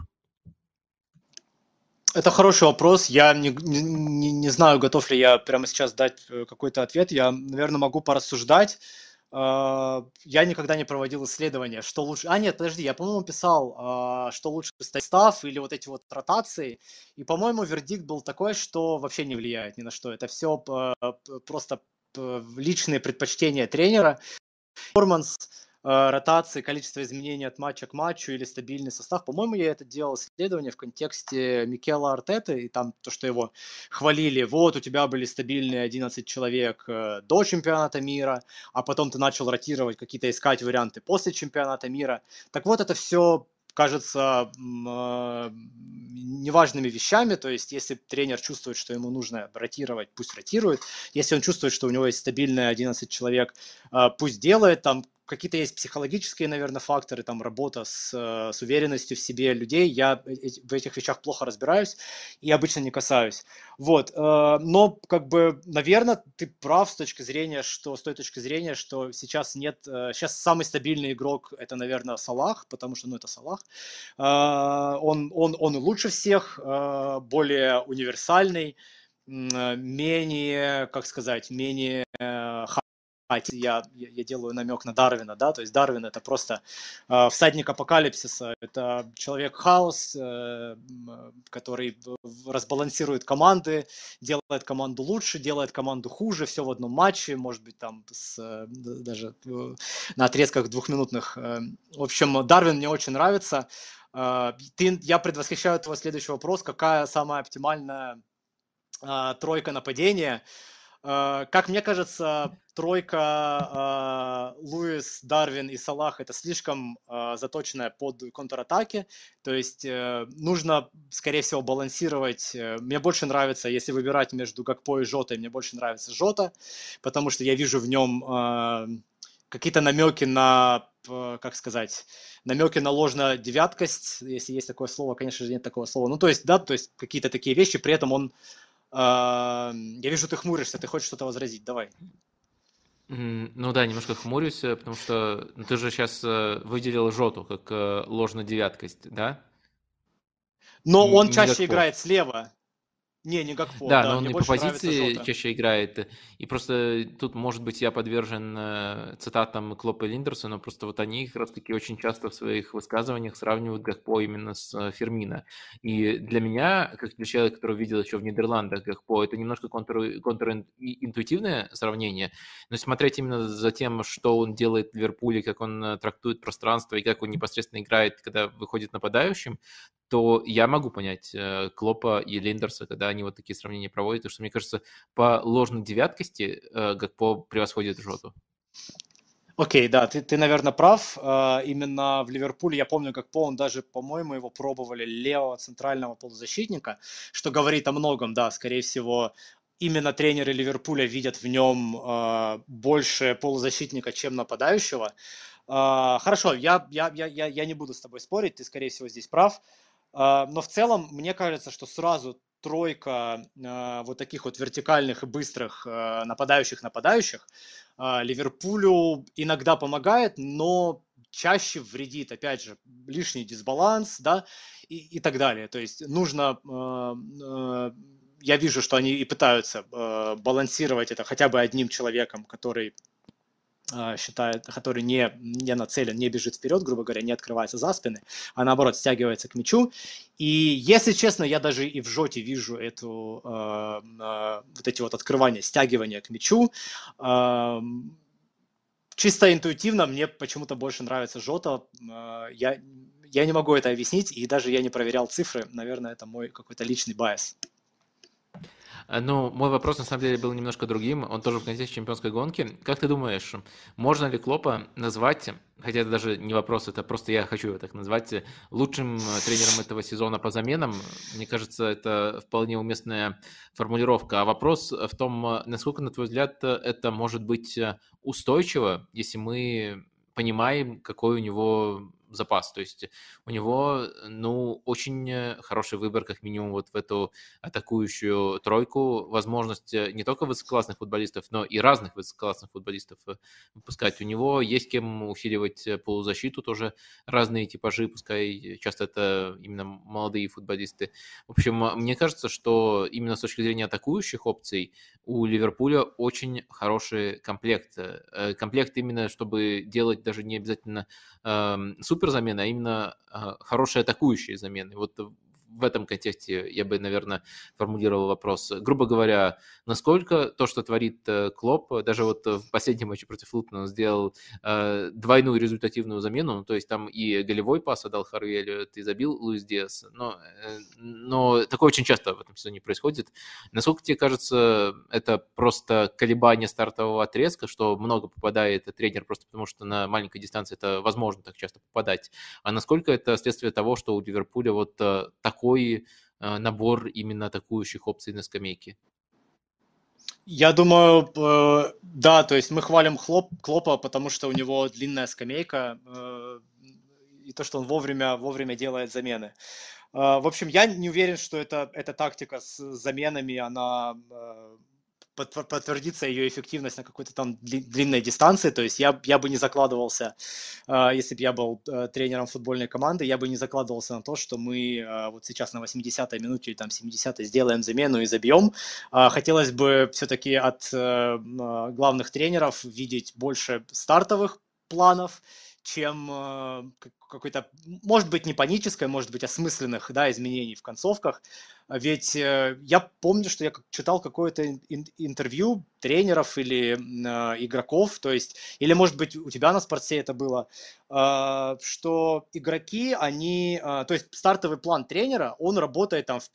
Это хороший вопрос. Я не знаю, готов ли я прямо сейчас дать какой-то ответ. Я, наверное, могу порассуждать. Я никогда не проводил исследования, что лучше... нет, подожди, я, по-моему, писал, что лучше став или вот эти вот ротации. И, по-моему, вердикт был такой, что вообще не влияет ни на что. Это все просто личные предпочтения тренера. Перформанс, ротации, количество изменений от матча к матчу или стабильный состав. По-моему, я это делал исследование в контексте Микела Артеты, и там то, что его хвалили, вот у тебя были стабильные 11 человек до чемпионата мира, а потом ты начал ротировать, какие-то искать варианты после чемпионата мира. Так вот, это все кажется неважными вещами, то есть если тренер чувствует, что ему нужно ротировать, пусть ротирует, если он чувствует, что у него есть стабильные 11 человек, пусть делает, там какие-то есть психологические, наверное, факторы, там работа с уверенностью в себе людей, я в этих вещах плохо разбираюсь и обычно не касаюсь. Вот, но как бы, наверное, ты прав с той точки зрения, что сейчас нет, сейчас самый стабильный игрок это, наверное, Салах, потому что, это Салах, он лучше всех, более универсальный, менее, как сказать, менее я делаю намек на Дарвина, да, то есть Дарвин это просто всадник апокалипсиса, это человек-хаос, который разбалансирует команды, делает команду лучше, делает команду хуже, все в одном матче, может быть там даже на отрезках двухминутных. В общем, Дарвин мне очень нравится. Я предвосхищаю твой следующий вопрос, какая самая оптимальная тройка нападения? Как мне кажется, тройка Луис, Дарвин и Салах это слишком заточенная под контратаки. То есть нужно, скорее всего, балансировать. Мне больше нравится, если выбирать между Гакпо и Жотой, мне больше нравится Жота, потому что я вижу в нем какие-то намеки на, как сказать, намеки на ложнодевяткость, если есть такое слово, конечно же, нет такого слова. Ну, то есть, да, то есть какие-то такие вещи, при этом он я вижу, ты хмуришься, ты хочешь что-то возразить, давай. Ну да, немножко хмурюсь, потому что ты же сейчас выделил Жоту как ложнодевяткость, да? Но он Не чаще Гакпо. играет слева. Не Гакпо, Да, да, но мне он и по больше нравится позиции Жота. чаще играет. И просто тут, может быть, я подвержен цитатам Клопа и Линдерса, но просто вот они как раз-таки очень часто в своих высказываниях сравнивают Гакпо именно с Фермино. И для меня, как для человека, который видел еще в Нидерландах Гакпо, это немножко контринтуитивное сравнение, но смотреть именно за тем, что он делает в Ливерпуле, как он трактует пространство и как он непосредственно играет, когда выходит нападающим, то я могу понять Клопа и Линдерса, когда они вот такие сравнения проводят, потому что, мне кажется, по ложной девяткости Гакпо превосходит Жоту. Окей, да, ты, наверное, прав. Именно в Ливерпуле, я помню, как он даже, по-моему, его пробовали левого центрального полузащитника, что говорит о многом, да, скорее всего, именно тренеры Ливерпуля видят в нем больше полузащитника, чем нападающего. Хорошо, я не буду с тобой спорить, ты, скорее всего, здесь прав. Но в целом, мне кажется, что сразу тройка вот таких вот вертикальных и быстрых нападающих Ливерпулю иногда помогает, но чаще вредит, опять же, лишний дисбаланс, да, и так далее. То есть нужно, я вижу, что они и пытаются балансировать это хотя бы одним человеком, который считает, который не нацелен, не бежит вперед, грубо говоря, не открывается за спины, а наоборот стягивается к мячу. И если честно, я даже и в Жоте вижу вот эти вот открывания, стягивания к мячу. Чисто интуитивно мне почему-то больше нравится Жота. Я не могу это объяснить, и даже я не проверял цифры. Наверное, это мой какой-то личный байс. Ну, мой вопрос на самом деле был немножко другим, он тоже в контексте чемпионской гонки. Как ты думаешь, можно ли Клопа назвать, хотя это даже не вопрос, это просто я хочу его так назвать, лучшим тренером этого сезона по заменам? Мне кажется, это вполне уместная формулировка. А вопрос в том, насколько, на твой взгляд, это может быть устойчиво, если мы понимаем, какой у него запас. То есть у него, ну, очень хороший выбор, как минимум, вот в эту атакующую тройку. Возможность не только высококлассных футболистов, но и разных высококлассных футболистов выпускать. У него есть кем усиливать полузащиту, тоже разные типажи, пускай часто это именно молодые футболисты. В общем, мне кажется, что именно с точки зрения атакующих опций у Ливерпуля очень хороший комплект. Комплект именно, чтобы делать даже не обязательно супер замены, а именно хорошие атакующие замены. Вот в этом контексте я бы, наверное, формулировал вопрос. Грубо говоря, насколько то, что творит Клоп, даже вот в последнем матче против Лутона он сделал двойную результативную замену, то есть там и голевой пас отдал Харви Эллиott, и забил Луис Диас, но такое очень часто в этом сезоне происходит. Насколько тебе кажется, это просто колебание стартового отрезка, что много попадает тренер просто потому, что на маленькой дистанции это возможно так часто попадать, а насколько это следствие того, что у Ливерпуля вот такой набор именно атакующих опций на скамейке? Я думаю, да, то есть мы хвалим Клопа, потому что у него длинная скамейка, и то, что он вовремя делает замены. В общем, я не уверен, что эта тактика с заменами, она подтвердится ее эффективность на какой-то там длинной дистанции. То есть я бы не закладывался, если бы я был тренером футбольной команды, я бы не закладывался на то, что мы вот сейчас на 80-й минуте или там 70-й сделаем замену и забьем. Хотелось бы все-таки от главных тренеров видеть больше стартовых планов, чем какой-то, может быть, не панической, может быть, осмысленных, да, изменений в концовках. Ведь я помню, что я читал какое-то интервью тренеров или игроков, то есть, или, может быть, у тебя на спорте это было, что игроки, они, то есть стартовый план тренера, он работает там в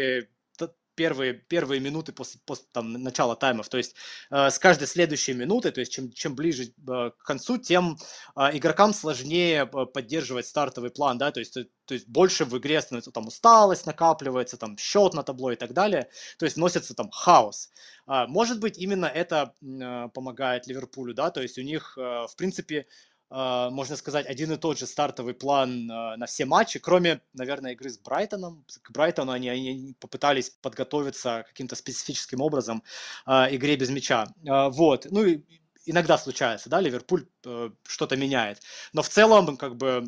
первые минуты после там, начала таймов. То есть с каждой следующей минуты, то есть чем ближе к концу, тем игрокам сложнее поддерживать стартовый план, да, то есть больше в игре становится там усталость накапливается, там счет на табло и так далее, то есть вносится там хаос. Может быть, именно это помогает Ливерпулю, да, то есть у них, в принципе, можно сказать, один и тот же стартовый план на все матчи, кроме, наверное, игры с Брайтоном. К Брайтону они попытались подготовиться каким-то специфическим образом игре без мяча. Вот. Ну, и иногда случается, да, Ливерпуль что-то меняет. Но в целом, как бы,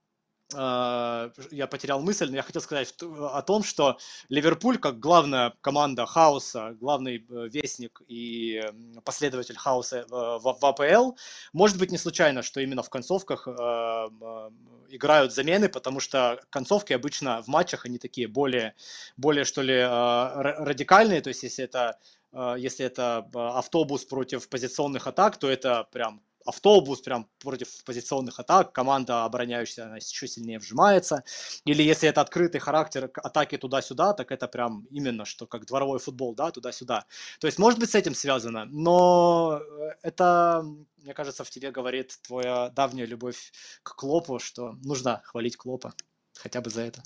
я потерял мысль, но я хотел сказать о том, что Ливерпуль, как главная команда хаоса, главный вестник и последователь хаоса в АПЛ, может быть не случайно, что именно в концовках играют замены, потому что концовки обычно в матчах, они такие более что ли, радикальные, то есть если это автобус против позиционных атак, то это прям автобус прям против позиционных атак, команда обороняющаяся, она еще сильнее вжимается. Или если это открытый характер атаки туда-сюда, так это прям именно что как дворовой футбол, да, туда-сюда. То есть, может быть, с этим связано, но это, мне кажется, в тебе говорит твоя давняя любовь к Клопу, что нужно хвалить Клопа хотя бы за это.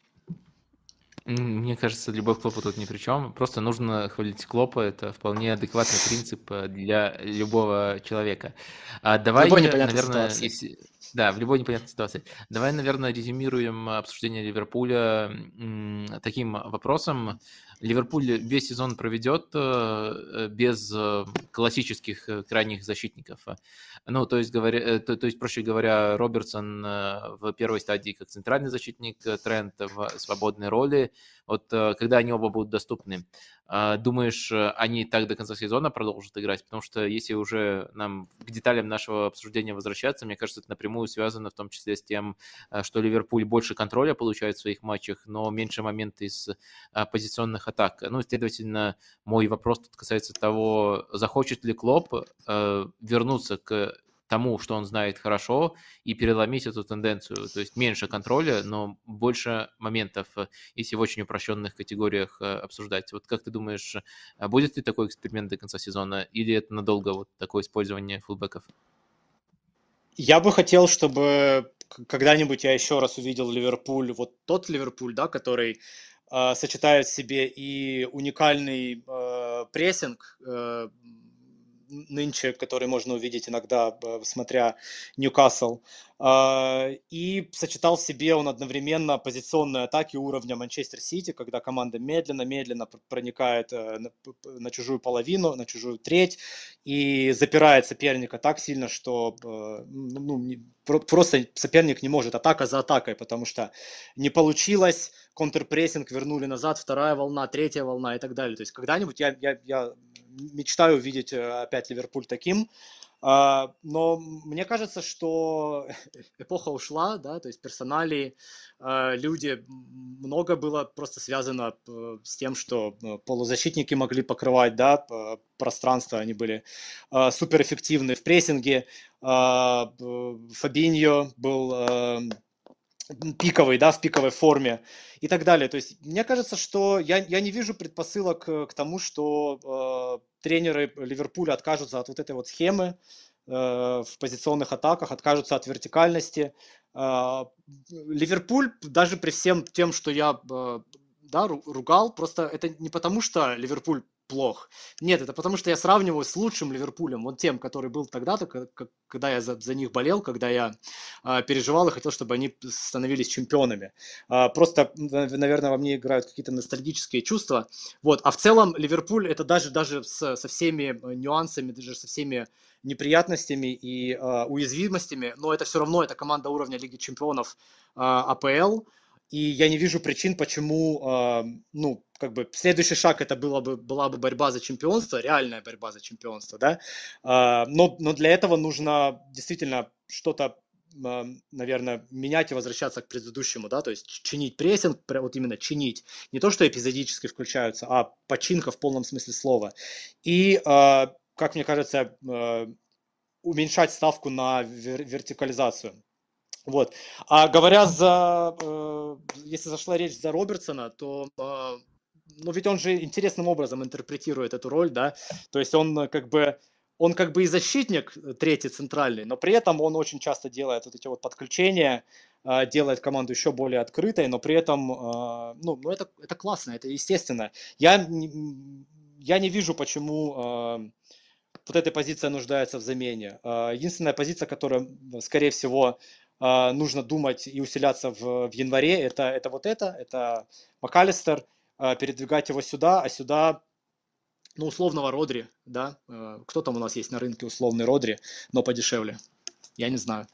Мне кажется, любовь к Клопу тут ни при чем. Просто нужно хвалить Клопа. Это вполне адекватный принцип для любого человека. В любой Давай, непонятной наверное, ситуации. если... Да, в любой непонятной ситуации. Давай, наверное, резюмируем обсуждение Ливерпуля таким вопросом. Ливерпуль весь сезон проведет без классических крайних защитников. Ну, то есть, проще говоря, Робертсон в первой стадии как центральный защитник, Трент в свободной роли. Вот когда они оба будут доступны, думаешь, они так до конца сезона продолжат играть? Потому что если уже нам к деталям нашего обсуждения возвращаться, мне кажется, это напрямую связано в том числе с тем, что Ливерпуль больше контроля получает в своих матчах, но меньше моментов из позиционных атак. Ну, следовательно, мой вопрос тут касается того, захочет ли Клоп вернуться к тому, что он знает хорошо, и переломить эту тенденцию. То есть меньше контроля, но больше моментов, если в очень упрощенных категориях обсуждать. Вот как ты думаешь, будет ли такой эксперимент до конца сезона, или это надолго вот такое использование фулбеков? Я бы хотел, чтобы когда-нибудь я еще раз увидел Ливерпуль, вот тот Ливерпуль, да, который сочетает в себе и уникальный прессинг, нынче, который можно увидеть иногда, смотря Ньюкасл, И сочетал в себе он одновременно позиционные атаки уровня Манчестер Сити, когда команда медленно-медленно проникает на чужую половину, на чужую треть и запирает соперника так сильно, что просто соперник не может, атака за атакой, потому что не получилось, контрпрессинг вернули назад, вторая волна, третья волна и так далее. То есть когда-нибудь я мечтаю увидеть опять Ливерпуль таким. Но мне кажется, что эпоха ушла, да, то есть персоналии, люди, много было просто связано с тем, что полузащитники могли покрывать, да, пространство, они были суперэффективны в прессинге, Фабиньо был пиковый, да, в пиковой форме и так далее. То есть мне кажется, что я не вижу предпосылок к тому, что тренеры Ливерпуля откажутся от вот этой вот схемы в позиционных атаках, откажутся от вертикальности. Ливерпуль, даже при всем тем, что я да, ругал, просто это не потому, что Ливерпуль плох. Нет, это потому, что я сравниваю с лучшим Ливерпулем, вот тем, который был тогда-то, когда я за них болел, когда я переживал и хотел, чтобы они становились чемпионами. Просто, наверное, во мне играют какие-то ностальгические чувства. Вот. А в целом Ливерпуль это даже со всеми нюансами, даже со всеми неприятностями и уязвимостями, но это все равно это команда уровня Лиги Чемпионов АПЛ. И я не вижу причин, почему, ну, как бы следующий шаг это была бы борьба за чемпионство, реальная борьба за чемпионство, да. Но для этого нужно действительно что-то, наверное, менять и возвращаться к предыдущему, да, то есть чинить прессинг, вот именно чинить, не то, что эпизодически включаются, а починка в полном смысле слова. И, как мне кажется, уменьшать ставку на вертикализацию. Вот. А говоря если зашла речь за Робертсона, то, ну ведь он же интересным образом интерпретирует эту роль, да, то есть он как бы и защитник третий центральный, но при этом он очень часто делает вот эти вот подключения, делает команду еще более открытой, но при этом, ну это классно, это естественно. Я не вижу, почему вот эта позиция нуждается в замене. Единственная позиция, которая, скорее всего, нужно думать и усиляться в январе, это МакАлистер, передвигать его сюда, а сюда, ну, условного Родри, да, кто там у нас есть на рынке условный Родри, но подешевле, я не знаю.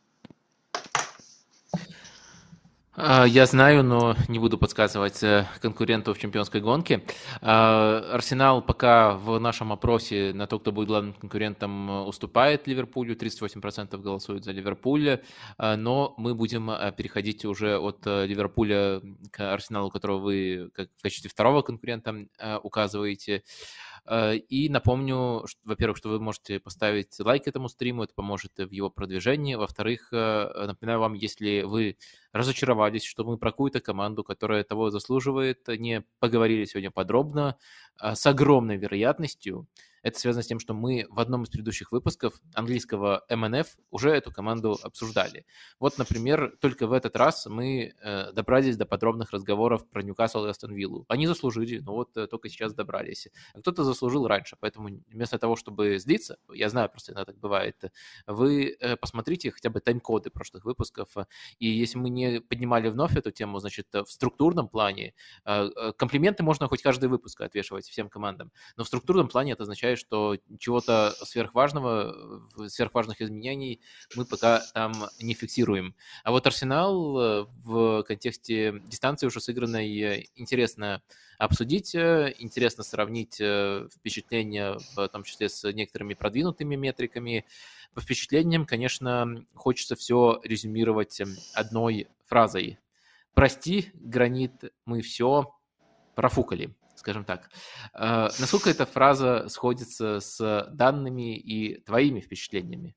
Я знаю, но не буду подсказывать конкуренту в чемпионской гонке. Арсенал пока в нашем опросе на то, кто будет главным конкурентом, уступает Ливерпулю, 38% голосуют за Ливерпуль, но мы будем переходить уже от Ливерпуля к Арсеналу, которого вы в качестве второго конкурента указываете. И напомню, во-первых, что вы можете поставить лайк этому стриму, это поможет в его продвижении. Во-вторых, напоминаю вам, если вы разочаровались, что мы про какую-то команду, которая того заслуживает, не поговорили сегодня подробно, с огромной вероятностью это связано с тем, что мы в одном из предыдущих выпусков английского MNF уже эту команду обсуждали. Вот, например, только в этот раз мы добрались до подробных разговоров про Ньюкасл и Астон Виллу. Они заслужили, но вот только сейчас добрались. А кто-то заслужил раньше, поэтому вместо того, чтобы злиться, я знаю, просто иногда так бывает, вы посмотрите хотя бы тайм-коды прошлых выпусков, и если мы не поднимали вновь эту тему, значит, в структурном плане комплименты можно хоть каждый выпуск отвешивать всем командам, но в структурном плане это означает, что чего-то сверхважных изменений мы пока там не фиксируем. А вот Арсенал в контексте дистанции уже сыгранной интересно обсудить, интересно сравнить впечатления, в том числе с некоторыми продвинутыми метриками. По впечатлениям, конечно, хочется все резюмировать одной фразой. Прости, Гранит, мы все профукали, скажем так. Насколько эта фраза сходится с данными и твоими впечатлениями?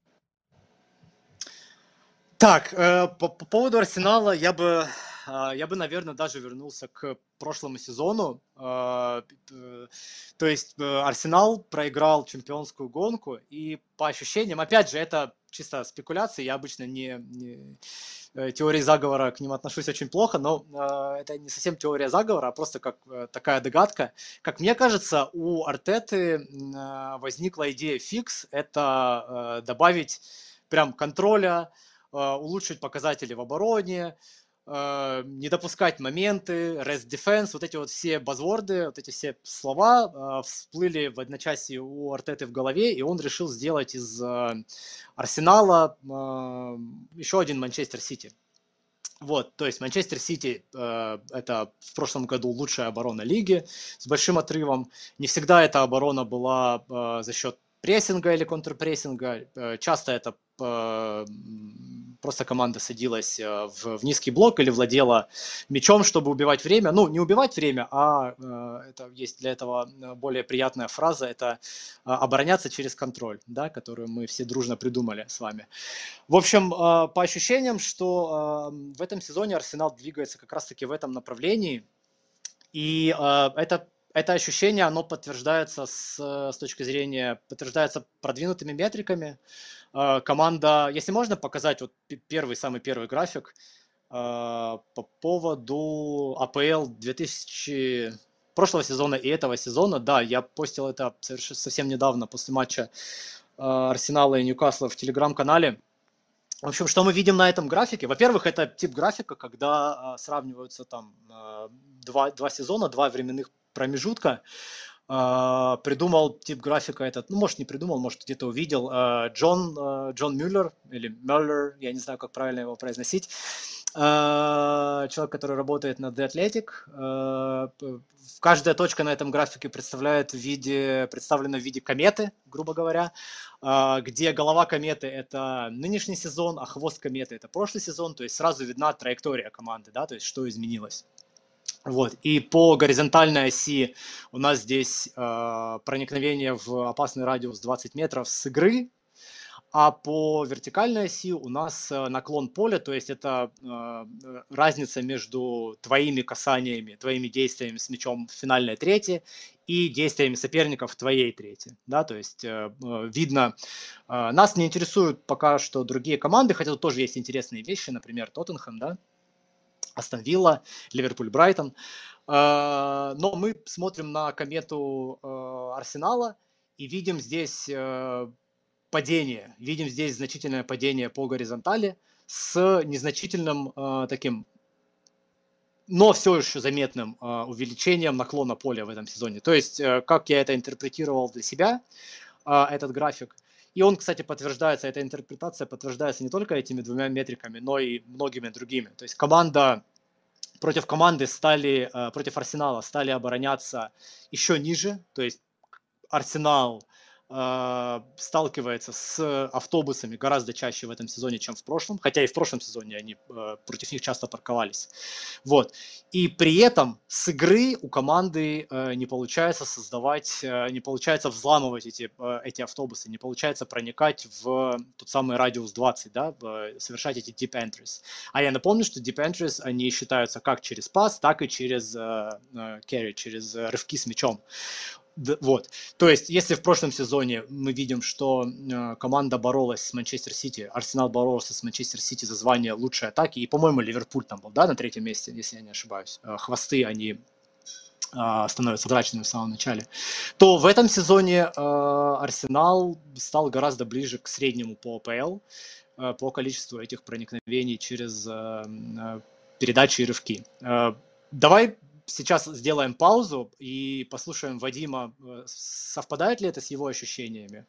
Так, по поводу Арсенала я бы, наверное, даже вернулся к прошлому сезону. То есть Арсенал проиграл чемпионскую гонку, и по ощущениям, опять же, это чисто спекуляции, я обычно теории заговора к ним отношусь очень плохо, но это не совсем теория заговора, а просто как такая догадка. Как мне кажется, у Артеты возникла идея фикс, это добавить прям контроля, улучшить показатели в обороне, не допускать моменты, rest defense, вот эти вот все базворды, вот эти все слова всплыли в одночасье у Артеты в голове, и он решил сделать из Арсенала еще один Манчестер Сити. Вот, то есть Манчестер Сити это в прошлом году лучшая оборона лиги с большим отрывом. Не всегда эта оборона была за счет прессинга или контрпрессинга. Часто это просто команда садилась в низкий блок или владела мячом, чтобы убивать время. Ну, не убивать время, а это есть для этого более приятная фраза, это обороняться через контроль, да, которую мы все дружно придумали с вами. В общем, по ощущениям, что в этом сезоне Арсенал двигается как раз-таки в этом направлении, и это ощущение, оно подтверждается с точки зрения, подтверждается продвинутыми метриками. Команда, если можно показать вот самый первый график по поводу АПЛ 2000 прошлого сезона и этого сезона, да, я постил это совсем недавно после матча Арсенала и Ньюкасла в телеграм-канале. В общем, что мы видим на этом графике? Во-первых, это тип графика, когда сравниваются там два сезона, два временных промежутка. Придумал тип графика этот, ну, может, не придумал, может, где-то увидел, Джон Мюллер, или Мюллер, я не знаю, как правильно его произносить, человек, который работает на The Athletic. Каждая точка на этом графике представлена в виде кометы, грубо говоря, где голова кометы – это нынешний сезон, а хвост кометы – это прошлый сезон, то есть сразу видна траектория команды, да, то есть что изменилось. Вот. И по горизонтальной оси у нас здесь проникновение в опасный радиус 20 метров с игры, а по вертикальной оси у нас наклон поля, то есть это разница между твоими касаниями, твоими действиями с мячом в финальной трети и действиями соперников в твоей трети. Да? То есть видно, нас не интересуют пока что другие команды, хотя тут тоже есть интересные вещи, например, Тоттенхэм, да? Астон Вилла, Ливерпуль, Брайтон. Но мы смотрим на комету Арсенала и видим здесь падение, видим здесь значительное падение по горизонтали с незначительным таким, но все еще заметным увеличением наклона поля в этом сезоне. То есть, как я это интерпретировал для себя, этот график, и он, кстати, подтверждается, эта интерпретация подтверждается не только этими двумя метриками, но и многими другими. То есть против Арсенала стали обороняться еще ниже, то есть Арсенал сталкивается с автобусами гораздо чаще в этом сезоне, чем в прошлом, хотя и в прошлом сезоне они против них часто парковались. Вот. И при этом с игры у команды не получается не получается взламывать эти автобусы, не получается проникать в тот самый радиус 20, да, совершать эти deep entries. А я напомню, что deep entries, они считаются как через пас, так и через carry, через рывки с мячом. Вот. То есть, если в прошлом сезоне мы видим, что команда боролась с Манчестер Сити, Арсенал боролся с Манчестер Сити за звание лучшей атаки, и, по-моему, Ливерпуль там был, да, на третьем месте, если я не ошибаюсь. Хвосты, они становятся зрачными в самом начале, то в этом сезоне Арсенал стал гораздо ближе к среднему по АПЛ, по количеству этих проникновений через передачи и рывки. Давай сейчас сделаем паузу и послушаем Вадима, совпадает ли это с его ощущениями.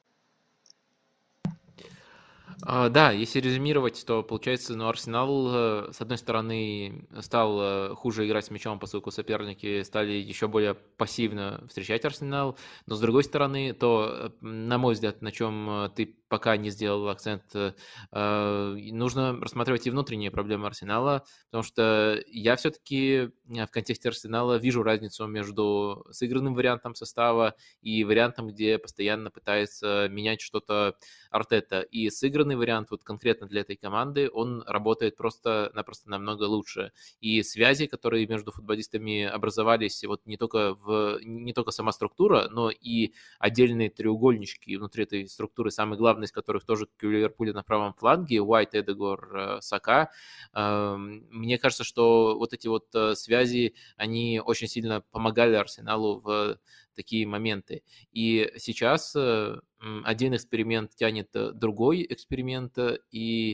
Да, если резюмировать, то получается, Арсенал, с одной стороны, стал хуже играть с мячом, поскольку соперники стали еще более пассивно встречать Арсенал, но с другой стороны, то, на мой взгляд, на чем ты пока не сделал акцент, нужно рассматривать и внутренние проблемы Арсенала, потому что я все-таки в контексте Арсенала вижу разницу между сыгранным вариантом состава и вариантом, где постоянно пытается менять что-то Артета. И сыгранный вариант вот конкретно для этой команды, он работает просто-напросто намного лучше. И связи, которые между футболистами образовались, вот не только сама структура, но и отдельные треугольнички внутри этой структуры, самый главный из которых тоже у Ливерпуля на правом фланге, Уайт, Эдегор, Сака. Мне кажется, что вот эти вот связи, они очень сильно помогали Арсеналу в такие моменты. И сейчас один эксперимент тянет другой эксперимент, и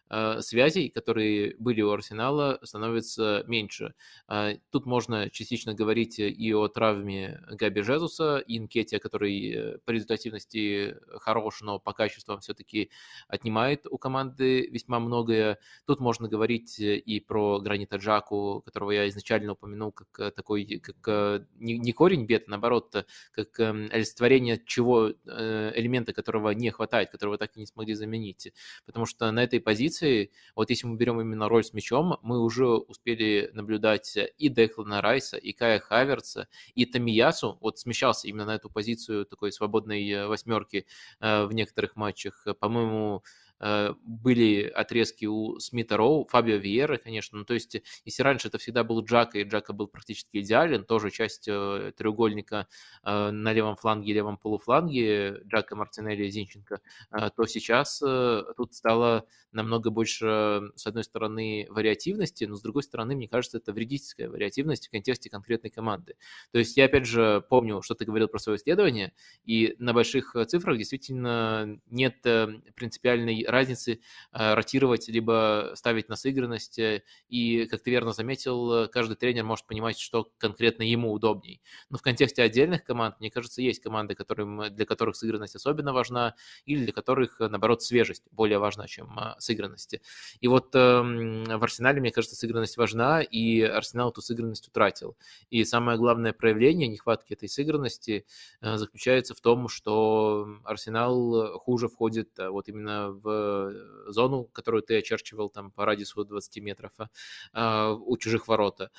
связей, которые были у Арсенала, становится меньше. Тут можно частично говорить и о травме Габи Жезуса, и Нкетия, который по результативности хорош, но по качествам все-таки отнимает у команды весьма многое. Тут можно говорить и про Гранита Джаку, которого я изначально упомянул как такой, как не корень бед, а наоборот, как олицетворение чего, элемента, которого не хватает, которого так и не смогли заменить. Потому что на этой позиции, вот если мы берем именно роль с мячом, мы уже успели наблюдать и Деклана Райса, и Кая Хаверца, и Томиясу, вот смещался именно на эту позицию такой свободной восьмерки в некоторых матчах. По-моему, были отрезки у Смита Роу, Фабио Виера, конечно. Ну, то есть, если раньше это всегда был Джака, и Джака был практически идеален, тоже часть треугольника на левом фланге и левом полуфланге Джака, Мартинелли и Зинченко, то сейчас тут стало намного больше, с одной стороны, вариативности, но с другой стороны, мне кажется, это вредительская вариативность в контексте конкретной команды. То есть я, опять же, помню, что ты говорил про свое исследование, и на больших цифрах действительно нет принципиальной разницы ротировать либо ставить на сыгранность, и, как ты верно заметил, каждый тренер может понимать, что конкретно ему удобней. Но в контексте отдельных команд, мне кажется, есть команды, для которых сыгранность особенно важна, или для которых, наоборот, свежесть более важна, чем сыгранность. И вот в Арсенале, мне кажется, сыгранность важна, и Арсенал эту сыгранность утратил. И самое главное проявление нехватки этой сыгранности заключается в том, что Арсенал хуже входит вот именно в зону, которую ты очерчивал там по радиусу 20 метров у чужих ворот.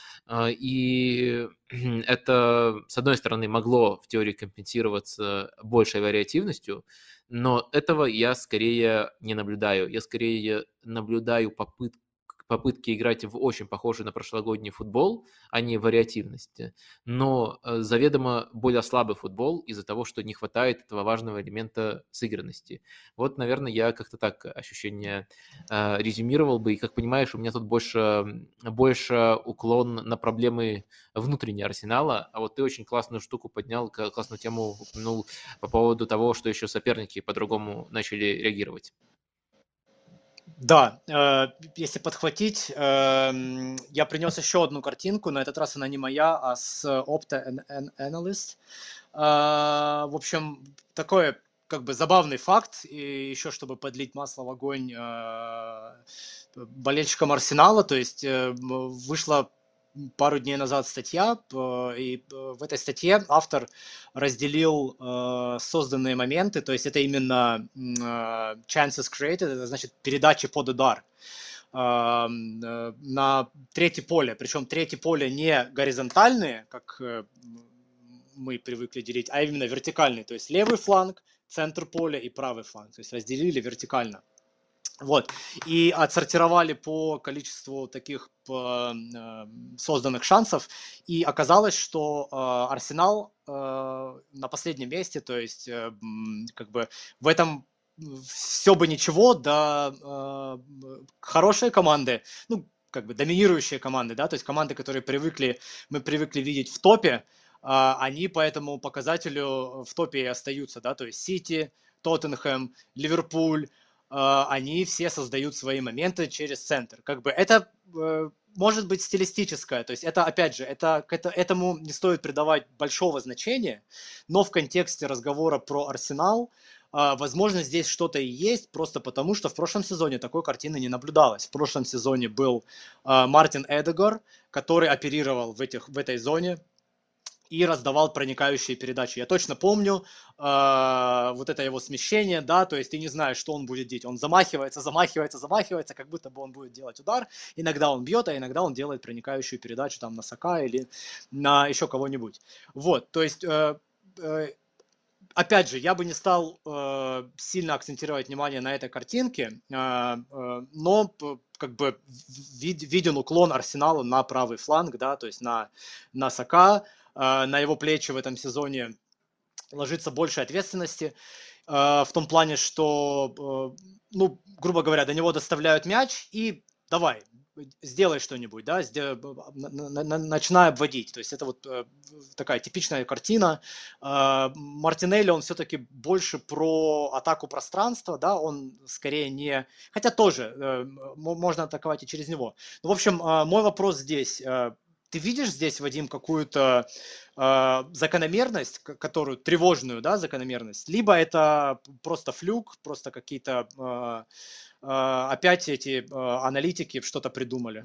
И это, с одной стороны, могло в теории компенсироваться большей вариативностью, но этого я скорее не наблюдаю. Я скорее наблюдаю попытки играть в очень похожий на прошлогодний футбол, а не вариативности, но заведомо более слабый футбол из-за того, что не хватает этого важного элемента сыгранности. Вот, наверное, я как-то так ощущение резюмировал бы, и, как понимаешь, у меня тут больше уклон на проблемы внутренние Арсенала, а вот ты очень классную штуку поднял, классную тему упомянул по поводу того, что еще соперники по-другому начали реагировать. Да, если подхватить, я принес еще одну картинку, на этот раз она не моя, а с Opta Analyst. В общем, такой как бы забавный факт, и еще чтобы подлить масло в огонь болельщикам Арсенала, то есть вышла пару дней назад статья, и в этой статье автор разделил созданные моменты, то есть это именно chances created, это значит передачи под удар на третье поле, причем третье поле не горизонтальные, как мы привыкли делить, а именно вертикальные, то есть левый фланг, центр поля и правый фланг, то есть разделили вертикально. Вот. И отсортировали по количеству таких созданных шансов. И оказалось, что Арсенал на последнем месте, то есть как бы в этом все бы ничего, да хорошие команды, ну, как бы доминирующие команды, да, то есть команды, которые мы привыкли видеть в топе, они по этому показателю в топе и остаются, да, то есть Сити, Тоттенхэм, Ливерпуль, они все создают свои моменты через центр. Как бы это может быть стилистическое, то есть это, опять же, этому не стоит придавать большого значения, но в контексте разговора про Арсенал, возможно, здесь что-то и есть, просто потому что в прошлом сезоне такой картины не наблюдалось. В прошлом сезоне был Мартин Эдегор, который оперировал в этой зоне и раздавал проникающие передачи. Я точно помню вот это его смещение, да, то есть ты не знаешь, что он будет делать. Он замахивается, как будто бы он будет делать удар. Иногда он бьет, а иногда он делает проникающую передачу там на Сака или на еще кого-нибудь. Вот, то есть опять же, я бы не стал сильно акцентировать внимание на этой картинке, но как бы виден уклон Арсенала на правый фланг, да, то есть на Сака, на его плечи в этом сезоне ложится больше ответственности в том плане, что, ну, грубо говоря, до него доставляют мяч и давай, сделай что-нибудь, да, начинай обводить. То есть это вот такая типичная картина. Мартинелли, он все-таки больше про атаку пространства, да, он скорее не... Хотя тоже можно атаковать и через него. Ну, в общем, мой вопрос здесь. Ты видишь здесь, Вадим, какую-то закономерность, которую тревожную, да, закономерность, либо это просто флюк, просто какие-то опять эти аналитики что-то придумали?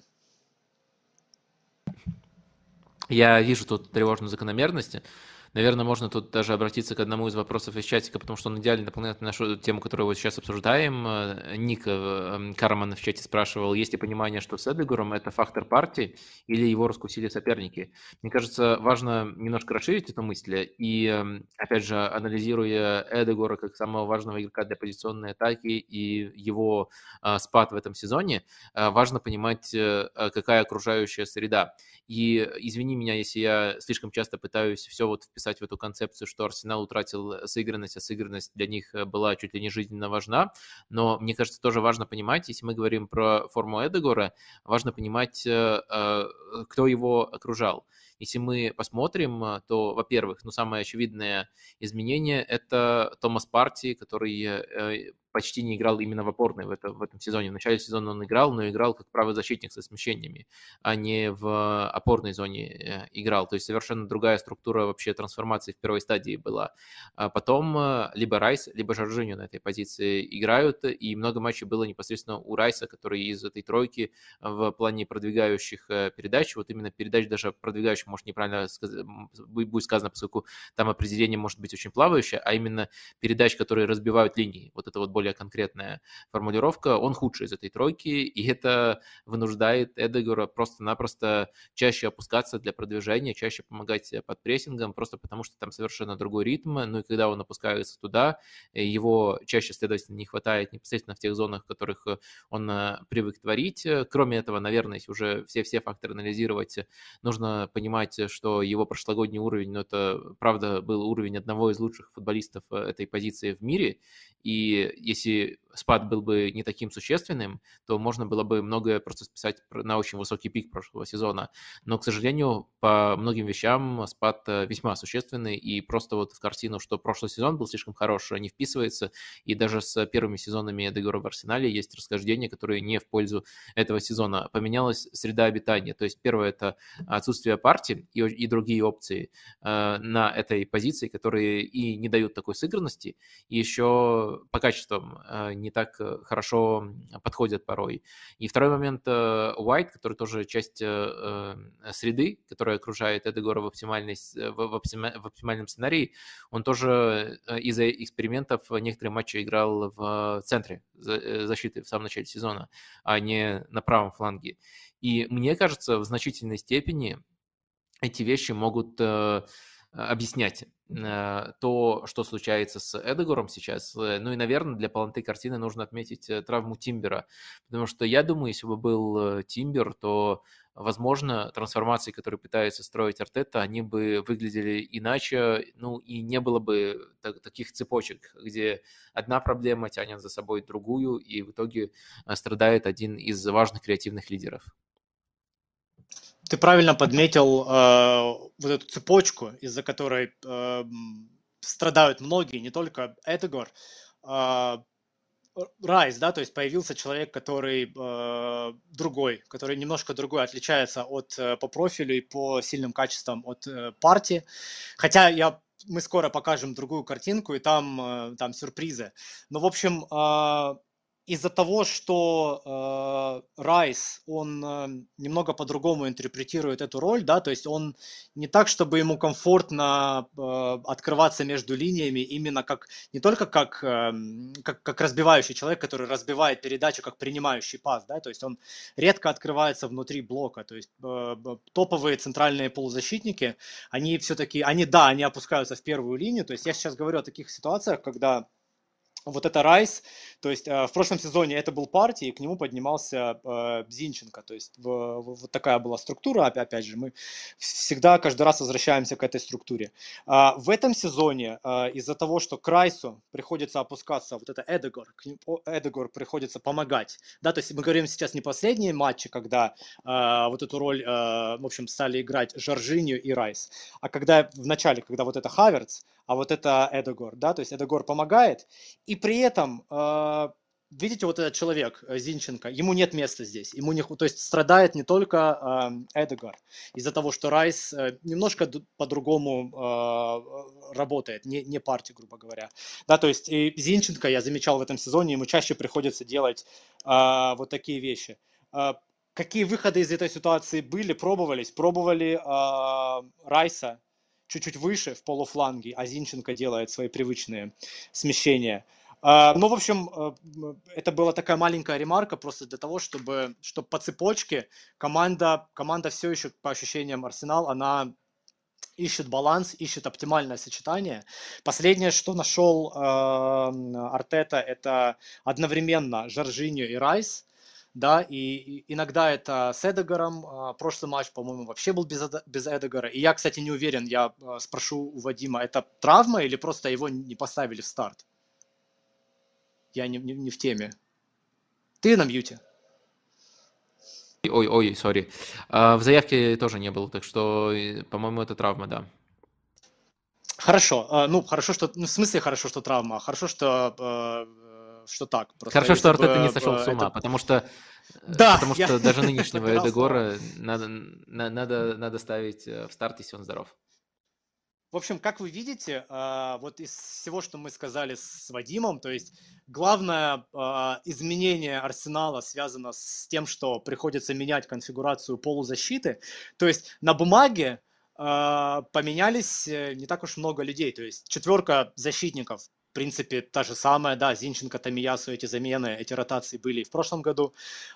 Я вижу тут тревожную закономерность. Наверное, можно тут даже обратиться к одному из вопросов из чатика, потому что он идеально дополняет нашу тему, которую вот сейчас обсуждаем. Ник Карман в чате спрашивал, есть ли понимание, что с Эдегором это фактор партии или его раскусили соперники. Мне кажется, важно немножко расширить эту мысль. И, опять же, анализируя Эдегора как самого важного игрока для позиционной атаки и его спад в этом сезоне, важно понимать, какая окружающая среда. И извини меня, если я слишком часто пытаюсь все вот вписать в эту концепцию, что Арсенал утратил сыгранность, а сыгранность для них была чуть ли не жизненно важна, но мне кажется, тоже важно понимать, если мы говорим про форму Эдегора, важно понимать, кто его окружал. Если мы посмотрим, то, во-первых, ну, самое очевидное изменение – это Томас Парти, который почти не играл именно в опорной в этом сезоне. В начале сезона он играл, но играл как правый защитник со смещениями, а не в опорной зоне играл. То есть совершенно другая структура вообще трансформации в первой стадии была. А потом либо Райс, либо Жоржиньо на этой позиции играют, и много матчей было непосредственно у Райса, который из этой тройки в плане продвигающих передач, вот именно передач даже продвигающих, может, неправильно будет сказано, поскольку там определение может быть очень плавающее, а именно передач, которые разбивают линии. Вот это вот более конкретная формулировка. Он худший из этой тройки, и это вынуждает Эдегора просто-напросто чаще опускаться для продвижения, чаще помогать под прессингом, просто потому что там совершенно другой ритм. Ну и когда он опускается туда, его чаще, следовательно, не хватает непосредственно в тех зонах, в которых он привык творить. Кроме этого, наверное, если уже все факторы анализировать, нужно понимать, что его прошлогодний уровень, ну, это, правда, был уровень одного из лучших футболистов этой позиции в мире, и если спад был бы не таким существенным, то можно было бы многое просто списать на очень высокий пик прошлого сезона. Но, к сожалению, по многим вещам спад весьма существенный, и просто вот в картину, что прошлый сезон был слишком хорош, не вписывается, и даже с первыми сезонами Эдегора в Арсенале есть расхождения, которые не в пользу этого сезона. Поменялась среда обитания, то есть первое – это отсутствие партии и другие опции на этой позиции, которые и не дают такой сыгранности, и еще по качествам не так хорошо подходят порой. И второй момент – Уайт, который тоже часть среды, которая окружает Эдегора в оптимальном сценарии, он тоже из-за экспериментов некоторые матчи играл в центре защиты в самом начале сезона, а не на правом фланге. И мне кажется, в значительной степени эти вещи могут объяснять то, что случается с Эдегором сейчас. Ну и, наверное, для полноты картины нужно отметить травму Тимбера, потому что я думаю, если бы был Тимбер, то, возможно, трансформации, которые пытается строить Артета, они бы выглядели иначе, ну и не было бы таких цепочек, где одна проблема тянет за собой другую, и в итоге страдает один из важных креативных лидеров. Ты правильно подметил вот эту цепочку, из-за которой страдают многие, не только Эдегор. Райс, да, то есть появился человек, который другой, который немножко другой, отличается по профилю и по сильным качествам от партии. Хотя мы скоро покажем другую картинку, и там сюрпризы. Но, в общем, из-за того, что Райс, он немного по-другому интерпретирует эту роль, да, то есть он не так, чтобы ему комфортно открываться между линиями, именно не только как разбивающий человек, который разбивает передачу, как принимающий пас, да, то есть он редко открывается внутри блока, то есть топовые центральные полузащитники, они все-таки, они опускаются в первую линию, то есть я сейчас говорю о таких ситуациях, когда вот это Райс, то есть в прошлом сезоне это был Парти, и к нему поднимался Зинченко, то есть вот такая была структура, опять же, мы всегда каждый раз возвращаемся к этой структуре. В этом сезоне из-за того, что к Райсу приходится опускаться, вот это Эдегор приходится помогать, да, то есть мы говорим сейчас не последние матчи, когда вот эту роль, в общем, стали играть Жоржиньо и Райс, а когда в начале, когда вот это Хаверц, а вот это Эдегор, да, то есть Эдегор помогает, и при этом, видите, вот этот человек, Зинченко, ему нет места здесь. Ему не, то есть страдает не только Эдегар из-за того, что Райс немножко по-другому работает, не партия, грубо говоря. Да, то есть и Зинченко, я замечал в этом сезоне, ему чаще приходится делать вот такие вещи. Какие выходы из этой ситуации были, пробовались? Пробовали Райса чуть-чуть выше в полуфланге, а Зинченко делает свои привычные смещения. Ну, в общем, это была такая маленькая ремарка просто для того, чтобы по цепочке команда все еще, по ощущениям Арсенал, она ищет баланс, ищет оптимальное сочетание. Последнее, что нашел Артета, это одновременно Жоржиньо и Райс. Да, и иногда это с Эдегаром. Прошлый матч, по-моему, вообще был без Эдегара. И я, кстати, не уверен, я спрошу у Вадима, это травма или просто его не поставили в старт? Я не в теме. Ты на мьюте. Ой, сори. В заявке тоже не было, так что, по-моему, это травма, да. Хорошо. Ну, хорошо, что... Ну, в смысле хорошо, что травма? Хорошо, что так. Просто Хорошо, что если Артета не бы сошел с ума, это... потому что, Да, потому я что даже нынешнего подбирал слова. Эдегора надо ставить в старт, если он здоров. В общем, как вы видите, вот из всего, что мы сказали с Вадимом, то есть главное изменение Арсенала связано с тем, что приходится менять конфигурацию полузащиты. То есть на бумаге поменялись не так уж много людей. То есть четверка защитников, в принципе, та же самая, да, Зинченко, Томиясу, эти замены, эти ротации были и в прошлом году.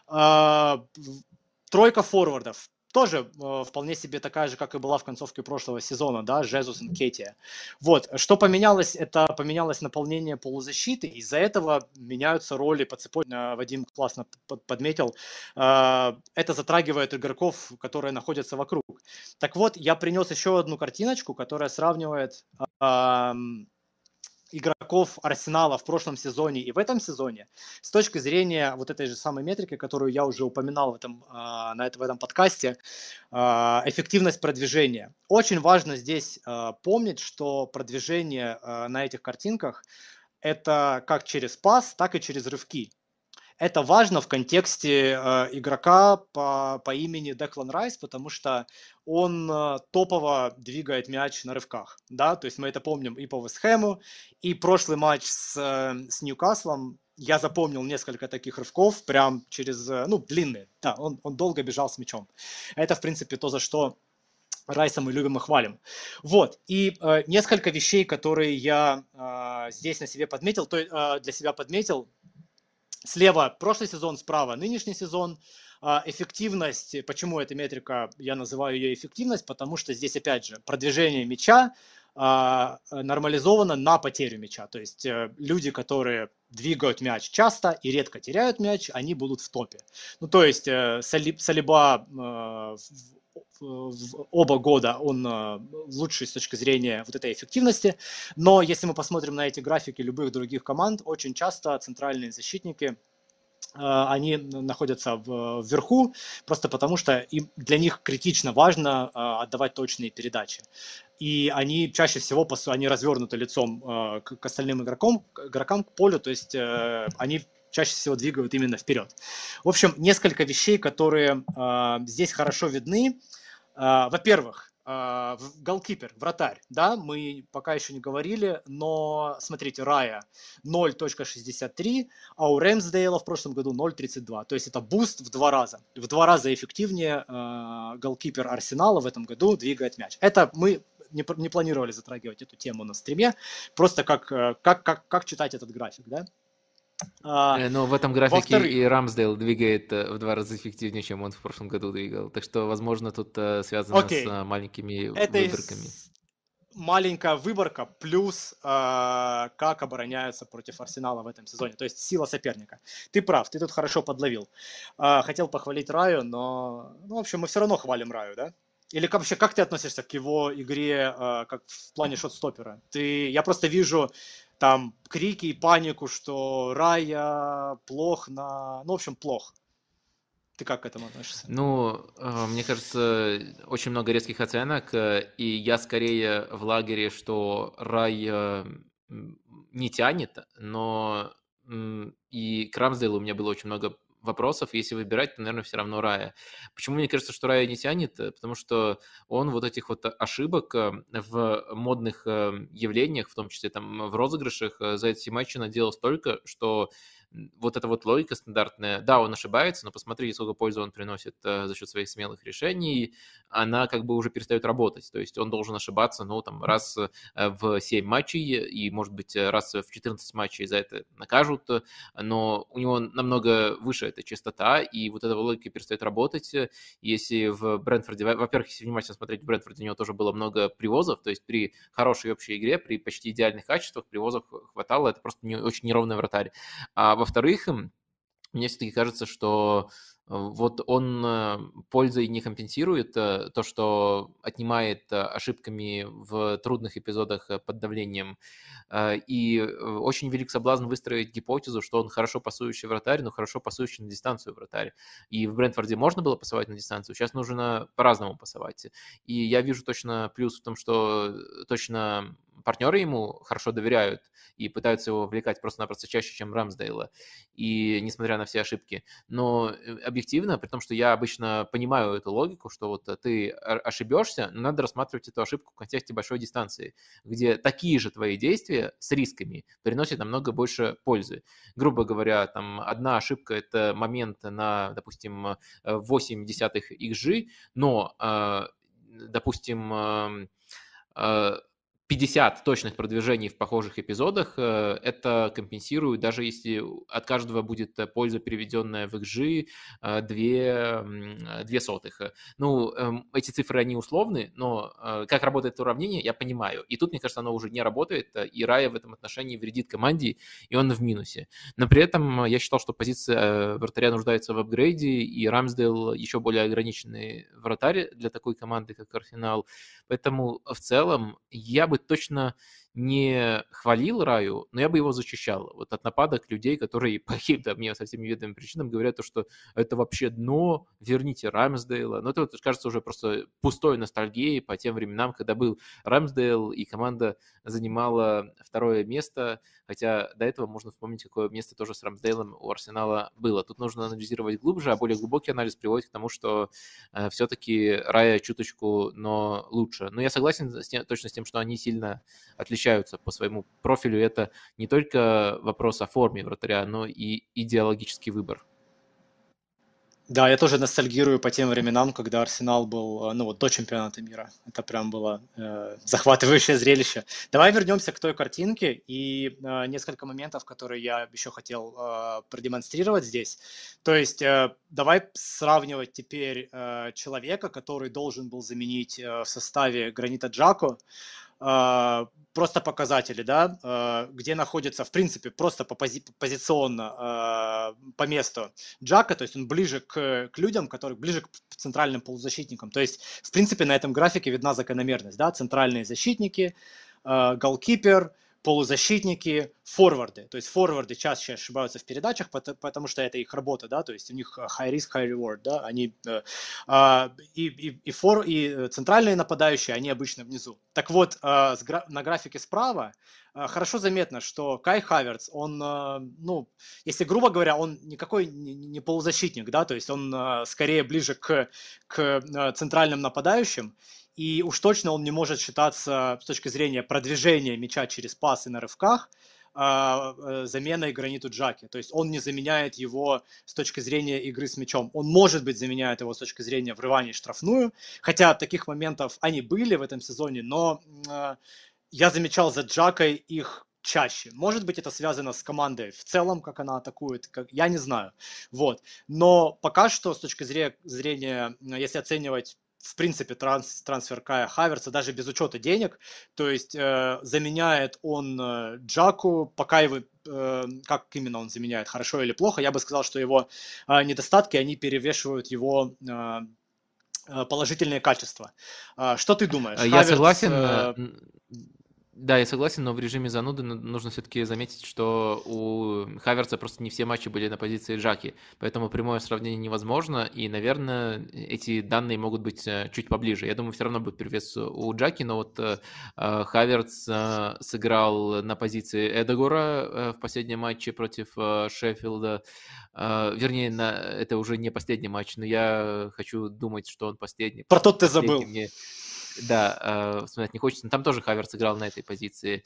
Тройка форвардов, тоже вполне себе такая же, как и была в концовке прошлого сезона, да, Жезус и Нкетия. Вот, что поменялось, это поменялось наполнение полузащиты, из-за этого меняются роли по цепочке, Вадим классно подметил, это затрагивает игроков, которые находятся вокруг. Так вот, я принес еще одну картиночку, которая сравнивает игроков Арсенала в прошлом сезоне и в этом сезоне с точки зрения вот этой же самой метрики, которую я уже упоминал в этом подкасте, эффективность продвижения. Очень важно здесь помнить, что продвижение на этих картинках это как через пас, так и через рывки. Это важно в контексте игрока по имени Деклан Райс, потому что он топово двигает мяч на рывках. Да? То есть мы это помним и по Вестхэму, и прошлый матч с Ньюкаслом. Я запомнил несколько таких рывков, прям через, ну, длинные. Да, он долго бежал с мячом. Это, в принципе, то, за что Райса мы любим и хвалим. Вот, и несколько вещей, которые я здесь на себе подметил, для себя подметил. Слева прошлый сезон, справа нынешний сезон. Эффективность, почему эта метрика, я называю ее эффективность, потому что здесь, опять же, продвижение мяча нормализовано на потерю мяча. То есть люди, которые двигают мяч часто и редко теряют мяч, они будут в топе. Ну, то есть Салиба в оба года он лучший с точки зрения вот этой эффективности, но если мы посмотрим на эти графики любых других команд, очень часто центральные защитники они находятся вверху, просто потому что для них критично важно отдавать точные передачи. И они чаще всего они развернуты лицом к остальным игрокам, к полю, то есть они чаще всего двигают именно вперед. В общем, несколько вещей, которые здесь хорошо видны. Во-первых, голкипер, вратарь, да, мы пока еще не говорили, но смотрите, Рая 0.63, а у Рэмсдейла в прошлом году 0.32, то есть это буст в 2 раза. В 2 раза эффективнее голкипер Арсенала в этом году двигает мяч. Это мы не планировали затрагивать эту тему на стриме, просто как читать этот график, да. Но в этом графике и Во-вторых, Рамсдейл двигает в 2 раза эффективнее, чем он в прошлом году двигал. Так что, возможно, тут связано с окей, маленькими это выборками. маленькая выборка плюс как обороняются против Арсенала в этом сезоне. То есть сила соперника. Ты прав, ты тут хорошо подловил. Хотел похвалить Раю, но, ну, в общем, мы все равно хвалим Раю, да? Или вообще, как ты относишься к его игре, как в плане шот-стоппера? Я просто вижу там крики и панику, что Рая плох на... Ну, в общем, плох. Ты как к этому относишься? Ну, мне кажется, очень много резких оценок, и я скорее в лагере, что Рай не тянет, но и к Рамсдейлу у меня было очень много вопросов. Если выбирать, то, наверное, все равно Рая. Почему мне кажется, что Рая не тянет? Потому что он вот этих вот ошибок в модных явлениях, в том числе там в розыгрышах, за эти матчи наделал столько, что вот эта вот логика стандартная, да, он ошибается, но посмотрите, сколько пользы он приносит за счет своих смелых решений, она как бы уже перестает работать. То есть он должен ошибаться, ну, там, раз в 7 матчей и, может быть, раз в 14 матчей за это накажут, но у него намного выше эта частота, и вот эта логика перестает работать. Если в Брентфорде, во-первых, если внимательно смотреть, в Брентфорде у него тоже было много привозов, то есть при хорошей общей игре, при почти идеальных качествах привозов хватало, это просто очень неровный вратарь. А во-вторых, мне все-таки кажется, что вот он пользой не компенсирует то, что отнимает ошибками в трудных эпизодах под давлением. И очень велик соблазн выстроить гипотезу, что он хорошо пасующий вратарь, но хорошо пасующий на дистанцию вратарь. И в Брентфорде можно было пасовать на дистанцию, сейчас нужно по-разному пасовать. И я вижу точно плюс в том, что точно партнеры ему хорошо доверяют и пытаются его вовлекать просто-напросто чаще, чем Рамсдейла, и несмотря на все ошибки. Но объективно, при том, что я обычно понимаю эту логику, что вот ты ошибешься, но надо рассматривать эту ошибку в контексте большой дистанции, где такие же твои действия с рисками приносят намного больше пользы. Грубо говоря, там одна ошибка – это момент на, допустим, 8 десятых XG, но, допустим, 50 точных продвижений в похожих эпизодах, это компенсирует, даже если от каждого будет польза, переведенная в XG, 2 сотых. Ну, эти цифры, они условны, но как работает это уравнение, я понимаю. И тут, мне кажется, оно уже не работает, и Рая в этом отношении вредит команде, и он в минусе. Но при этом я считал, что позиция вратаря нуждается в апгрейде, и Рамсдейл еще более ограниченный вратарь для такой команды, как Арсенал. Поэтому в целом я бы точно не хвалил Раю, но я бы его защищал вот от нападок людей, которые по каким-то мне совсем неведомым причинам говорят, то, что это вообще дно, верните Рамсдейла. Но это, вот, кажется, уже просто пустой ностальгией по тем временам, когда был Рамсдейл, и команда занимала второе место, хотя до этого можно вспомнить, какое место тоже с Рамсдейлом у Арсенала было. Тут нужно анализировать глубже, а более глубокий анализ приводит к тому, что все-таки Рая чуточку, но лучше. Но я согласен точно с тем, что они сильно отличаются по своему профилю. Это не только вопрос о форме вратаря, но и идеологический выбор. Да, я тоже ностальгирую по тем временам, когда Арсенал был, ну вот до чемпионата мира. Это прям было захватывающее зрелище. Давай вернемся к той картинке и несколько моментов, которые я еще хотел продемонстрировать здесь. То есть давай сравнивать теперь человека, который должен был заменить в составе Гранита Джако, просто показатели, да, где находится, в принципе, просто позиционно, по месту Джака, то есть он ближе к людям, которые ближе к центральным полузащитникам. То есть, в принципе, на этом графике видна закономерность, да, центральные защитники, голкипер, полузащитники, форварды. То есть форварды чаще ошибаются в передачах, потому что это их работа, да, то есть у них high risk, high reward, да, они и центральные нападающие, они обычно внизу. Так вот, на графике справа хорошо заметно, что Кай Хаверц, он, ну, если грубо говоря, он никакой не полузащитник, да, то есть он скорее ближе к центральным нападающим, и уж точно он не может считаться с точки зрения продвижения мяча через пасы на рывках заменой Граниту Джаки. То есть он не заменяет его с точки зрения игры с мячом. Он, может быть, заменяет его с точки зрения врывания в штрафную, хотя таких моментов они были в этом сезоне, но я замечал за Джакой их чаще. Может быть, это связано с командой в целом, как она атакует, я не знаю. Вот. Но пока что, с точки зрения, если оценивать в принципе, трансфер Кая Хаверца, даже без учета денег. То есть заменяет он Джаку, пока его, как именно он заменяет, хорошо или плохо, я бы сказал, что его недостатки, они перевешивают его положительные качества. Что ты думаешь? Я Хаверц согласен, да, я согласен, но в режиме зануды нужно все-таки заметить, что у Хаверца просто не все матчи были на позиции Джаки, поэтому прямое сравнение невозможно, и, наверное, эти данные могут быть чуть поближе. Я думаю, все равно будет перевес у Джаки, но вот Хаверц сыграл на позиции Эдегора в последнем матче против Шеффилда. Вернее, это уже не последний матч, но я хочу думать, что он последний, Про потому что тот ты последний забыл. мне... Да, вспоминать не хочется, но там тоже Хаверц играл на этой позиции.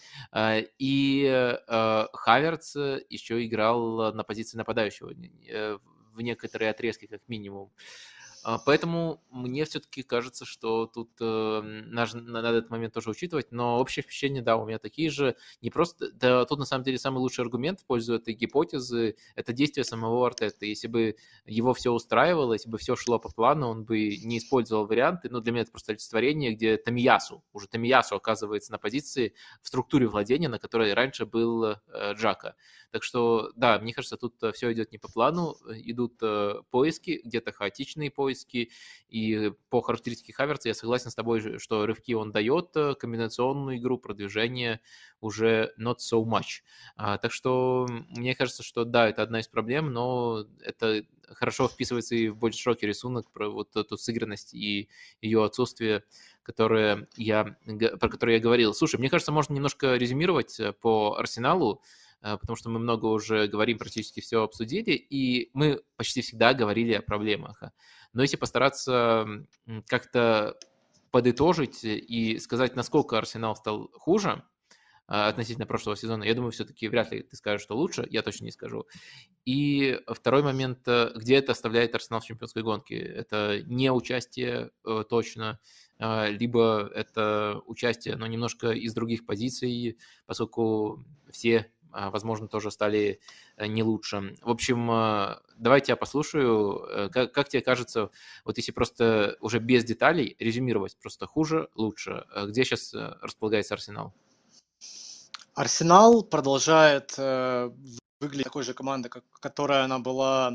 И Хаверц еще играл на позиции нападающего в некоторые отрезки, как минимум. Поэтому мне все-таки кажется, что тут надо этот момент тоже учитывать, но общее впечатление, да, у меня такие же. Не просто, да, тут на самом деле самый лучший аргумент в пользу этой гипотезы – это действие самого Артеты. Если бы его все устраивало, если бы все шло по плану, он бы не использовал варианты. Ну, для меня это просто олицетворение, где уже Томиясу оказывается на позиции в структуре владения, на которой раньше был Джака. Так что, да, мне кажется, тут все идет не по плану, идут поиски, где-то хаотичные поиски, и по характеристике Хаверца я согласен с тобой, что рывки он дает, комбинационную игру, продвижение уже not so much. Так что мне кажется, что да, это одна из проблем, но это хорошо вписывается и в более широкий рисунок про вот эту сыгранность и ее отсутствие, про которое я говорил. Слушай, мне кажется, можно немножко резюмировать по Арсеналу, потому что мы много уже говорим, практически все обсудили, и мы почти всегда говорили о проблемах. Но если постараться как-то подытожить и сказать, насколько Арсенал стал хуже относительно прошлого сезона, я думаю, все-таки вряд ли ты скажешь, что лучше, я точно не скажу. И второй момент, где это оставляет Арсенал в чемпионской гонке, это не участие точно, либо это участие, но немножко из других позиций, поскольку все возможно, тоже стали не лучше. В общем, давайте я послушаю. Как тебе кажется, вот если просто уже без деталей резюмировать, просто хуже, лучше, где сейчас располагается Арсенал? Арсенал продолжает выглядеть такой же командой, которая она была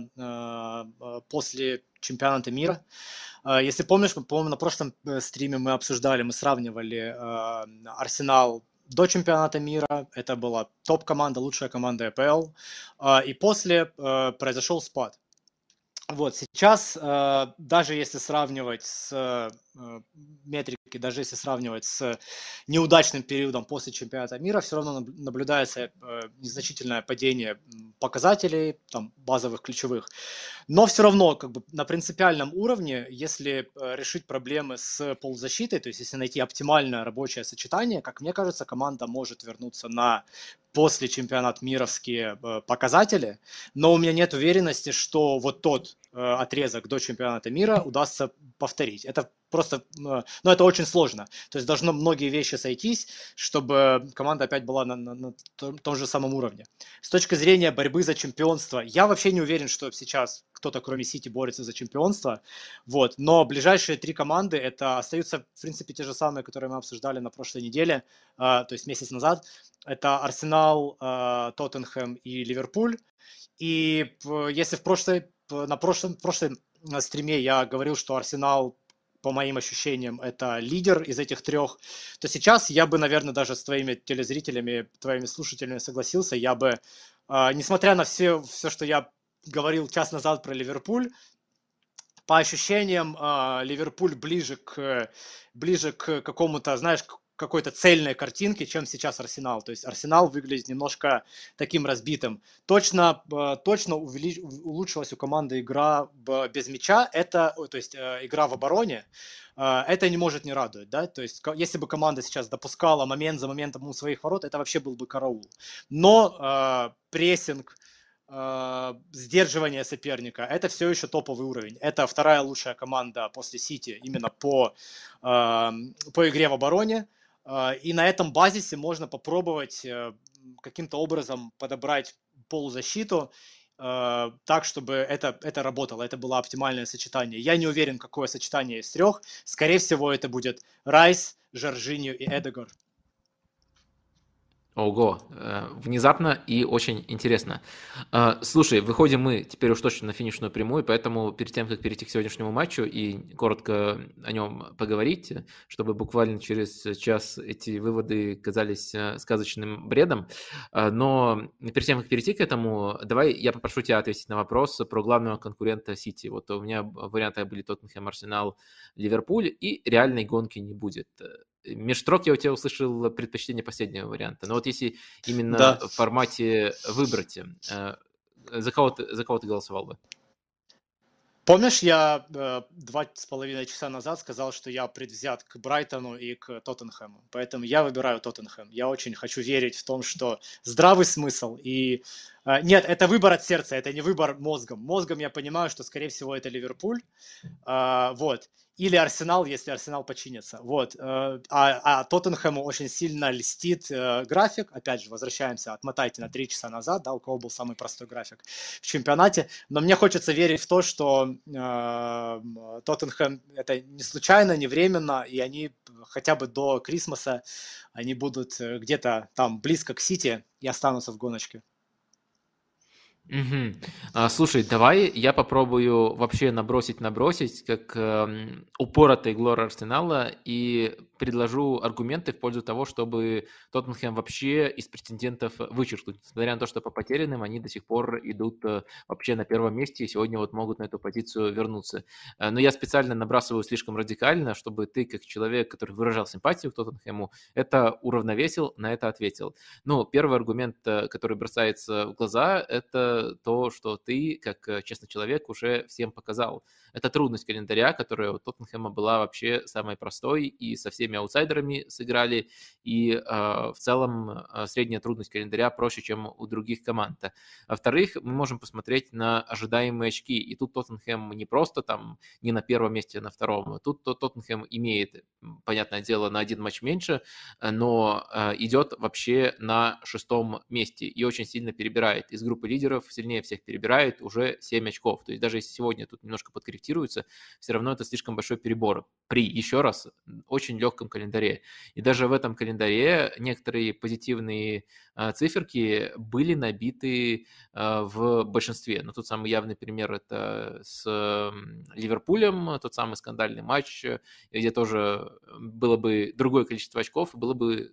после чемпионата мира. Если помнишь, по-моему, на прошлом стриме мы обсуждали, мы сравнивали Арсенал до чемпионата мира. Это была топ-команда, лучшая команда АПЛ. И после произошел спад. Вот, сейчас, даже если сравнивать с метрики, даже если сравнивать с неудачным периодом после чемпионата мира, все равно наблюдается незначительное падение показателей, там, базовых, ключевых. Но все равно, как бы на принципиальном уровне, если решить проблемы с полузащитой, то есть если найти оптимальное рабочее сочетание, как мне кажется, команда может вернуться на после чемпионат мировские показатели, но у меня нет уверенности, что вот тот отрезок до чемпионата мира удастся повторить. Это просто, ну, это очень сложно. То есть должно многие вещи сойтись, чтобы команда опять была на том же самом уровне. С точки зрения борьбы за чемпионство, я вообще не уверен, что сейчас кто-то, кроме Сити, борется за чемпионство. Вот. Но ближайшие три команды это остаются, в принципе, те же самые, которые мы обсуждали на прошлой неделе, то есть месяц назад. Это Арсенал, Тоттенхэм и Ливерпуль. И если на прошлом стриме я говорил, что Арсенал, по моим ощущениям, это лидер из этих трех, то сейчас я бы, наверное, даже с твоими телезрителями, твоими слушателями согласился. Я бы, несмотря на все, что я говорил час назад про Ливерпуль, по ощущениям, Ливерпуль ближе к какому-то, знаешь, какой-то цельной картинке, чем сейчас Арсенал. То есть Арсенал выглядит немножко таким разбитым. Точно улучшилась у команды игра без мяча. То есть игра в обороне. Это не может не радовать, да? То есть если бы команда сейчас допускала момент за моментом у своих ворот, это вообще был бы караул. Но прессинг, сдерживание соперника, это все еще топовый уровень. Это вторая лучшая команда после Сити именно по игре в обороне. И на этом базисе можно попробовать каким-то образом подобрать полузащиту. так, чтобы это работало, это было оптимальное сочетание. Я не уверен, какое сочетание из трех. Скорее всего, это будет Райс, Жоржиньо и Эдегор. Ого, внезапно и очень интересно. Слушай, выходим мы теперь уж точно на финишную прямую, поэтому перед тем, как перейти к сегодняшнему матчу и коротко о нем поговорить, чтобы буквально через час эти выводы казались сказочным бредом, но перед тем, как перейти к этому, давай я попрошу тебя ответить на вопрос про главного конкурента Сити. Вот у меня варианты были Тоттенхэм, Арсенал, Ливерпуль, и реальной гонки не будет. Меж строк я у тебя услышал предпочтение последнего варианта. Но вот если именно Да. в формате выбрать, за кого ты голосовал бы? Помнишь, я 2,5 часа назад сказал, что я предвзят к Брайтону и к Тоттенхэму, поэтому я выбираю Тоттенхэм. Я очень хочу верить в том, что здравый смысл и... Нет, это выбор от сердца, это не выбор мозгом. Мозгом я понимаю, что, скорее всего, это Ливерпуль, вот. Или Арсенал, если Арсенал починится. Вот. А Тоттенхэму очень сильно льстит график. Опять же, возвращаемся, отмотайте на 3 часа назад, да, у кого был самый простой график в чемпионате. Но мне хочется верить в то, что Тоттенхэм это не случайно, не временно, и они хотя бы до Крисмаса они будут где-то там близко к Сити и останутся в гоночке. Мгм. Слушай, давай я попробую вообще набросить, как упоротый глор Арсенала, и предложу аргументы в пользу того, чтобы Тоттенхэм вообще из претендентов вычеркнуть. Несмотря на то, что по потерянным они до сих пор идут вообще на первом месте, и сегодня вот могут на эту позицию вернуться. Но я специально набрасываю слишком радикально, чтобы ты, как человек, который выражал симпатию к Тоттенхэму, это уравновесил, на это ответил. Ну, первый аргумент, который бросается в глаза, это то, что ты, как честный человек, уже всем показал. Это трудность календаря, которая у Тоттенхэма была вообще самой простой, и со всеми аутсайдерами сыграли, и в целом средняя трудность календаря проще, чем у других команд. Во-вторых, мы можем посмотреть на ожидаемые очки, и тут Тоттенхэм не просто там не на первом месте, а на втором. Тут Тоттенхэм имеет, понятное дело, на один матч меньше, но идет вообще на шестом месте и очень сильно перебирает. Из группы лидеров сильнее всех перебирает уже 7 очков. То есть даже если сегодня тут немножко подкорректируется, все равно это слишком большой перебор при, еще раз, очень легком календаре. И даже в этом календаре некоторые позитивные циферки были набиты в большинстве. Но тут самый явный пример это с Ливерпулем, тот самый скандальный матч, где тоже было бы другое количество очков, было бы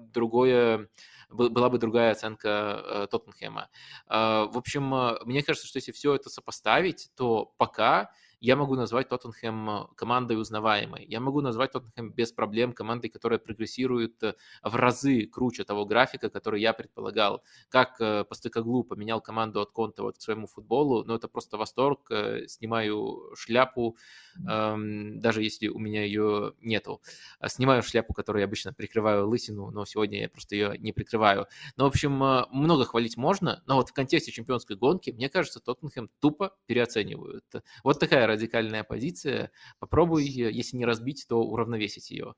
была бы другая оценка Тоттенхэма. В общем, мне кажется, что если все это сопоставить, то пока я могу назвать Тоттенхэм командой узнаваемой. Я могу назвать Тоттенхэм без проблем командой, которая прогрессирует в разы круче того графика, который я предполагал. Как Постекоглу поменял команду от Конте вот к своему футболу, но это просто восторг. Снимаю шляпу, даже если у меня ее нету. Снимаю шляпу, которой я обычно прикрываю лысину, но сегодня я просто ее не прикрываю. Ну, в общем, много хвалить можно, но вот в контексте чемпионской гонки, мне кажется, Тоттенхэм тупо переоценивают. Вот такая радикальная позиция. Попробуй, если не разбить, то уравновесить ее.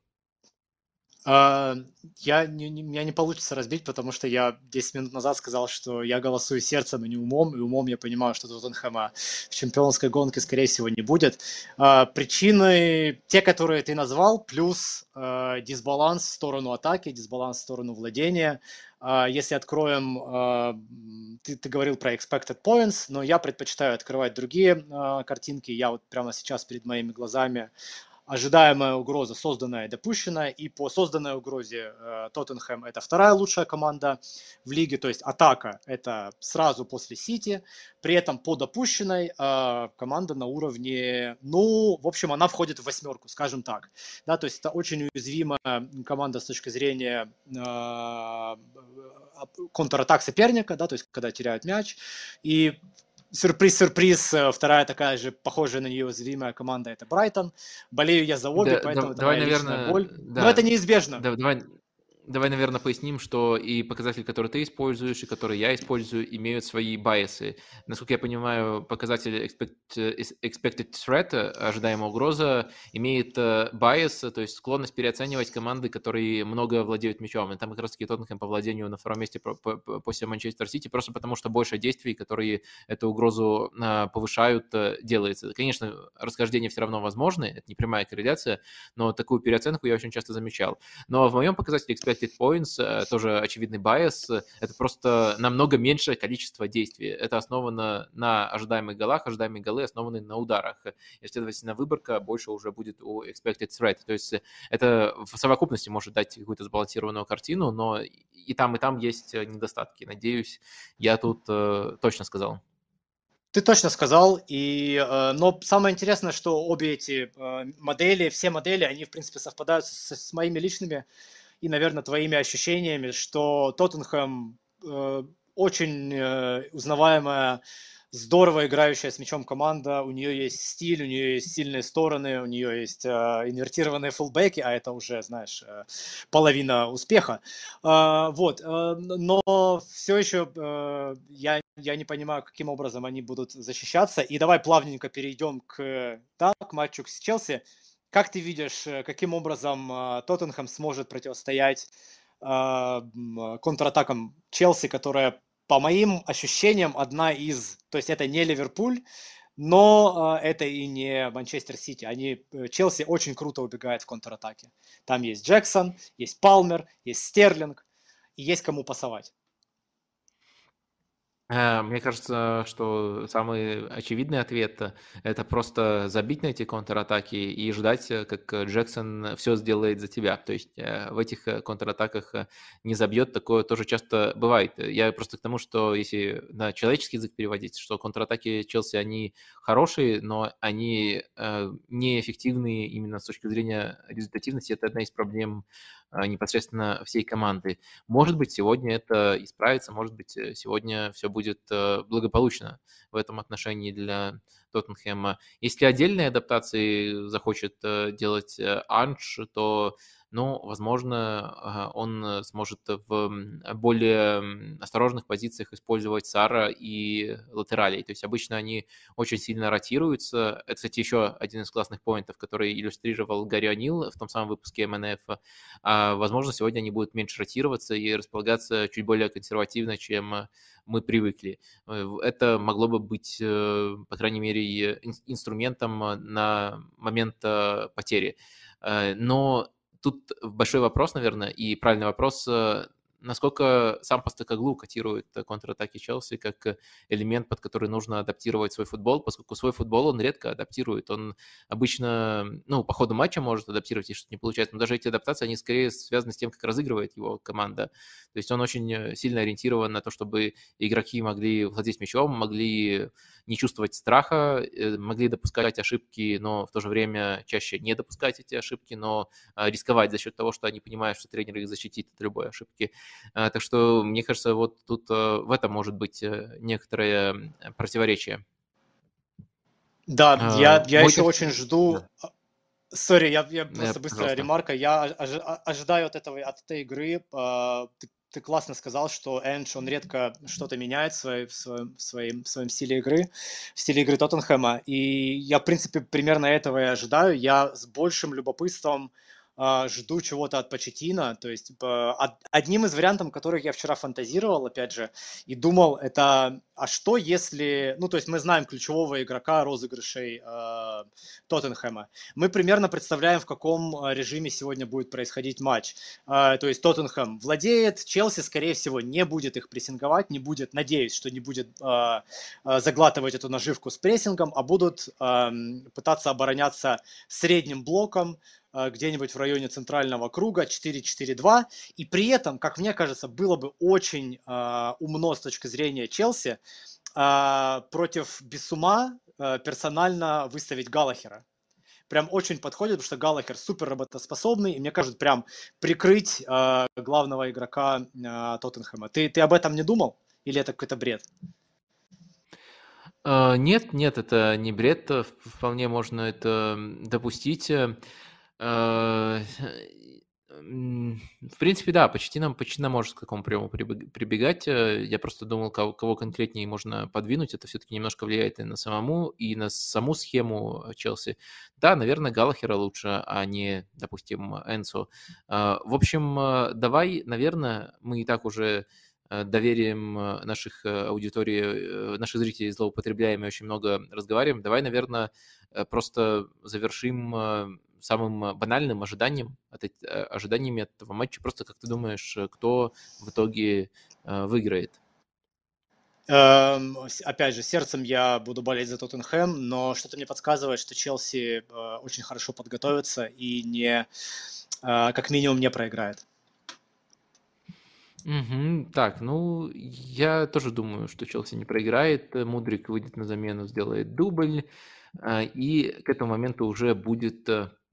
У меня не получится разбить, потому что я 10 минут назад сказал, что я голосую сердцем, а не умом, и умом я понимаю, что Тоттенхэма в чемпионской гонке, скорее всего, не будет. Причины те, которые ты назвал, плюс дисбаланс в сторону атаки, дисбаланс в сторону владения. Если откроем, ты говорил про expected points, но я предпочитаю открывать другие картинки. Я вот прямо сейчас перед моими глазами ожидаемая угроза созданная и допущенная, и по созданной угрозе Тоттенхэм это вторая лучшая команда в лиге, то есть атака это сразу после Сити, при этом по допущенной команда на уровне, ну, в общем, она входит в восьмерку, скажем так, да, то есть это очень уязвимая команда с точки зрения контратак соперника, да, то есть когда теряют мяч, и сюрприз-сюрприз, вторая такая же, похожая на нее уязвимая команда, это Брайтон. Болею я за обе, поэтому это Давай, моя личная наверное, боль. Но это да, неизбежно. давай, Давай, наверное, поясним, что и показатели, которые ты используешь, и которые я использую, имеют свои байсы. Насколько я понимаю, показатель expected threat, ожидаемая угроза, имеет байс, то есть склонность переоценивать команды, которые много владеют мячом. И там как раз-таки Тоттенхэм по владению на втором месте после Манчестер Сити, просто потому что больше действий, которые эту угрозу повышают, делается. Конечно, расхождение все равно возможны, это не прямая корреляция, но такую переоценку я очень часто замечал. Но в моем показателе expected points тоже очевидный bias. Это просто намного меньшее количество действий. Это основано на ожидаемых голах, ожидаемые голы основаны на ударах. И, следовательно, выборка больше уже будет у expected threat. То есть это в совокупности может дать какую-то сбалансированную картину, но и там есть недостатки. Надеюсь, я тут точно сказал. Ты точно сказал, но самое интересное, что обе эти модели, все модели, они, в принципе, совпадают с моими личными и, наверное, твоими ощущениями, что Тоттенхэм очень узнаваемая, здорово играющая с мячом команда, у нее есть стиль, у нее есть сильные стороны, у нее есть инвертированные фулбеки, а это уже, знаешь, половина успеха. Но все еще я не понимаю, каким образом они будут защищаться. И давай плавненько перейдем к матчу с Челси. Как ты видишь, каким образом Тоттенхэм сможет противостоять контратакам Челси, которая, по моим ощущениям, одна из... То есть это не Ливерпуль, но это и не Манчестер Сити. Челси очень круто убегает в контратаке. Там есть Джексон, есть Палмер, есть Стерлинг, и есть кому пасовать. Мне кажется, что самый очевидный ответ это просто забить на эти контратаки и ждать, как Джексон все сделает за тебя. То есть в этих контратаках не забьет, такое тоже часто бывает. Я просто к тому, что если на человеческий язык переводить, что контратаки Челси, они хорошие, но они неэффективные именно с точки зрения результативности. Это одна из проблем непосредственно всей команды. Может быть, сегодня это исправится, может быть, сегодня все будет благополучно в этом отношении для Тоттенхэма. Если отдельные адаптации захочет делать Анж, то, ну, возможно, он сможет в более осторожных позициях использовать Сара и латералей. То есть обычно они очень сильно ротируются. Это, кстати, еще один из классных поинтов, который иллюстрировал Гарри О'Нил в том самом выпуске МНФ. Возможно, сегодня они будут меньше ротироваться и располагаться чуть более консервативно, чем мы привыкли. Это могло бы быть, по крайней мере, инструментом на момент потери. Но тут большой вопрос, наверное, и правильный вопрос, насколько сам Постекоглу котирует контратаки Челси как элемент, под который нужно адаптировать свой футбол, поскольку свой футбол он редко адаптирует. Он обычно, ну, по ходу матча может адаптировать, и что-то не получается, но даже эти адаптации, они скорее связаны с тем, как разыгрывает его команда. То есть он очень сильно ориентирован на то, чтобы игроки могли владеть мячом, могли не чувствовать страха, могли допускать ошибки, но в то же время чаще не допускать эти ошибки, но рисковать за счет того, что они понимают, что тренер их защитит от любой ошибки. Так что, мне кажется, вот тут в этом может быть некоторое противоречие. Да, я Мой еще такой... очень жду. Да, Сори, я просто быстрая пожалуйста. ремарка. Я ожидаю от этой игры. Ты классно сказал, что Эндж, он редко что-то меняет в своем стиле игры, в стиле игры Тоттенхэма. И я, в принципе, примерно этого и ожидаю. Я с большим любопытством жду чего-то от Почеттино. То есть одним из вариантов, которых я вчера фантазировал, опять же, и думал, это, а что если... Ну, то есть мы знаем ключевого игрока розыгрышей Тоттенхэма. Мы примерно представляем, в каком режиме сегодня будет происходить матч. То есть Тоттенхэм владеет, Челси, скорее всего, не будет их прессинговать, не будет, надеюсь, что не будет заглатывать эту наживку с прессингом, а будут пытаться обороняться средним блоком, где-нибудь в районе центрального круга 4-4-2. И при этом, как мне кажется, было бы очень умно с точки зрения Челси против Бисума персонально выставить Галлахера. Прям очень подходит, потому что Галлахер супер работоспособный, и мне кажется, прям прикрыть главного игрока Тоттенхэма. Ты об этом не думал? Или это какой-то бред? Нет, нет, это не бред, вполне можно это допустить. Э, В принципе, да, почти нам может к такому приему прибегать. Я просто думал, кого конкретнее можно подвинуть. Это все-таки немножко влияет и на саму схему Челси. Да, наверное, Галлахера лучше, а не, допустим, Энсо. В общем, давай, наверное, мы и так уже доверием наших аудитории, наших зрителей злоупотребляем и очень много разговариваем. Давай, наверное, просто завершим самым банальным ожиданиями от этого матча. Просто как ты думаешь, кто в итоге выиграет? Опять же, сердцем я буду болеть за Тоттенхэм, но что-то мне подсказывает, что Челси очень хорошо подготовится и как минимум не проиграет. Мгм. Так, ну, я тоже думаю, что Челси не проиграет. Мудрик выйдет на замену, сделает дубль, и к этому моменту уже будет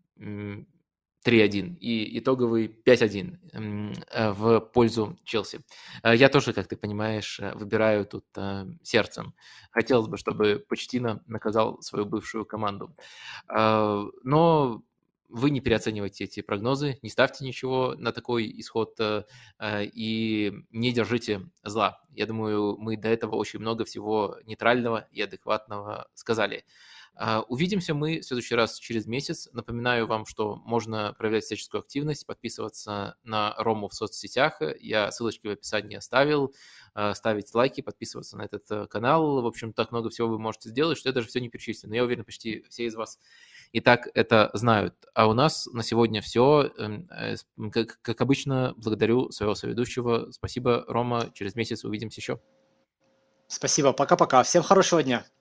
3-1 и итоговый 5-1 в пользу Челси. Я тоже, как ты понимаешь, выбираю тут сердцем. Хотелось бы, чтобы Почтино наказал свою бывшую команду. Но вы не переоценивайте эти прогнозы, не ставьте ничего на такой исход и не держите зла. Я думаю, мы до этого очень много всего нейтрального и адекватного сказали. Увидимся мы в следующий раз через месяц. Напоминаю вам, что можно проявлять всяческую активность, подписываться на Рому в соцсетях. Я ссылочки в описании оставил. Ставить лайки, подписываться на этот канал. В общем, так много всего вы можете сделать, что я даже все не перечислю. Но я уверен, почти все из вас и так это знают. А у нас на сегодня все. Как обычно, благодарю своего соведущего. Спасибо, Рома. Через месяц увидимся еще. Спасибо, пока-пока. Всем хорошего дня.